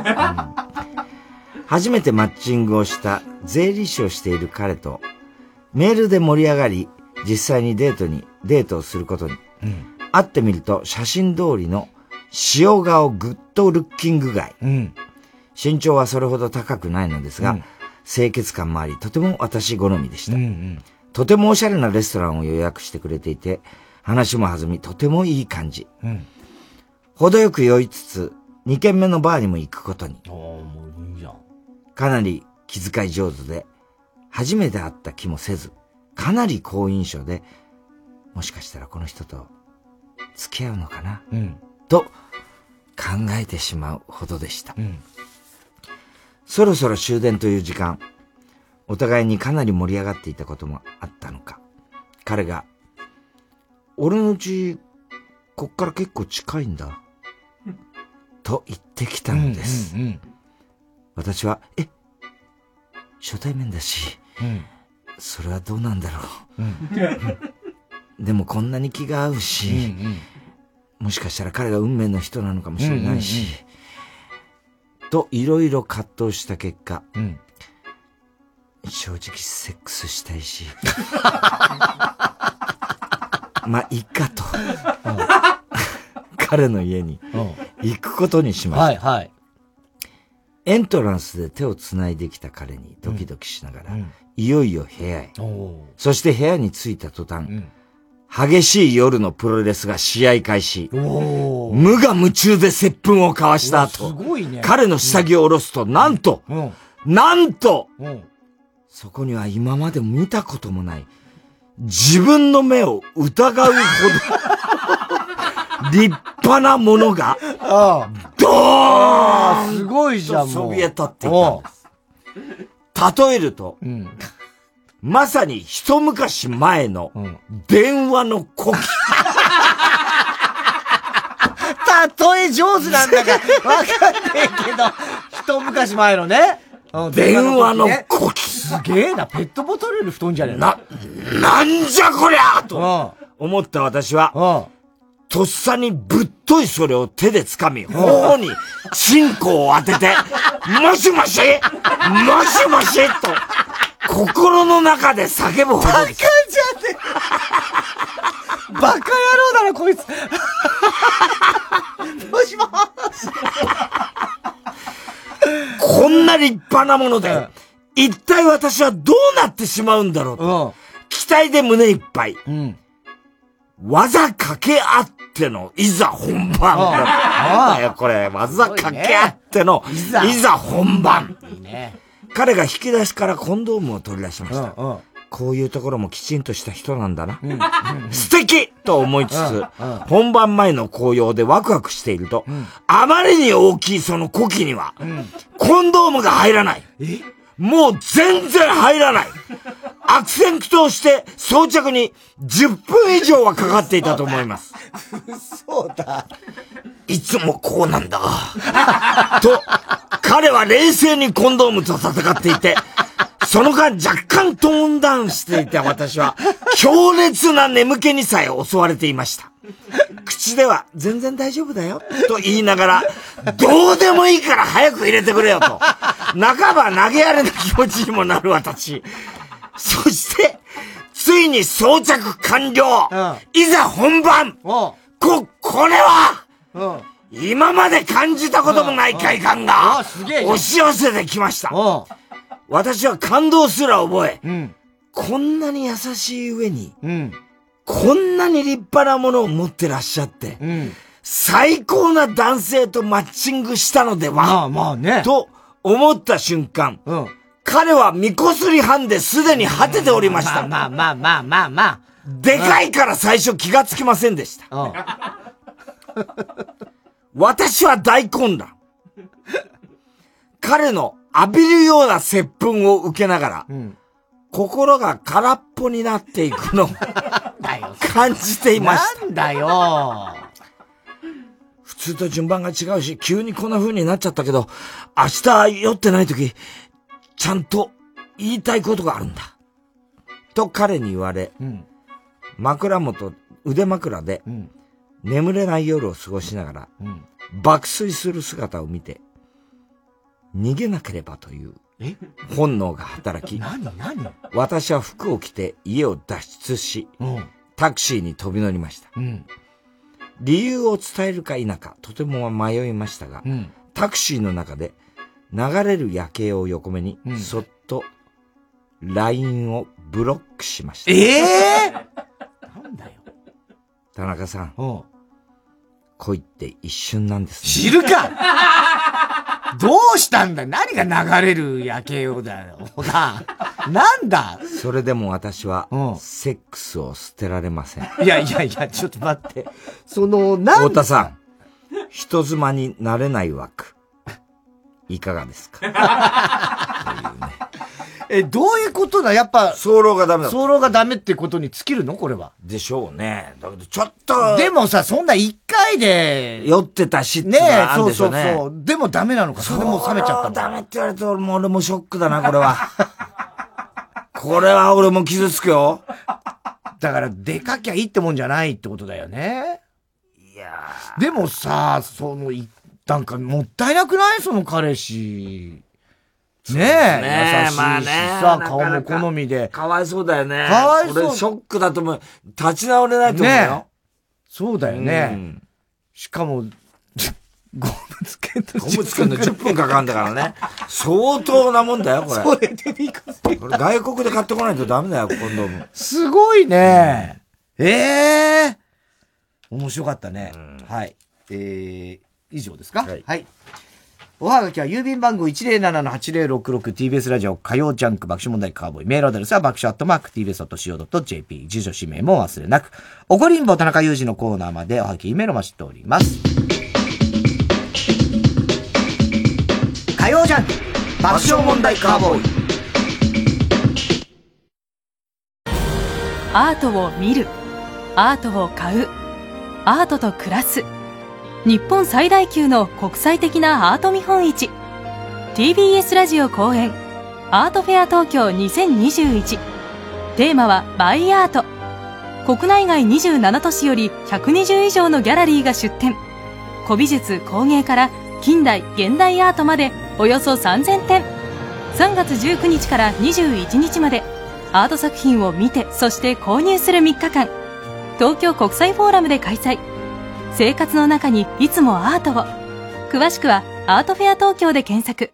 初めてマッチングをした税理士をしている彼とメールで盛り上がり、実際にデートをすることに、会ってみると写真通りの塩顔グッドルッキングガイ、身長はそれほど高くないのですが、清潔感もありとても私好みでした、とてもおしゃれなレストランを予約してくれていて、話も弾みとてもいい感じ、程よく酔いつつ2軒目のバーにも行くことに。 もういいじゃん。 かなり気遣い上手で、初めて会った気もせず、かなり好印象で、もしかしたらこの人と付き合うのかな、と考えてしまうほどでした、そろそろ終電という時間、お互いにかなり盛り上がっていたこともあったのか、彼が、俺の家、こっから結構近いんだ、と言ってきたのです。私は、初対面だし、それはどうなんだろう。でもこんなに気が合うし、もしかしたら彼が運命の人なのかもしれないし、といろいろ葛藤した結果、正直セックスしたいし、まあいいかと、彼の家に行くことにしました。エントランスで手を繋いできた彼にドキドキしながら、いよいよ部屋へ。そして部屋に着いた途端、激しい夜のプロレスが試合開始。無我夢中で接吻を交わした後、彼の下着を下ろすと、なんと、そこには今まで見たこともない、自分の目を疑うほど、立派なものが、ドーンすごいじゃん、 そびえ立っていたんです。例えると、まさに一昔前の電話の呼気。 例え上手なんだかわかんねえけど、一昔前のね。 電話の呼気。 すげえな、ペットボトルより太いんじゃねえのなんじゃこりゃと思った私は、とっさにぶっといそれを手で掴み、頬にチンコを当てて、もしもしもしもしと、心の中で叫ぶほどです。 バカじゃねえバカ野郎だな、こいつもしもしこんな立派なもので、一体私はどうなってしまうんだろうと、期待で胸いっぱい。技かけあってのいざ本番。なんだよこれ、技かけあってのいざ本番。彼が引き出しからコンドームを取り出しました。こういうところもきちんとした人なんだな。素敵と思いつつ、本番前の紅葉でワクワクしていると、あまりに大きいその呼気には、コンドームが入らない。もう全然入らない。悪戦苦闘して装着に10分以上はかかっていたと思います。 そうだ。 いつもこうなんだ。と、彼は冷静にコンドームと戦っていて、その間若干トーンダウンしていた私は、強烈な眠気にさえ襲われていました。口では全然大丈夫だよと言いながら、どうでもいいから早く入れてくれよと、半ば投げやりな気持ちにもなる私。そして、ついに装着完了、いざ本番、これは、今まで感じたこともない快感が押し寄せてきました。私は感動すら覚え、こんなに優しい上に、 こんなに立派なものを持ってらっしゃって、最高な男性とマッチングしたのでは、 まあね。 と思った瞬間、彼はみこすり犯ですでに果てておりました。 まあ。 でかいから最初気がつきませんでした。私は大混乱。彼の浴びるような接吻を受けながら、心が空っぽになっていくのを感じていました。 なんだよ。 普通と順番が違うし、急にこんな風になっちゃったけど、明日酔ってない時、ちゃんと言いたいことがあるんだ。と彼に言われ、枕元、腕枕で、眠れない夜を過ごしながら、爆睡する姿を見て、逃げなければという本能が働き、私は服を着て家を脱出し、タクシーに飛び乗りました。理由を伝えるか否か、とても迷いましたが、タクシーの中で流れる夜景を横目に、そっと LINE をブロックしました。 なんだよ。 田中さん、恋って一瞬なんですね。 知るかどうしたんだ、何が流れる夜景をだよ。なんだそれでも私は、セックスを捨てられません。 いや、ちょっと待って。 太田さん、人妻になれない枠、いかがですかどういうことだ、やっぱ。 早漏がダメだ。 早漏がダメってことに尽きるのこれは。 でしょうね。だけどちょっと。 でもさ、そんな一回で。 酔ってたしってのがあるんでしょうね。 そう。でもダメなのか、それも冷めちゃったの。 ダメって言われると俺もショックだな、これは。これは俺も傷つくよ。 だから出かきゃいいってもんじゃないってことだよね。いやでもさ、なんかもったいなくないその彼氏。ねえ。優しいしさ、顔も好みで。 かわいそうだよね。 かわいそう。 俺ショックだと思う。立ち直れないと思うよ。ね、 そうだよね。しかも、ゴムつけるの10分かかるんだからね。相当なもんだよ、これ。 それでビクセル。 これ外国で買ってこないとダメだよ、コンドーム。 すごいね。面白かったね。はい。以上ですか？はい。おはがきは郵便番号 107-8066TBS ラジオ火曜ジャンク爆笑問題カーボーイ。メールアドレスは爆笑@tbs.co.jp。住所氏名も忘れなく。おこりんぼ田中裕二のコーナーまでおはがき、メールを待ちしております。火曜ジャンク爆笑問題カーボーイ。 アートを見る。アートを買う。アートと暮らす。日本最大級の国際的なアート見本市 TBS ラジオ公演アートフェア東京2021。テーマはバイアート。国内外27都市より120以上のギャラリーが出展。古美術工芸から近代現代アートまでおよそ3000点。3月19日から21日までアート作品を見て、そして購入する3日間、東京国際フォーラムで開催。生活の中にいつもアートを。詳しくはアートフェア東京で検索。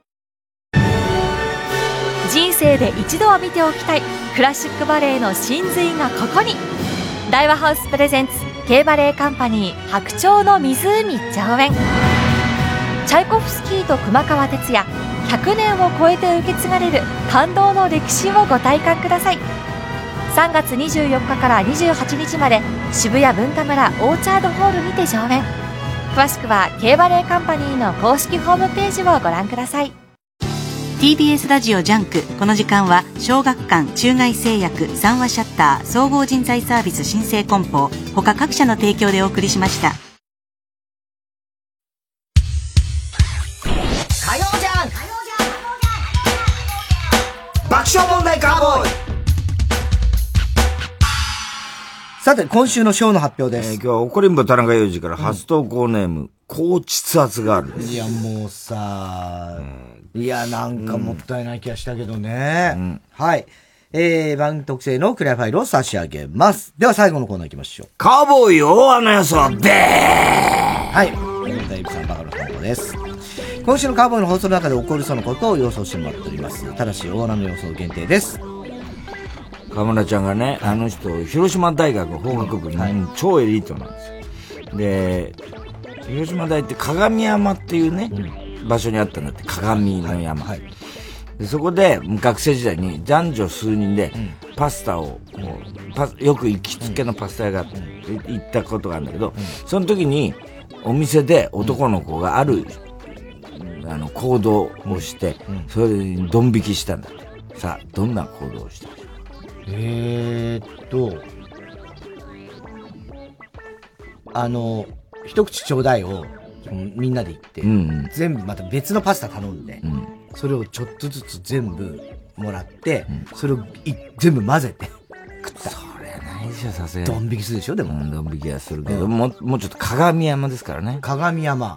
人生で一度は見ておきたいクラシックバレエの真髄がここに。大和ハウスプレゼンツ K バレエカンパニー白鳥の湖上演。チャイコフスキーと熊川哲也、100年を超えて受け継がれる感動の歴史をご体感ください。3月24日から28日まで渋谷文化村オーチャードホールにて上演。詳しくは K バレエカンパニーの公式ホームページをご覧ください。 TBS ラジオジャンク。この時間は小学館、中外製薬、三話シャッター、総合人材サービス新生梱包他各社の提供でお送りしました。 火曜ジャンク爆笑問題カーボーイ。 さて、今週のショーの発表です。 今日は怒りんぼ田中裕二から初投稿ネーム、高筆圧があるです。 いや、もうさ、いや、なんかもったいない気がしたけどね。はい。番組特製のクリアファイルを差し上げます。では最後のコーナー行きましょう。 カーボーイ大穴予想ではい。大イブさんバカのカーボーです。今週のカーボーイの放送の中で起こりそうなことを予想してもらっております。ただし大穴の予想限定です。 河村ちゃんがね、あの人、広島大学法学部の超エリートなんですよ。で、広島大って鏡山っていうね、場所にあったんだって、鏡の山。でそこで、学生時代に男女数人で、パスタを、よく行きつけのパスタ屋が行ったことがあるんだけど、その時に、お店で男の子がある、行動をして、それにドン引きしたんだって。さあ、どんな行動をした一口ちょうだいをみんなで行って、全部また別のパスタ頼んで、それをちょっとずつ全部もらって、それを全部混ぜて食った。 それはないでしょ、さすがに。 ドン引きするでしょ、でも。 ドン引きはするけど、もうちょっと鏡山ですからね。 鏡山。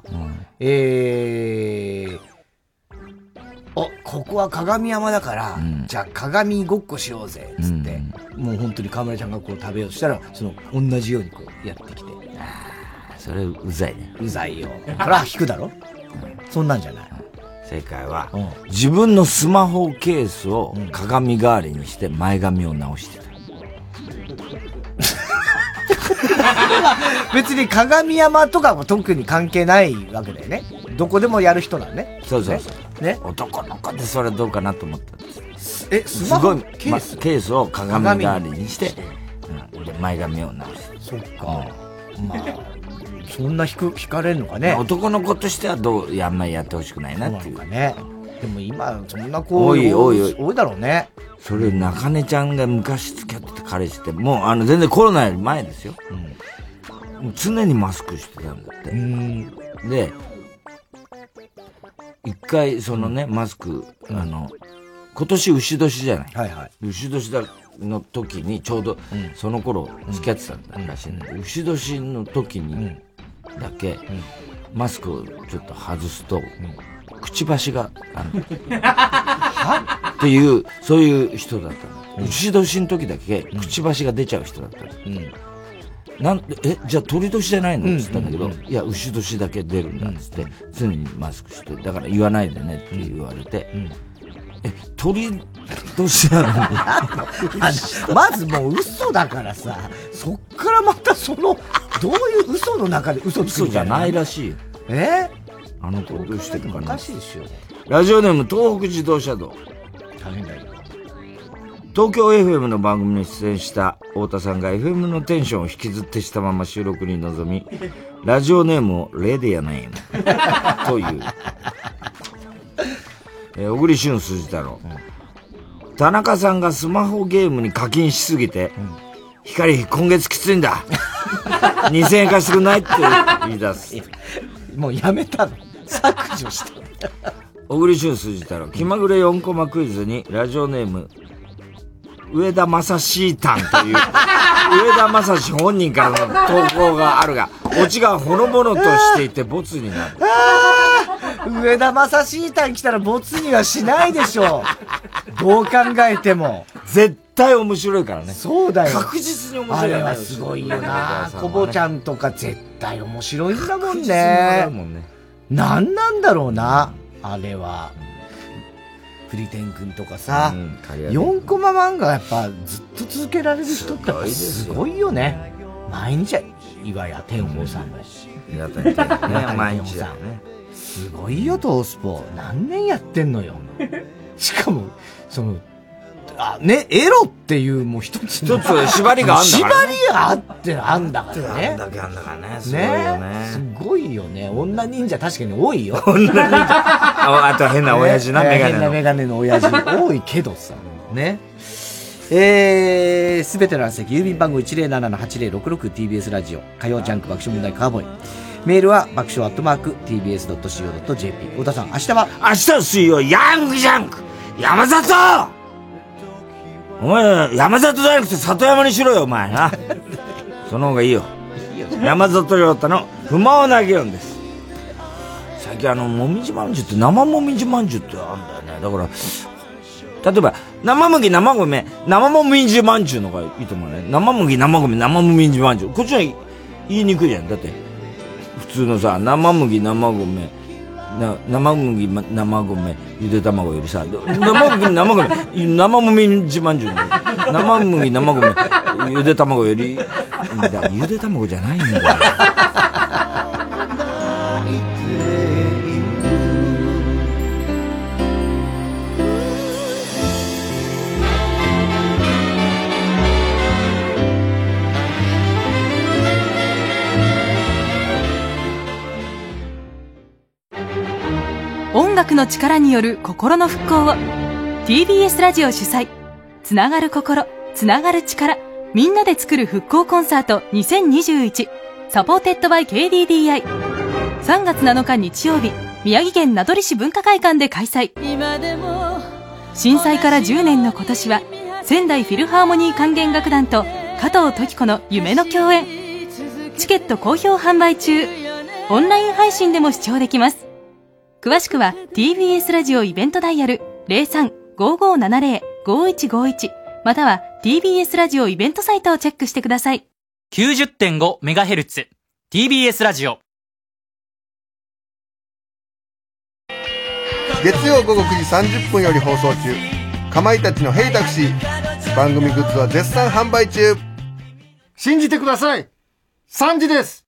ここは鏡山だから、じゃあ鏡ごっこしようぜ、つって、もう本当に河村ちゃんがこう食べようとしたら、同じようにこうやってきて。 それうざいね。 うざいよ。これは引くだろ、そんなんじゃない。 正解は、自分のスマホケースを鏡代わりにして前髪を直してた。 別に鏡山とかも特に関係ないわけだよね。どこでもやる人なのね。 そうそうそう。ね。男の子でそれどうかなと思ったんです。 スマホケースを鏡代わりにして、で前髪を直して。 そっか。まあ、そんな引かれるのかね。 男の子としてはあんまりやってほしくないなっていう。 かね。でも今、そんな子多いだろうね。 それ、中根ちゃんが昔付き合ってた彼氏って、もう全然コロナより前ですよ。常にマスクしてたんだって。で、一回、マスク、今年牛年じゃない。牛年の時に、ちょうど、その頃、付き合ってたんだらしいんだけど、牛年の時に、だけ、マスクをちょっと外すと、くちばしが、っていう、そういう人だったの。牛年の時だけ、くちばしが出ちゃう人だったの。じゃあ鳥年じゃないのって言ったんだけど、いや、牛年だけ出るんだっつって、常にマスクして、だから言わないでねって言われて、鳥年なのにまずもう嘘だからさ、そっからまたどういう嘘の中で嘘つく嘘じゃないらしいよ。あの子どうしてるかな。 おかしいでしょ。 ラジオネーム東北自動車道。 大変だよ。 東京 FM の番組に出演した太田さんが FM のテンションを引きずってしたまま収録に臨み、ラジオネームをレディアネームという。小栗旬筋太郎。田中さんがスマホゲームに課金しすぎて、光今月きついんだ。2000円貸してくんないって言い出す。 もうやめたの。削除した。 小栗旬筋太郎。気まぐれ4コマクイズにラジオネーム、上田正シータンという、上田正史本人からの投稿があるが、オチがほのぼのとしていてボツになる。 上田正シータン来たらボツにはしないでしょう。どう考えても。 絶対面白いからね。 そうだよ。 確実に面白い。 あれはすごいよな。コボちゃんとか絶対面白いんだもんね。なんなんだろうな、あれは。フリテン君とかさ、4コマ漫画やっぱずっと続けられる人ってすごいよね。毎日、岩屋天宝さんも。 岩谷天宝ね、毎日だよね。 すごいよ、トースポ。何年やってんのよ。しかも、エロっていうもう一つ縛りがあんだからね。 縛りがあってあんだからね。 あんだけあんだからね。すごいよね。 すごいよね。女忍者確かに多いよ。 女忍者。あと変な親父な、メガネの。 変なメガネの親父多いけどさ。ね。すべての席、郵便番号 107-8066TBS ラジオ、火曜ジャンク爆笑問題カーボーイ。メールは爆笑@tbs.co.jp。太田さん、明日は水曜、ヤングジャンク山里お前、山里じゃなくて里山にしろよ、お前な。その方がいいよ。山里亮太の不毛な議論です。最近もみじまんじゅうって生もみじまんじゅうってあるんだよね。だから、例えば、生麦、生米、生もみじまんじゅうのがいいと思うね。生麦、生米、生もみじまんじゅう。こっちは言いにくいじゃん。だって、普通のさ、生麦、生米、生麦、生米、 ゆで卵よりさ、生麦自慢中に、生麦、ゆで卵より、ゆで卵じゃないんだよ。 音楽の力による心の復興を TBS ラジオ主催、つながる心、つながる力、みんなで作る復興コンサート2021、サポーテッドバイ KDDI。 3月7日日曜日、宮城県名取市文化会館で開催。震災から10年の今年は、仙台フィルハーモニー管弦楽団と加藤登紀子の夢の共演。チケット好評販売中。オンライン配信でも視聴できます。詳しくは TBS ラジオイベントダイヤル 03-5570-5151 または TBS ラジオイベントサイトをチェックしてください。 90.5MHz TBS ラジオ、 月曜午後9時30分より放送中、かまいたちのヘイタクシー。番組グッズは絶賛販売中。 信じてください、3時です。